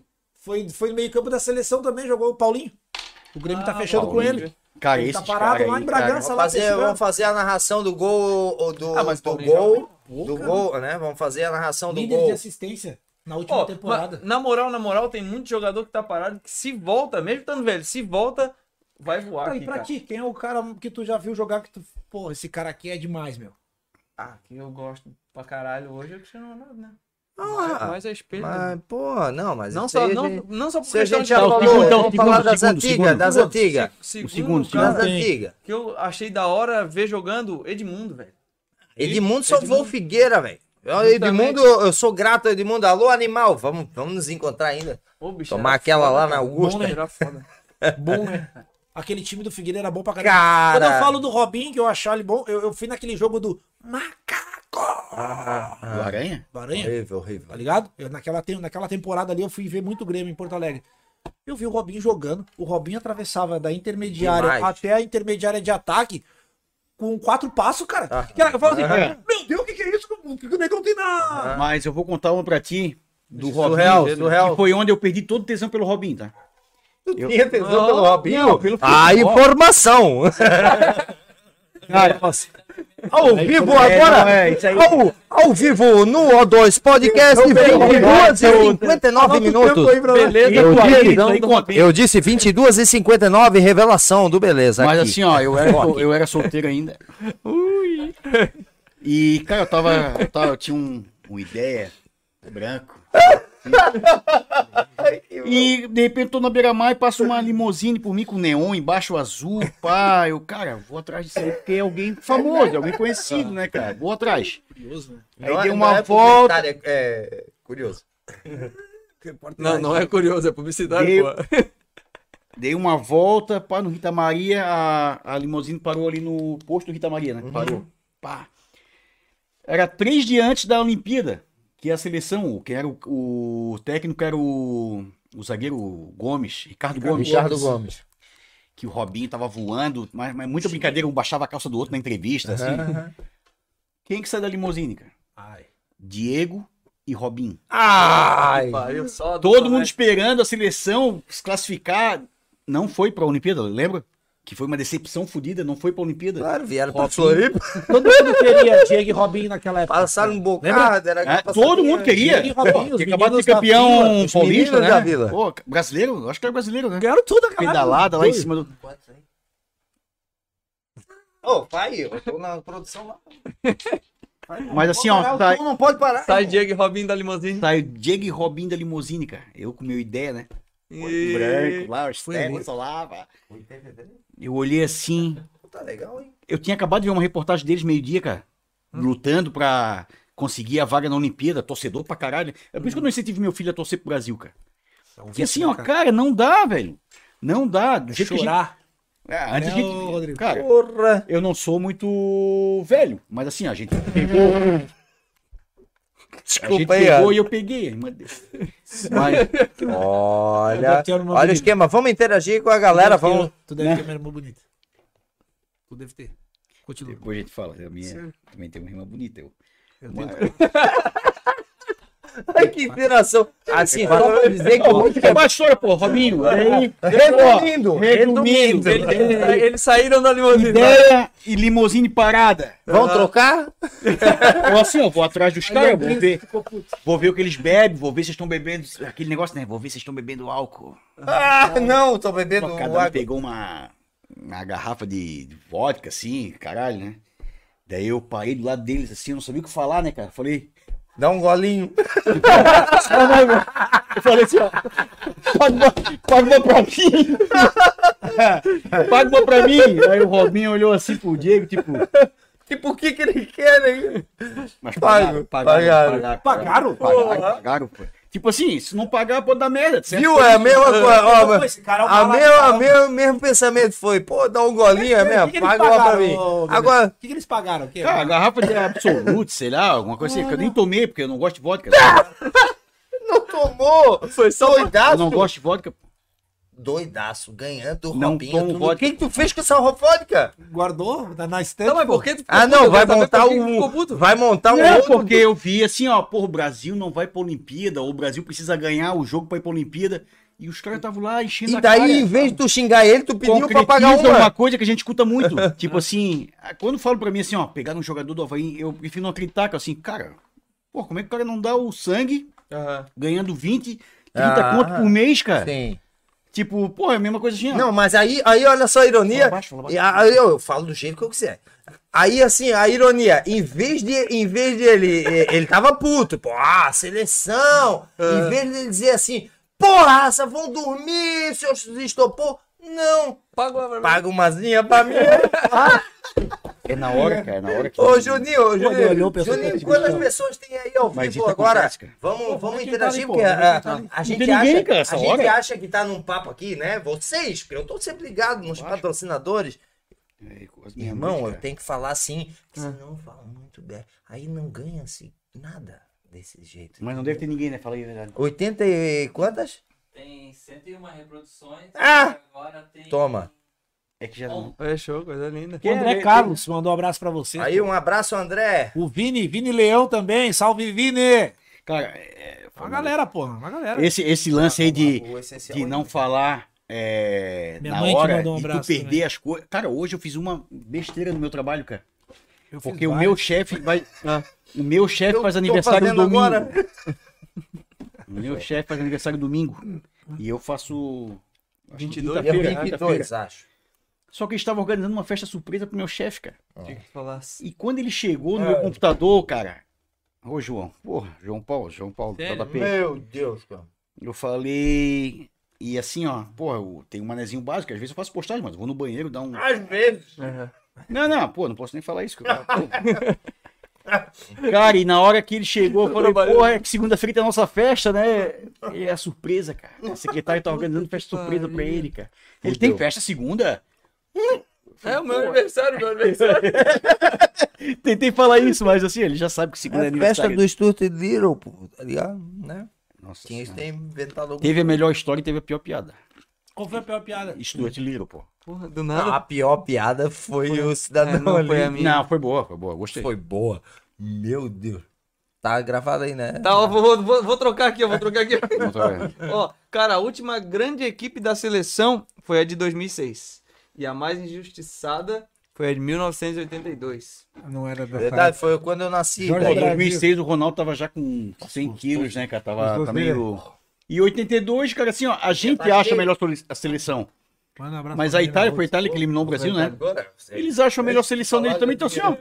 Foi no meio campo da seleção também, jogou o Paulinho. O Grêmio tá fechando com Paulinho. ele. Cara, Ele esse tá parado cara lá aí, em Bragança, Vamos lá fazer, pescando. vamos fazer a narração do gol, mas do Paulinho gol, Pô, do cara. gol, né? Vamos fazer a narração do Líder gol. de assistência na última Ó, temporada. mas, na moral, tem muito jogador que tá parado que se volta, mesmo estando velho, se volta, vai voar Tá, aqui, e pra cara. ti, quem é o cara que tu já viu jogar que tu... Pô, esse cara aqui é demais, meu. Ah, que eu gosto pra caralho hoje é o Cristiano Ronaldo, né? Ah, Mas é espelho. mas, pô, não, mas Não isso só, aí a não, gente- não só por se a questão gente de já Tá, o falou, segundo, vamos falar segundo, das segundo, antigas, segundo. das antigas, segundo das cara antigas. que eu achei da hora ver jogando Edmundo, velho. Edmundo salvou o Figueira, velho. Edmundo, eu sou grato, Edmundo. Alô, animal, vamos nos encontrar ainda. Ô, bicho, Tomar era aquela foda, lá na cara. Augusta. Bom, né? Era foda. Bom, né? Aquele time do Figueira era bom pra caramba. Cara. Quando eu falo do Robinho, que eu achava ele bom, eu fui naquele jogo do Macaco. Do Aranha? Do Aranha, Horrível, horrível. tá ligado? Naquela temporada ali eu fui ver muito Grêmio em Porto Alegre. Eu vi o Robinho jogando, o Robinho atravessava da intermediária Demais. até a intermediária de ataque com 4 passos, cara. Ah. Eu falo assim, Ah. meu Deus, o que é isso? O que o negão tem na... Mas eu vou contar uma pra ti do Surreal, Robinho, surreal. que foi onde eu perdi todo o tesão pelo Robinho, tá? Tinha tesão pelo Robinho? Não, pelo A futebol. informação. Cara, Ao vivo não, agora. é, isso aí. Ao vivo no O2 Podcast, 22h59 minutos. Beleza, Eu tua disse, visão isso aí do conta. Robinho. Eu disse 22h59, revelação do Beleza. Mas aqui. assim, ó, eu era solteiro ainda. E, cara, eu tinha uma ideia branco. E de repente tô na beira-mar e passa uma limousine por mim com neon embaixo azul, pá. Eu, cara, vou atrás disso aí porque é alguém famoso, é alguém conhecido, né, cara? Vou atrás. Curioso, né? Aí dei uma volta. É curioso. Não é curioso, é publicidade, Deu- pô. Dei uma volta, pá, no Rita Maria, a limousine parou ali no posto do Rita Maria, né? Parou. Pá. Era 3 dias antes da Olimpíada, que a seleção, que era o técnico era o zagueiro Gomes, Ricardo Gomes. Que o Robinho tava voando, mas muita brincadeira, um baixava a calça do outro na entrevista, assim. Quem que sai da limousine, cara? Ai. Diego e Robinho. Ai. Pariu, só Todo mundo esperando a seleção se classificar. Não foi pra Olimpíada, lembra? Que foi uma decepção fodida, não foi pra Olimpíada. Claro, vieram pra Robinho. Floripa. Todo mundo queria Diego e Robinho naquela época. Passaram um bocado. Era É, todo mundo queria. Diego e Robinho, Pô, os tinha acabado de ser meninos da campeão Vila, os paulista, meninos né? da Vila. Pô, brasileiro? Acho que era brasileiro, né? Ganharam tudo, cara. Pedalada lá em cima do... Ô, pai, eu tô na produção lá. Mas assim, ó, Parar, o som não pode parar. Sai Diego e Robinho da limousine. sai Diego e Robinho da limousine, cara. Eu com meu ideia, né? E... Branco lá, os Foi ternos, ali. solava. Eu olhei assim... Tá legal, hein? Eu tinha acabado de ver uma reportagem deles meio-dia, cara. Lutando pra conseguir a vaga na Olimpíada, torcedor pra caralho. É por isso que eu não incentivo meu filho a torcer pro Brasil, cara. Porque assim, ó, cara, não dá, velho. Não dá. Do jeito que a gente... Chorar. Antes a Né, gente... ô, Rodrigo? Cara, Porra. eu não sou muito velho, mas assim, a gente pegou. A gente Desculpa aí, pegou ó. e eu peguei. Mas Olha, ter uma olha o bonita. esquema. Vamos interagir com a galera. Vamos. Tu deve né? ter uma irmã bonita. Tu deve ter. Continua. depois a gente fala. A minha também tem uma rima bonita. Ai, que interação. Assim, só pra dizer que o Que baixou, pô, Robinho. Aí, Resumindo, resumindo. Eles saíram da limousine. Ideia e limousine parada. Vamos trocar? Eu assim, ó, vou atrás dos caras, vou ver o que eles bebem, vou ver se estão bebendo. Aquele negócio, né? Vou ver se estão bebendo álcool. Ah, não, tô bebendo Pô, cada um água. pegou uma garrafa de vodka, assim, caralho, né? Daí eu parei do lado deles, assim, eu não sabia o que falar, né, cara? Falei, Dá um golinho. eu falei assim, ó, paga uma pra mim. Paga uma pra mim. Aí o Robinho olhou assim pro Diego, tipo, Tipo, o que ele quer, né? mas Pagaram. pagaram, pô. Tipo assim, se não pagar, pode dar merda, certo? Viu? É a mesma coisa. Ó, Pô, esse cara é um a malandro. mesmo pensamento foi, pô, dá um golinho, é mesmo? que eles Paga uma pra pagaram, mim. ô, Agora, O que eles pagaram? O quê? Ah, a garrafa de Absolute, sei lá, alguma coisa assim, que eu nem tomei, porque eu não gosto de vodka. não tomou. Foi só Eu não gosto de vodka. doidaço, ganhando Não roupinha. tomo Tudo. O vodka. que tu fez com essa vodka? Guardou na estante? Não, mas pô. por que tu ficou Ah, puto? não, Eu vai quero saber montar por que que ficou puto. Vai montar um Não, outro. porque eu vi assim, ó, porra, o Brasil não vai pra Olimpíada, ou o Brasil precisa ganhar o jogo pra ir pra Olimpíada, e os caras estavam lá enchendo E a daí, cara. em vez de tu xingar ele, tu pediu pra pagar Concretiza uma. uma coisa que a gente escuta muito. Tipo assim, quando falam pra mim assim, ó, pegar um jogador do Avaí, eu prefiro não acreditar, que assim, cara, pô, como é que o cara não dá o sangue Aham. ganhando 20, 30 Ah, conto por mês, cara? Sim. Tipo, pô, é a mesma coisa assim, ó. Não, mas aí olha só a ironia. Fala baixo. E aí eu falo do jeito que eu quiser. Aí, assim, a ironia, em vez de ele tava puto, pô, seleção, em vez de ele dizer assim, porra, vão dormir, seus estopou, não, paga umazinha pra mim. É na hora, cara, é na hora que... Ô, Juninho, Ele olhou, pensou Juninho, que quantas tinha- pessoas tem aí ao Mas vivo isso agora? acontece, cara. Vamos quem interagir, tá ali, porque pô? Quem tá ali? a gente tem ninguém, acha, cara, essa a gente hora. acha que tá num papo aqui, né? Vocês, porque eu tô sempre ligado nos patrocinadores. Irmão, eu tenho que falar assim, porque senão eu falo muito bem. Aí não ganha-se nada desse jeito. Mas não deve ter ninguém, né? Fala aí a verdade. 80 e quantas? Tem 101 reproduções. Ah! E agora tem. Toma. É que já não... Fechou, coisa linda. O André Carlos mandou um abraço pra você. Aí um abraço, André. O Vini Leão também. Salve, Vini! Cara, Uma galera, porra. Uma galera. esse lance aí O essencial de aí, não né? falar Minha na mãe que hora mandou um e tu abraço perder também. as coisas. Cara, hoje eu fiz uma besteira no meu trabalho, cara. Eu fiz Porque o vários. meu chefe vai. O meu chefe Eu faz tô aniversário fazendo domingo. agora. O meu chefe faz aniversário domingo. E eu faço. 22. Dia quinta-feira, 22, acho. Só que eles estavam organizando uma festa surpresa pro meu chefe, cara. Tinha que falar assim. E quando ele chegou no meu computador, cara. Ô, João. Porra, João Paulo, Sério? JP. Meu Deus, cara. Eu falei. E assim, ó, porra, eu tenho um manezinho básico, às vezes eu faço postagem, mas eu vou no banheiro dar um. Às vezes. Não, pô, não posso nem falar isso. Cara, e na hora que ele chegou, eu falei, porra, é que segunda-feira tem a nossa festa, né? E é a surpresa, cara. O secretário tá organizando festa surpresa pra ele, cara. Ele tem festa segunda? É o meu aniversário, Tentei falar isso, mas assim, ele já sabe que segunda é É festa aniversário. do Stuart Little, pô, tá ligado? Né? Nossa Tinha que Senhora. ter inventado alguma Teve a melhor história e teve a pior piada. Qual foi a pior piada? Stuart Little, pô. Porra, do A nada. pior piada foi o cidadão não ali. foi a minha. Não, foi boa, gostei. Foi boa. Meu Deus. Tá gravado aí, né? Tá, ó, vou trocar aqui, vou trocar aqui. Não, tá vendo? Ó, cara, a última grande equipe da seleção foi a de 2006. E a mais injustiçada foi a de 1982. Não era da Verdade, foi quando eu nasci. Jorge velho. Em Brasil. 2006 o Ronaldo tava já com 100 quilos, né, cara? os Tava dois meio... E 82, cara, assim, ó, a gente acha melhor a seleção. Manda um abraço Mas pra a mim, Itália, na foi a outra. Itália que eliminou o Brasil, né? Agora, Eles acham a melhor seleção dele também, então assim, ó.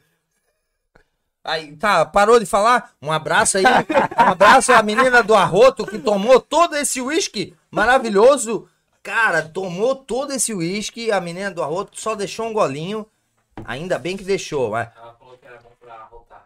Aí, tá, parou de falar? Um abraço aí. Um abraço à menina do Arroto que tomou todo esse uísque maravilhoso. Cara, tomou todo esse uísque. A menina do Arroto só deixou um golinho. Ainda bem que deixou, vai. Ela falou que era bom pra voltar.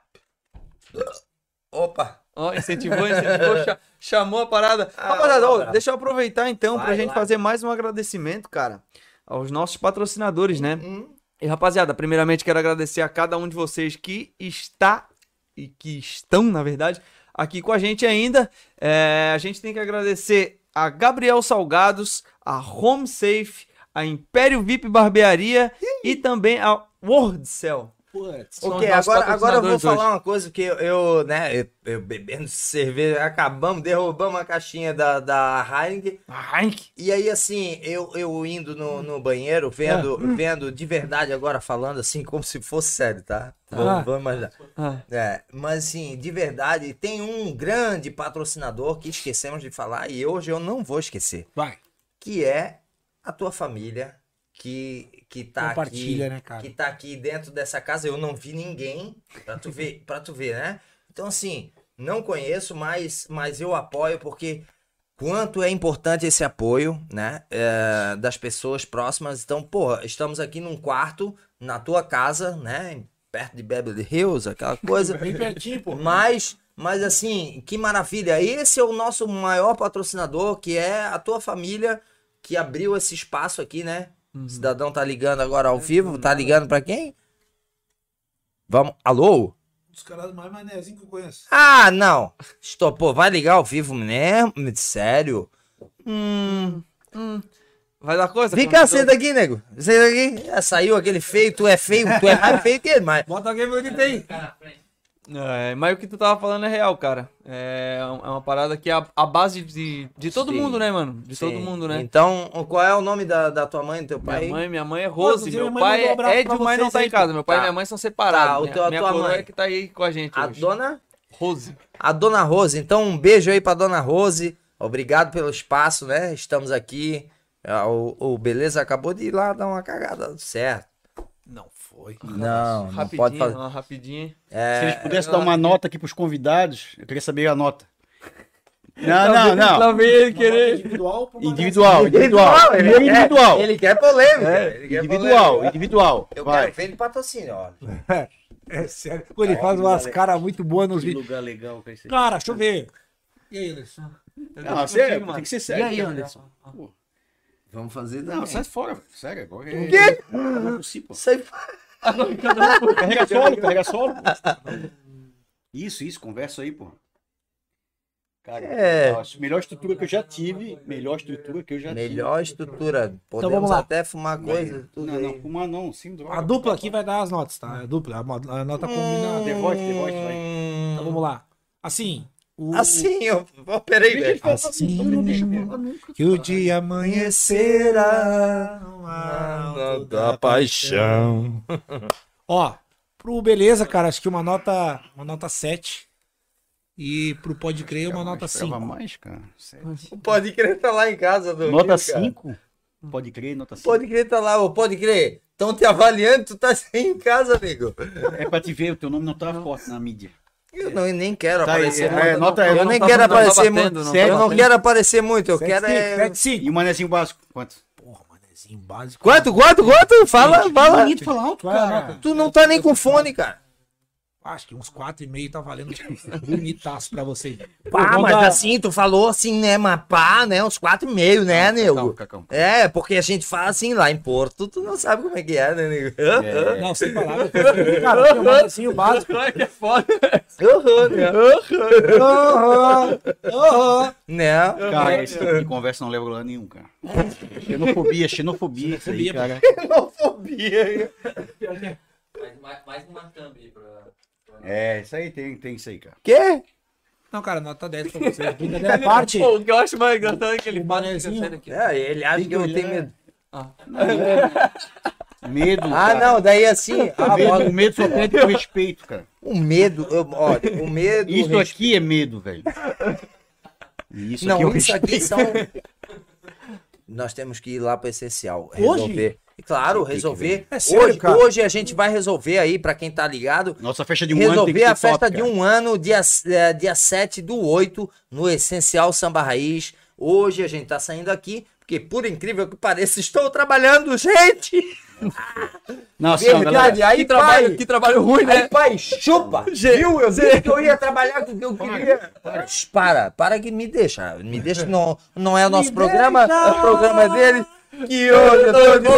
Opa. Ó, incentivou, chamou a parada. Rapaziada, ó, deixa eu aproveitar então pra Vai gente lá. fazer mais um agradecimento, cara, aos nossos patrocinadores, né? E rapaziada, primeiramente quero agradecer a cada um de vocês que está e que estão, na verdade, aqui com a gente ainda. A gente tem que agradecer a Gabriel Salgados, a Home Safe, a Império VIP Barbearia e também a Wordcell. Putz. São Ok, os nossos agora eu vou patrocinadores falar hoje. uma coisa que eu bebendo cerveja, derrubamos a caixinha da Heineken. Heineken. E aí, assim, eu indo no banheiro, vendo de verdade agora, falando assim, como se fosse sério, tá? Vamos imaginar. Mas assim, de verdade, tem um grande patrocinador que esquecemos de falar e hoje eu não vou esquecer, Vai. que é a tua família que tá Compartilha, aqui, né, cara? que tá aqui dentro dessa casa. Eu não vi ninguém, pra tu ver, né? Então, assim, não conheço, mas eu apoio porque quanto é importante esse apoio, né? Das pessoas próximas. Então, porra, estamos aqui num quarto, na tua casa, né? Perto de Beverly Hills, aquela coisa. Bem pertinho, pô. Mas assim, que maravilha. Esse é o nosso maior patrocinador, que é a tua família, que abriu esse espaço aqui, né? O cidadão tá ligando agora ao vivo. Tá ligando pra quem? Vamos. Alô? Os caras mais manezinhos que eu conheço. Ah, não. Estopou. Vai ligar ao vivo mesmo? Sério? Vai dar coisa? Vem cá, senta aqui, nego. Senta aqui. Saiu aquele feio, tu é mais feio que ele, mas... Bota alguém bonito aí. Ficar na frente. Mas o que tu tava falando é real, cara. É uma parada que é a base de todo Sim. mundo, né, mano? De todo Sim. mundo, né? Então, qual é o nome da tua mãe e do teu pai? Minha mãe é Rose, inclusive, meu minha mãe pai mandou um abraço é Edio, pra mas não vocês tá aí, em casa. Meu pai Tá. e minha mãe são separados. Tá, minha tua coroa mãe? é que tá aí com a gente A hoje. dona... Rose. A dona Rose. Então, um beijo aí pra dona Rose. Obrigado pelo espaço, né? Estamos aqui. O Beleza acabou de ir lá dar uma cagada. Certo. Não foi. Não Rapidinho, pode fazer. uma rapidinha. Se eles pudessem dar uma nota aqui pros convidados, eu queria saber a nota. Não. Lá vem ele querer. Individual. pra uma Individual. Ele quer polêmica. Ele quer polêmica. Individual. Eu Vai. quero ver ele patrocínio, ó. É sério. Pô, ele faz umas caras muito boas nos Que vídeos. lugar legal que é esse. Cara, deixa eu ver. E aí, Anderson? Não, sério, tem que ser E sério. aí, Anderson? Vamos fazer Não, sai fora, sério. Agora é... O quê? Não é possível. Sai Carrega solo. Isso, conversa aí, pô. Cara, nossa, melhor estrutura que eu já tive. Melhor estrutura. Podemos vamos lá. até fumar coisa. Tudo Não, aí. fumar não, sim, droga. A dupla aqui vai dar as notas, tá? A dupla, a nota combinada. The Voice, vai. Então vamos lá. Assim. Assim, peraí, velho. Assim que o dia amanhecerá no alto da paixão. Ó, pro Beleza, cara, acho que uma nota 7. E pro Pode Crer, uma nota 5. mais, cara. Sério. Pode crer, tá lá em casa. dormindo, Nota cara. 5? Pode crer, nota 5. Pode crer, tá lá. Ô, pode crer. Estão te avaliando, tu tá sem em casa, amigo. É pra te ver, o teu nome não tá forte na mídia. Eu nem quero Tá aí, aparecer é, muito. nota- eu não nem tá- quero não tá aparecer batendo, muito. não tá Eu não batendo. quero aparecer muito. Eu quero é... 7,5. E o manezinho básico, quanto? Porra, manezinho básico. Quanto? Fala. Bonito falar alto, Qual é a cara. nota? Tu não tá nem com fone, cara. Acho que uns 4,5 tá valendo bonitaço pra você. Pá, mas assim, tu falou assim, né? Mas pá, né? Uns 4,5, né, nego? Cacão. É, porque a gente fala assim lá em Porto, tu não sabe como é que é, né, nego? Não, sem palavras. Cara, tem um manezinho básico. que é foda. Né? Cara, esse tipo de conversa não leva a lugar nenhum, cara. Xenofobia isso aí, cara. Xenofobia. Mais uma thumb aí pra... É, isso aí tem isso aí, cara. Quê? Não, cara, nota 10 pra você. Brincadeira à parte. Pô, o que eu acho mais engraçado é que ele O fala manezinho. sério aqui. É, ele acha que eu tenho medo. Medo, Ah, cara. não, daí assim, O medo só pede com respeito, cara. o medo, olha, o medo... Isso aqui é medo, velho. Isso aqui é Não, o isso aqui respeito. são... Nós temos que ir lá pro essencial, Hoje? resolver. E claro, resolver. É sério, cara? Hoje a gente vai resolver aí, pra quem tá ligado, Nossa festa de um ano tem que resolver ser a festa top, de cara. um ano, dia 7/8, no Essencial Samba Raiz. Hoje a gente tá saindo aqui, porque por incrível que pareça, estou trabalhando, gente! Não, assim, ó, galera, Verdade, aí Que trabalho ruim, Aí, né? pai, chupa! Viu? Eu disse que eu ia trabalhar com o que eu queria. Para que me deixa. Me deixa, não é o nosso programa, é o programa dele. Que hoje eu tô de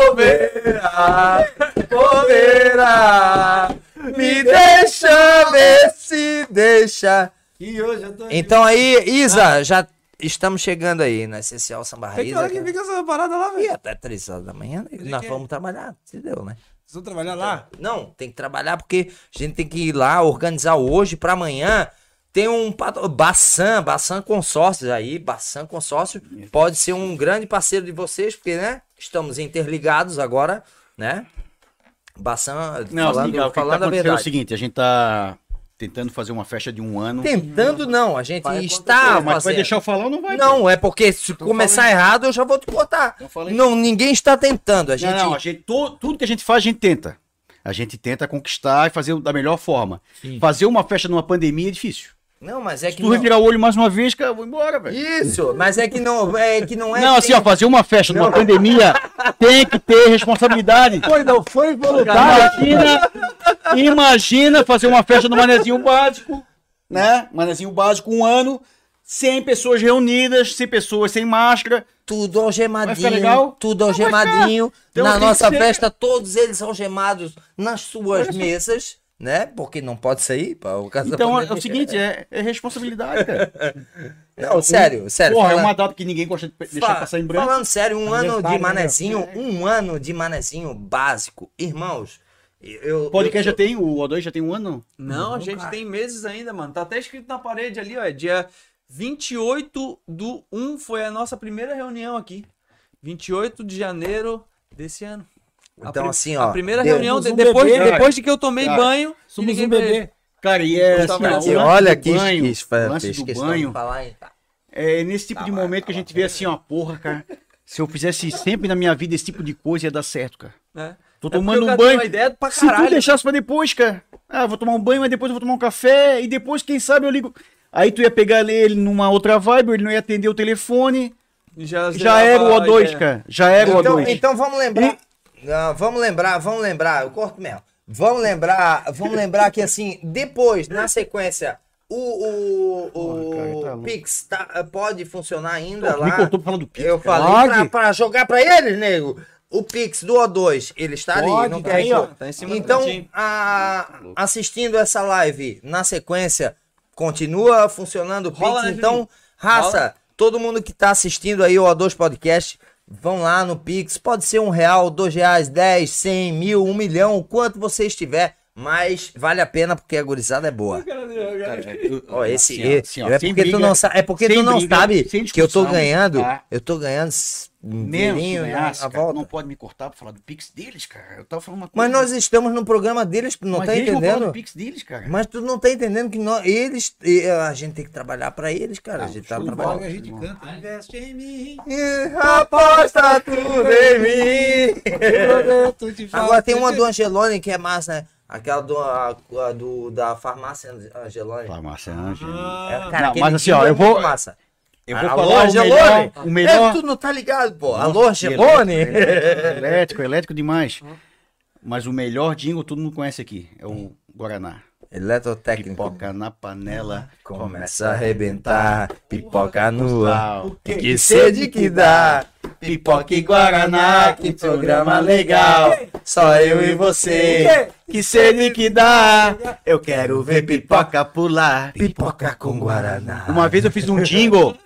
bobeira. Me deixa ver se deixa. E hoje eu tô... Então aí, Isa, já estamos chegando aí na Essencial Samba Tem Raiz. que hora que fica essa parada lá, E velho. até 3 horas da manhã, né? Nós que é? vamos trabalhar, se deu, né? Vocês vão trabalhar lá? Não, tem que trabalhar porque a gente tem que ir lá organizar hoje pra amanhã. Tem um Bassan Consórcios aí, Bassan Consórcio pode ser um grande parceiro de vocês, porque, né, estamos interligados agora, né? Bassan, Não, falando, o que tá falando a acontecendo é o verdade. seguinte, a gente tá tentando fazer uma festa de um ano. Tentando não, a gente Vai está acontecer, mas tu vai fazendo. deixar eu falar ou não vai? Não, é porque se começar errado eu já vou te cortar. Eu falei. Não, ninguém está tentando, a gente... Não, a gente, tudo que a gente faz, a gente tenta. A gente tenta conquistar e fazer da melhor forma. Sim. Fazer uma festa numa pandemia é difícil. Não, mas é Se que tu não... revirar o olho mais uma vez, cara, eu vou embora, velho. Isso, mas é que não é... Não, assim, ó, fazer uma festa numa pandemia tem que ter responsabilidade. Foi, não foi voluntário. Imagina fazer uma festa no Manezinho Básico, né? Manezinho Básico, um ano, 100 pessoas reunidas, 100 pessoas sem máscara. Tudo algemadinho, Vai ficar legal? tudo algemadinho. Então Na tem que nossa ser- festa, todos eles algemados nas suas mesas, né? Porque não pode sair para o casamento. Então é o seguinte, é responsabilidade, cara. Não, sério. Porra, é falando- uma data que ninguém gosta de deixar passar em branco. Falando sério, um ano de Aniversário, né, manezinho, um ano de manezinho básico. Irmãos, O podcast já tem, o O2 já tem um ano? Não, a gente tem meses ainda, mano. Tá até escrito na parede ali, ó. É dia 28/1 foi a nossa primeira reunião aqui. 28 de janeiro desse ano. Então, assim, ó, A primeira deu- reunião, Somos um depois, bebê, depois de que eu tomei Cara, banho. e Somos ninguém um veio. bebê. Cara, e é Gustavo assim, ó, Brasil. o E lance olha do que banho, fez o lance fez do questão banho, de falar em... é nesse tipo de momento que a gente vê assim, ó, porra, cara, se eu fizesse sempre na minha vida esse tipo de coisa ia dar certo, cara. É. Tô É porque tomando o um cara tem banho. uma ideia pra Se tu caralho. deixasse pra depois, cara. Ah, vou tomar um banho, mas depois eu vou tomar um café. E depois, quem sabe, eu ligo. Aí tu ia pegar ele numa outra vibe, ele não ia atender o telefone. Já era o O2, cara. Já era o O2. Então vamos lembrar. Não, vamos lembrar, eu corto mesmo. Vamos lembrar que assim, depois, na sequência, o cara, tá louco. Pix pode funcionar ainda Tu me lá. cortou pra falar do Pix, Eu cara. falei Pode. pra jogar pra eles, nego. O Pix do O2, ele está ali, Pode, não tá quer aí, ó. Tá em cima do Então, cantinho. assistindo essa live na sequência, continua funcionando o Pix. Rola, né, Então, Juninho? raça, todo mundo que tá assistindo aí o O2 Podcast, vão lá no Pix. Pode ser R$1, R$2, 10, 100, 1000, 1 milhão, o quanto você estiver. Mas vale a pena porque a gurizada é boa. Ó, esse assim, ó, é sem porque tu briga, não sabe, é porque sem tu não briga, sabe sem que eu tô discussão, ganhando, tá? eu tô ganhando Mesmo se dinheirinho ganhasse, na cara, volta. não pode me cortar pra falar do Pix deles, cara. Eu tava falando uma Mas coisa. nós estamos no programa deles, tu não Mas tá eles vão falar entendendo? do Pix deles, cara. Mas tu não tá entendendo que a gente tem que trabalhar pra eles, cara. A gente tá show de trabalhando. A gente canta. Investe em mim. Aposta tudo em mim. Prometo te fazer Agora tem uma feliz. do Angelone que é massa, né? Aquela da farmácia Angelone. Farmácia Ângela. É, Não, aquele mas assim, jingle ó, é eu vou- muito massa. Eu vou Alô, falar Angelone? o melhor. É, tu não tá ligado, pô. Alô, Nossa, Angelone? Elétrico demais. Mas o melhor jingle todo mundo conhece aqui. É o Guaraná. Eletrotécnico. Pipoca na panela. Começa a arrebentar, pipoca no ar. Sal. Que sede que dá. Pipoca e Guaraná, que programa legal. Só eu e você. Que sede que dá. Eu quero ver pipoca pular. Pipoca com Guaraná. Uma vez eu fiz um jingle.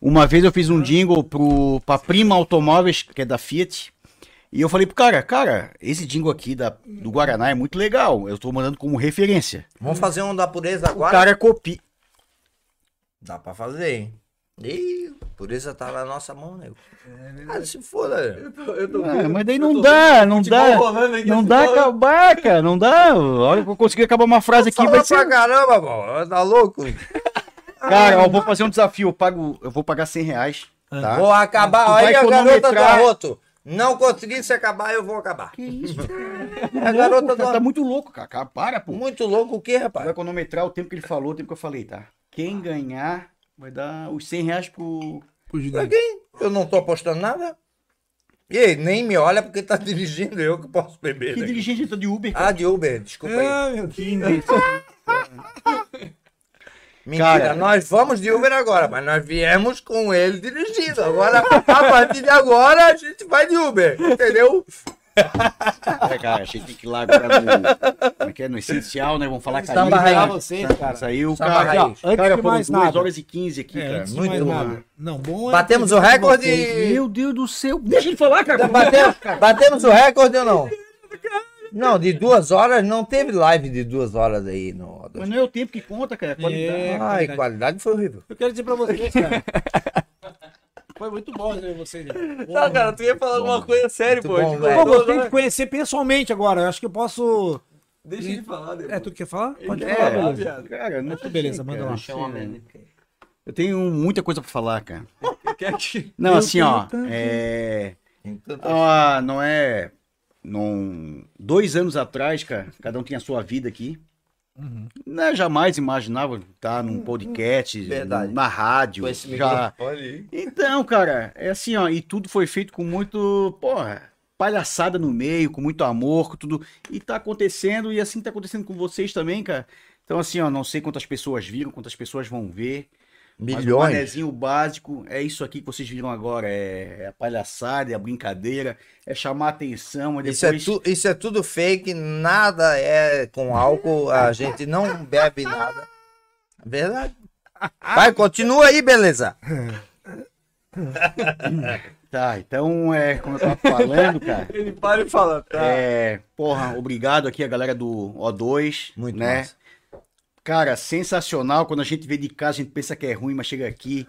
Pra Prima Automóveis, que é da Fiat. E eu falei pro cara, esse jingle aqui do Guaraná é muito legal. Eu tô mandando como referência. Vamos fazer um da pureza O agora? cara copia. Dá pra fazer, hein? Ih, pureza tá na nossa mão, nego. Ah, se foda. Mas daí não dá. Não dá acabar, cara. Não dá. Olha, eu consegui acabar uma frase aqui. Fala Vai pra ser... caramba, pô. Tá louco? Cara, ó, eu vou fazer um desafio. Eu vou pagar R$100. Tá? Vou acabar. Tu vai Aí a garota do cronometrar. arroto. Não consegui se acabar, eu vou acabar. Que isso? A garota Cara, do tá muito louco, cara. Para, pô. Muito louco o quê, Vai rapaz? cronometrar o tempo que ele falou, o tempo que eu falei, tá? Quem ganhar vai dar os R$100 pro... Pra quem? Eu não tô apostando nada. E aí, nem me olha porque tá dirigindo, eu que posso beber. Que né? dirigente tá de Uber, cara. Ah, de Uber, desculpa aí. Ah, meu Deus. Mentira, Cara. nós vamos de Uber agora, mas nós viemos com ele dirigindo. Agora, a partir de agora, a gente vai de Uber, entendeu? Cara, a gente tem que ir lá agora no... Como é que é? No essencial, né? Vamos falar com a Samba Lívia. raiz. vocês, cara. Isso aí, o Samba cara... raiz. Antes Cara, de foram mais 2 nada. horas e 15 aqui, cara. Antes de muito mais bom. nada. Não, bom é Batemos o entrevista recorde com vocês. Meu Deus do céu. Deixa ele falar, cara. Batemos o recorde ou não? Não, de 2 horas, não teve live de 2 horas aí. No... Mas não é o tempo que conta, cara. É a qualidade. É. Ai, qualidade foi horrível. Eu quero dizer pra vocês, cara. Foi muito bom ver vocês. Tá, cara, tu ia falar alguma coisa séria, Muito pô. bom, Tipo, velho. Eu gostei de conhecer pessoalmente agora. Eu acho que eu posso. Deixa ele falar, depois. É, tu quer falar? Pode É, falar, beleza. cara, não é Beleza, assim, manda cara. lá. Chama mesmo. Eu tenho muita coisa pra falar, cara. Quer que... Não, Eu assim, ó. tenho tanto. Não é. 2 anos atrás, cara, cada um tinha a sua vida aqui. Né, jamais imaginava estar num podcast, Verdade. na rádio. Com esse Já... microfone aí. Então, cara, é assim, ó, e tudo foi feito com muito, porra, palhaçada no meio, com muito amor, com tudo. E tá acontecendo, e assim tá acontecendo com vocês também, cara. Então, assim, ó, não sei quantas pessoas viram, quantas pessoas vão ver, Mas o Milhões. manezinho básico é isso aqui que vocês viram agora. É a palhaçada, é a brincadeira, é chamar atenção. Isso é tudo fake, nada é com álcool, a gente não bebe nada. Verdade. Vai, continua aí, beleza? Tá, então, como eu tava falando, cara. Ele para e fala, tá. Porra, obrigado aqui a galera do O2. Muito né? massa. Cara, sensacional. Quando a gente vê de casa, a gente pensa que é ruim, mas chega aqui.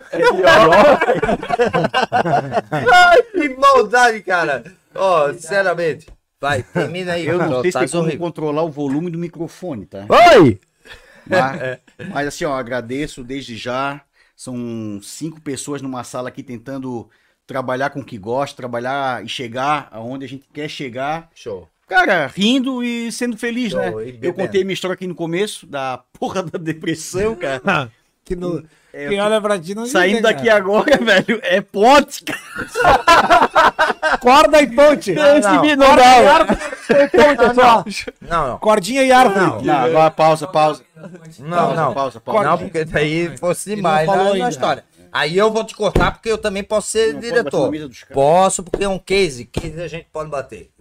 Ai, que maldade, cara. Ó, sinceramente. Vai, termina aí. Eu não sei se tá tem como horrível. controlar o volume do microfone, tá? Oi! Mas assim, ó, agradeço desde já. São 5 pessoas numa sala aqui tentando trabalhar com o que gosta, trabalhar e chegar aonde a gente quer chegar. Show. Cara, rindo e sendo feliz, Show, né? e Eu bebendo. contei minha história aqui no começo, da porra da depressão, cara. Que no... Quem olha pra ti não Saindo liga, daqui cara. agora, velho, é ponte, cara. Corda e ponte. não. Corda e árvore e ponte, só. Não. Cordinha e árvore. Não, agora pausa. Não. Pausa. Não, porque daí fosse demais falou na ainda. história. Aí eu vou te cortar porque eu também posso ser Não pode bater diretor. na mesa dos caras. Posso, porque é um case. Case a gente pode bater.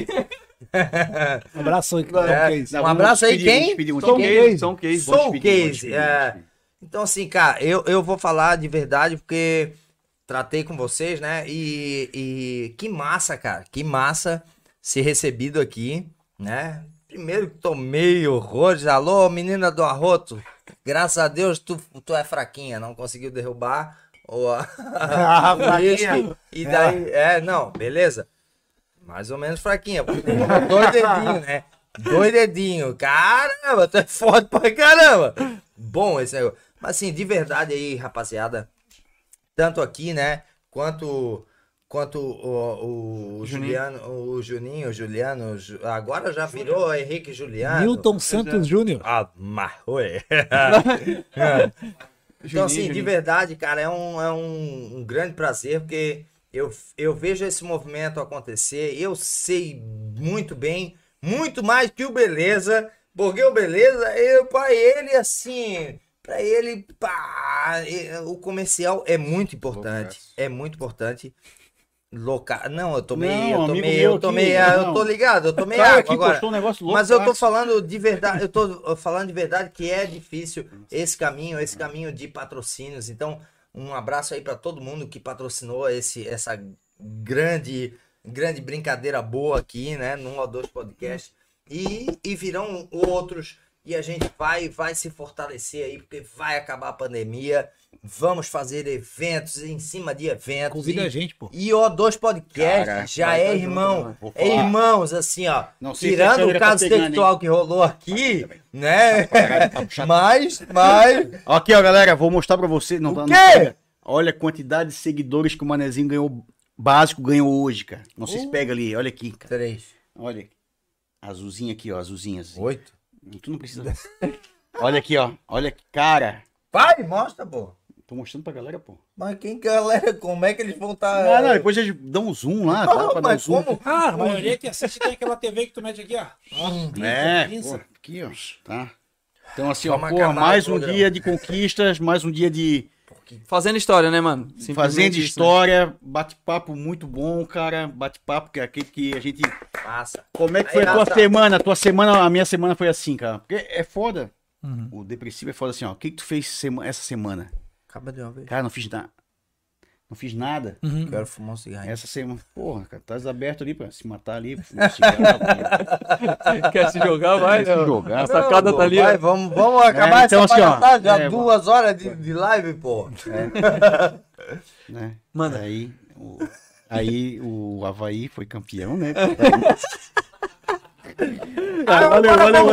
Um abraço aí, que É, que é isso. Não, um vamos abraço aí, despedir, quem? despedir um Som pouquinho. Case. São case. Sou o despedir, case. Então, assim, cara, eu vou falar de verdade porque tratei com vocês, né? E que massa, cara. Que massa ser recebido aqui, né? Primeiro que tomei horrores. Alô, menina do arroto. Graças a Deus, tu é fraquinha, não conseguiu derrubar o Fraquinha. e daí, não, beleza. Mais ou menos fraquinha, porque tem 2 dedinhos, né? 2 dedinhos. Caramba, tu é forte pra caramba. Bom esse negócio. Mas assim, de verdade aí, rapaziada, tanto aqui, né, quanto o Juninho, o Juliano, agora já virou Henrique Juliano. Milton Santos Júnior. Ah, marroé. Então, assim, de verdade, cara, é um grande prazer, porque eu vejo esse movimento acontecer, eu sei muito bem, muito mais que o Beleza, porque o Beleza, pra ele, assim, pá, o comercial é muito importante, Não, eu tomei, Não, eu amigo tomei, meu eu tomei, aqui, eu não. tô ligado, eu tomei Cara, água aqui agora. postou um negócio louco. Mas eu tô falando de verdade, eu tô falando de verdade que é difícil esse caminho de patrocínios. Então, um abraço aí pra todo mundo que patrocinou essa grande brincadeira boa aqui, né, no O2 Podcast. E virão outros, e a gente vai se fortalecer aí, porque vai acabar a pandemia. Vamos fazer eventos em cima de eventos. Convida a gente, pô. E O2 Podcast Cara, já vai é tá irmão. junto, vou É falar. irmãos, assim, ó. Não sei se a Tirando câmera o tá caso pegando, textual que rolou aqui, né? Tá puxado. mas. Aqui, ó, galera, vou mostrar pra você. Não, O não quê? pega. Olha a quantidade de seguidores que o Manezinho ganhou hoje, cara. Não sei se pega ali, olha aqui, cara. 3, Olha. Azulzinha aqui, ó, azulzinha. Assim. 8. Tu não precisa. Olha aqui, ó. Olha que cara. Vai, mostra, pô. Tô mostrando pra galera, pô. Mas quem, galera, como é que eles vão estar. Não, depois eles dão um zoom lá, tá? Pra dar um mas zoom. como? Ah, a maioria que assiste tem aquela TV que tu mete aqui, ó. Pô, aqui, ó. Tá. Então, assim, ó, Vamos porra, acabar mais o um programa. dia de conquistas, mais um dia de Fazendo história, né, mano? Simplesmente fazendo isso, né? história, bate-papo muito bom, cara. Bate-papo que é aquele que a gente. Massa. Como é que Aí, foi a tua Rafa. semana? Tua semana, a minha semana foi assim, cara. Porque é foda. O depressivo é foda assim, ó. O que tu fez essa semana? Acaba de uma vez. Cara, não fiz nada. Não fiz nada. Quero fumar um cigarro. Essa semana, porra, cara, tá aberto ali pra se matar ali, fumar cigarro, cara. Quer se jogar, vai, Quer se né? jogar. A sacada tá ali, Vai, ó. vamos acabar então, essa assim, ó, palhaçada, já é, 2 horas de live, pô. Né? Manda. Aí o Avaí foi campeão, né? Valeu.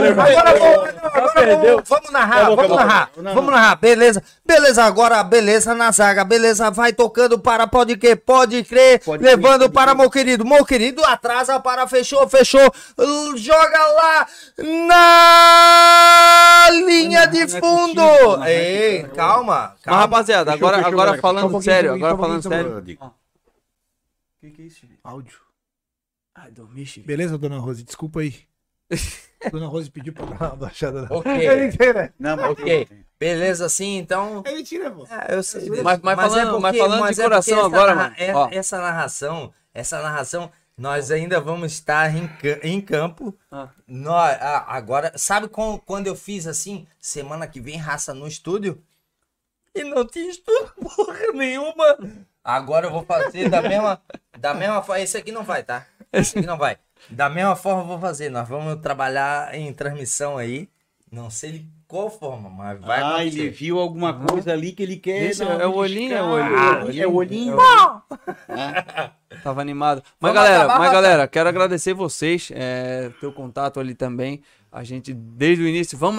Vamos narrar. Beleza, agora, beleza na zaga, beleza, vai tocando para pode crer, levando para meu querido, atrasa para, fechou, joga lá na linha de fundo. Ei, calma. Mas, rapaziada, Fechou, agora galera. Só falando um pouquinho, sério, só um agora pouquinho, falando só um sério. pouquinho. Que é isso, filho? Áudio. Ai, dormi, filho. Beleza, dona Rose? Desculpa aí. Dona Rose pediu pra dar uma baixada. Ok. Ele tem, né? Não, mas Ok. Beleza, assim, então... É mentira, pô. Eu sei. Mas falando de coração porque agora, mano. Ó. Essa narração, nós ainda vamos estar em campo. Agora, sabe quando eu fiz assim, semana que vem, raça no estúdio? E não tinha estúdio porra nenhuma. Agora eu vou fazer da mesma forma. Esse aqui não vai, tá? Esse aqui não vai. Da mesma forma eu vou fazer. Nós vamos trabalhar em transmissão aí. Não sei de qual forma, mas vai acontecer. Ele viu alguma coisa ali que ele quer. Esse é o olhinho, É o olhinho. Tava animado. Vamos Mas acabar, galera, quero agradecer vocês, teu contato ali também. A gente, desde o início, vamos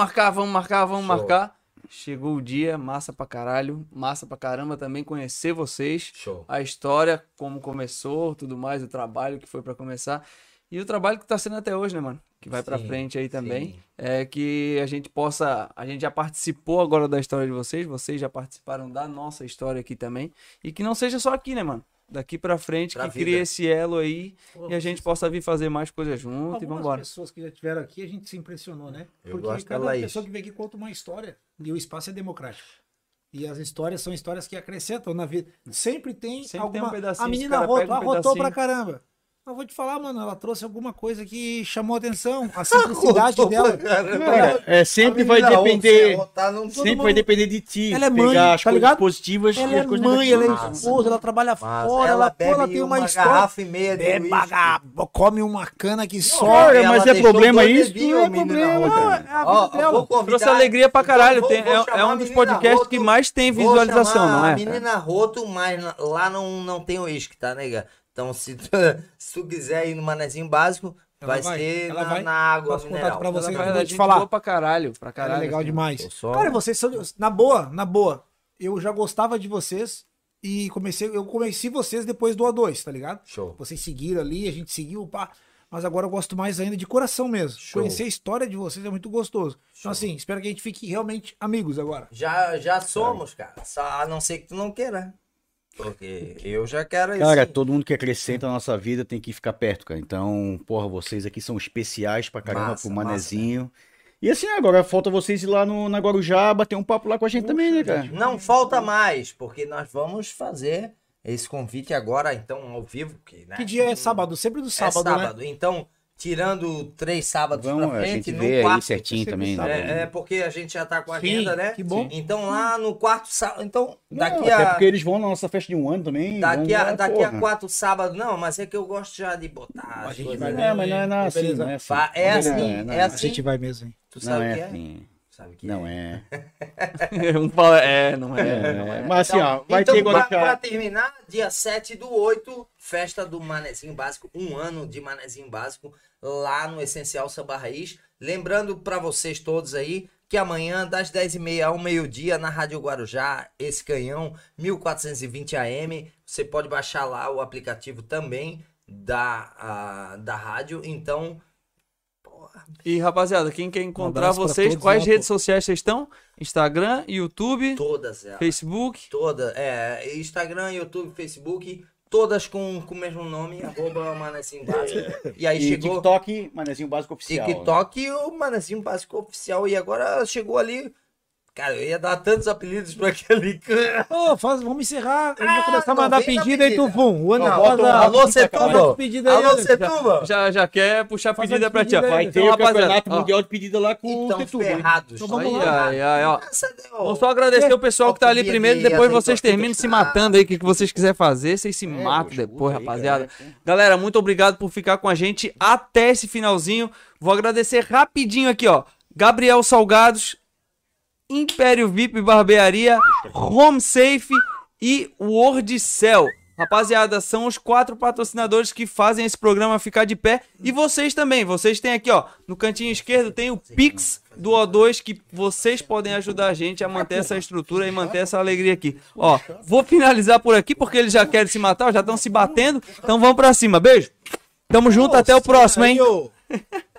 marcar. Chegou o dia, massa pra caralho. Massa pra caramba também conhecer vocês. Show. A história, como começou, tudo mais, o trabalho que foi pra começar. E o trabalho que tá sendo até hoje, né, mano? Que vai pra frente aí também. Sim. É que a gente possa... A gente já participou agora da história de vocês. Vocês já participaram da nossa história aqui também. E que não seja só aqui, né, mano? Daqui pra frente, Pra que vida. crie esse elo aí. E a gente possa vir fazer mais coisas junto e Algumas vambora. pessoas que já estiveram aqui, a gente se impressionou, né? Eu Porque gosto da cada Laís. pessoa que vem aqui conta uma história. E o espaço é democrático. E as histórias são histórias que acrescentam na vida. Sempre tem Sempre alguma... tem um pedacinho, a os menina cara rotou, pega um arrotou pedacinho. pra caramba. Eu vou te falar, mano, ela trouxe alguma coisa que chamou a atenção. A simplicidade dela. Cara, sempre vai depender. Sempre vai depender de ti. Ela é mãe, pegar as tá coisas ligado? positivas Ela e é as coisas mãe, ela é negativas. esposa, ela trabalha fora, ela tem uma história. garrafa e meia de Bebe, uísque. come uma cana que só. Cara, Ela mas é deixou problema dois isso? dedinhos, Não é menina problema, roxa. cara. É a vida dela. Vou convidar- Trouxe alegria pra caralho. Então, Tem- vou é chamar um a dos menina podcasts Roto, que mais tem vou visualização, chamar não é? A menina Roto, mas lá não tem uísque, tá, nega? Então, se tu quiser ir no Manezinho Básico, Ela vai ser ela vai. na água Passo contato mineral. pra vocês. Ela Eu vou te gente falar. boa pra caralho. Cara, é legal assim. demais. Eu só- Cara, vocês são. Na boa. Eu já gostava de vocês e eu conheci vocês depois do A2, tá ligado? Show. Vocês seguiram ali, a gente seguiu, pá. Mas agora eu gosto mais ainda de coração mesmo. Show. Conhecer a história de vocês é muito gostoso. Então, assim, espero que a gente fique realmente amigos agora. Já somos, cara. Só a não ser que tu não queira. Porque eu já quero Cara, assim. todo mundo que acrescenta na nossa vida tem que ficar perto, cara. Então, porra, vocês aqui são especiais pra caramba Massa, pro Manezinho. E assim, agora falta vocês ir lá na Guarujá, bater um papo lá com a gente também, né, cara? Não falta mais, porque nós vamos fazer esse convite agora, então, ao vivo. Né? Que dia é sábado? Sempre do É sábado, sábado. né? Então, tirando 3 sábados Vamos, pra a frente, gente no vê aí quarto. certinho sempre também. sábado. né? É porque a gente já tá com a Sim, agenda, né? que bom. Então, lá no quarto sábado. Então, Não, daqui até a. porque eles vão na nossa festa de um ano também. Daqui vão a, lá, daqui a porra. 4 sábados, não, mas é que eu gosto já de botar A as gente coisas. vai né? É, mas não é assim, Beleza. não é assim. É assim, Não, é A assim. gente vai mesmo, hein? Tu Não sabe o é que é? assim. Sabe o que Não é? é. Um fala, não é. Mas assim, ó, vai então, ter agora. pra terminar, dia 7/8, festa do Manezinho Básico, 1 ano de Manezinho Básico, lá no Essencial Samba Raiz. Lembrando pra vocês todos aí, que amanhã, das 10h30 ao meio-dia, na Rádio Guarujá, esse canhão, 1420 AM, você pode baixar lá o aplicativo também da rádio, então... E rapaziada, quem quer encontrar abraço pra vocês, todos quais lá, redes pô. sociais vocês estão? Instagram, YouTube, Todas elas. Facebook. Instagram, YouTube, Facebook, todas com o mesmo nome, @Manezinho Básico. E aí E chegou TikTok, Manezinho Básico Oficial. TikTok, o Manezinho Básico Oficial. E agora chegou ali. Cara, eu ia dar tantos apelidos pra aquele cara. Ô, vamos encerrar. A gente vai começar a não, mandar vem na pedido aí, pedida. Tufum. O ano Não, faz a- alô, faz Setúbal. o pedido aí, Alô, Anderson. Setúbal. Já quer puxar Faz pedida a pra ti, ó. pedida aí. Vai ter Então, o rapaziada, campeonato ó. mundial de pedida lá com o Então, Setúbal. hein? ferrados. Então vamos Aí, lá. aí, ó. Vamos Vou só agradecer o pessoal que tá ali primeiro, depois vocês terminam se matando aí, o que vocês quiserem fazer, vocês se matam escuta depois, aí, rapaziada. cara. Galera, muito obrigado por ficar com a gente até esse finalzinho. Vou agradecer rapidinho aqui, ó. Gabriel Salgados, Império VIP Barbearia, Home Safe e Wordcell. Rapaziada, são os 4 patrocinadores que fazem esse programa ficar de pé. E vocês também. Vocês têm aqui, ó, no cantinho esquerdo tem o Pix do O2, que vocês podem ajudar a gente a manter essa estrutura e manter essa alegria aqui. Ó, vou finalizar por aqui porque eles já querem se matar, já estão se batendo. Então vamos pra cima. Beijo. Tamo junto, até o próximo, hein? Aí, ô.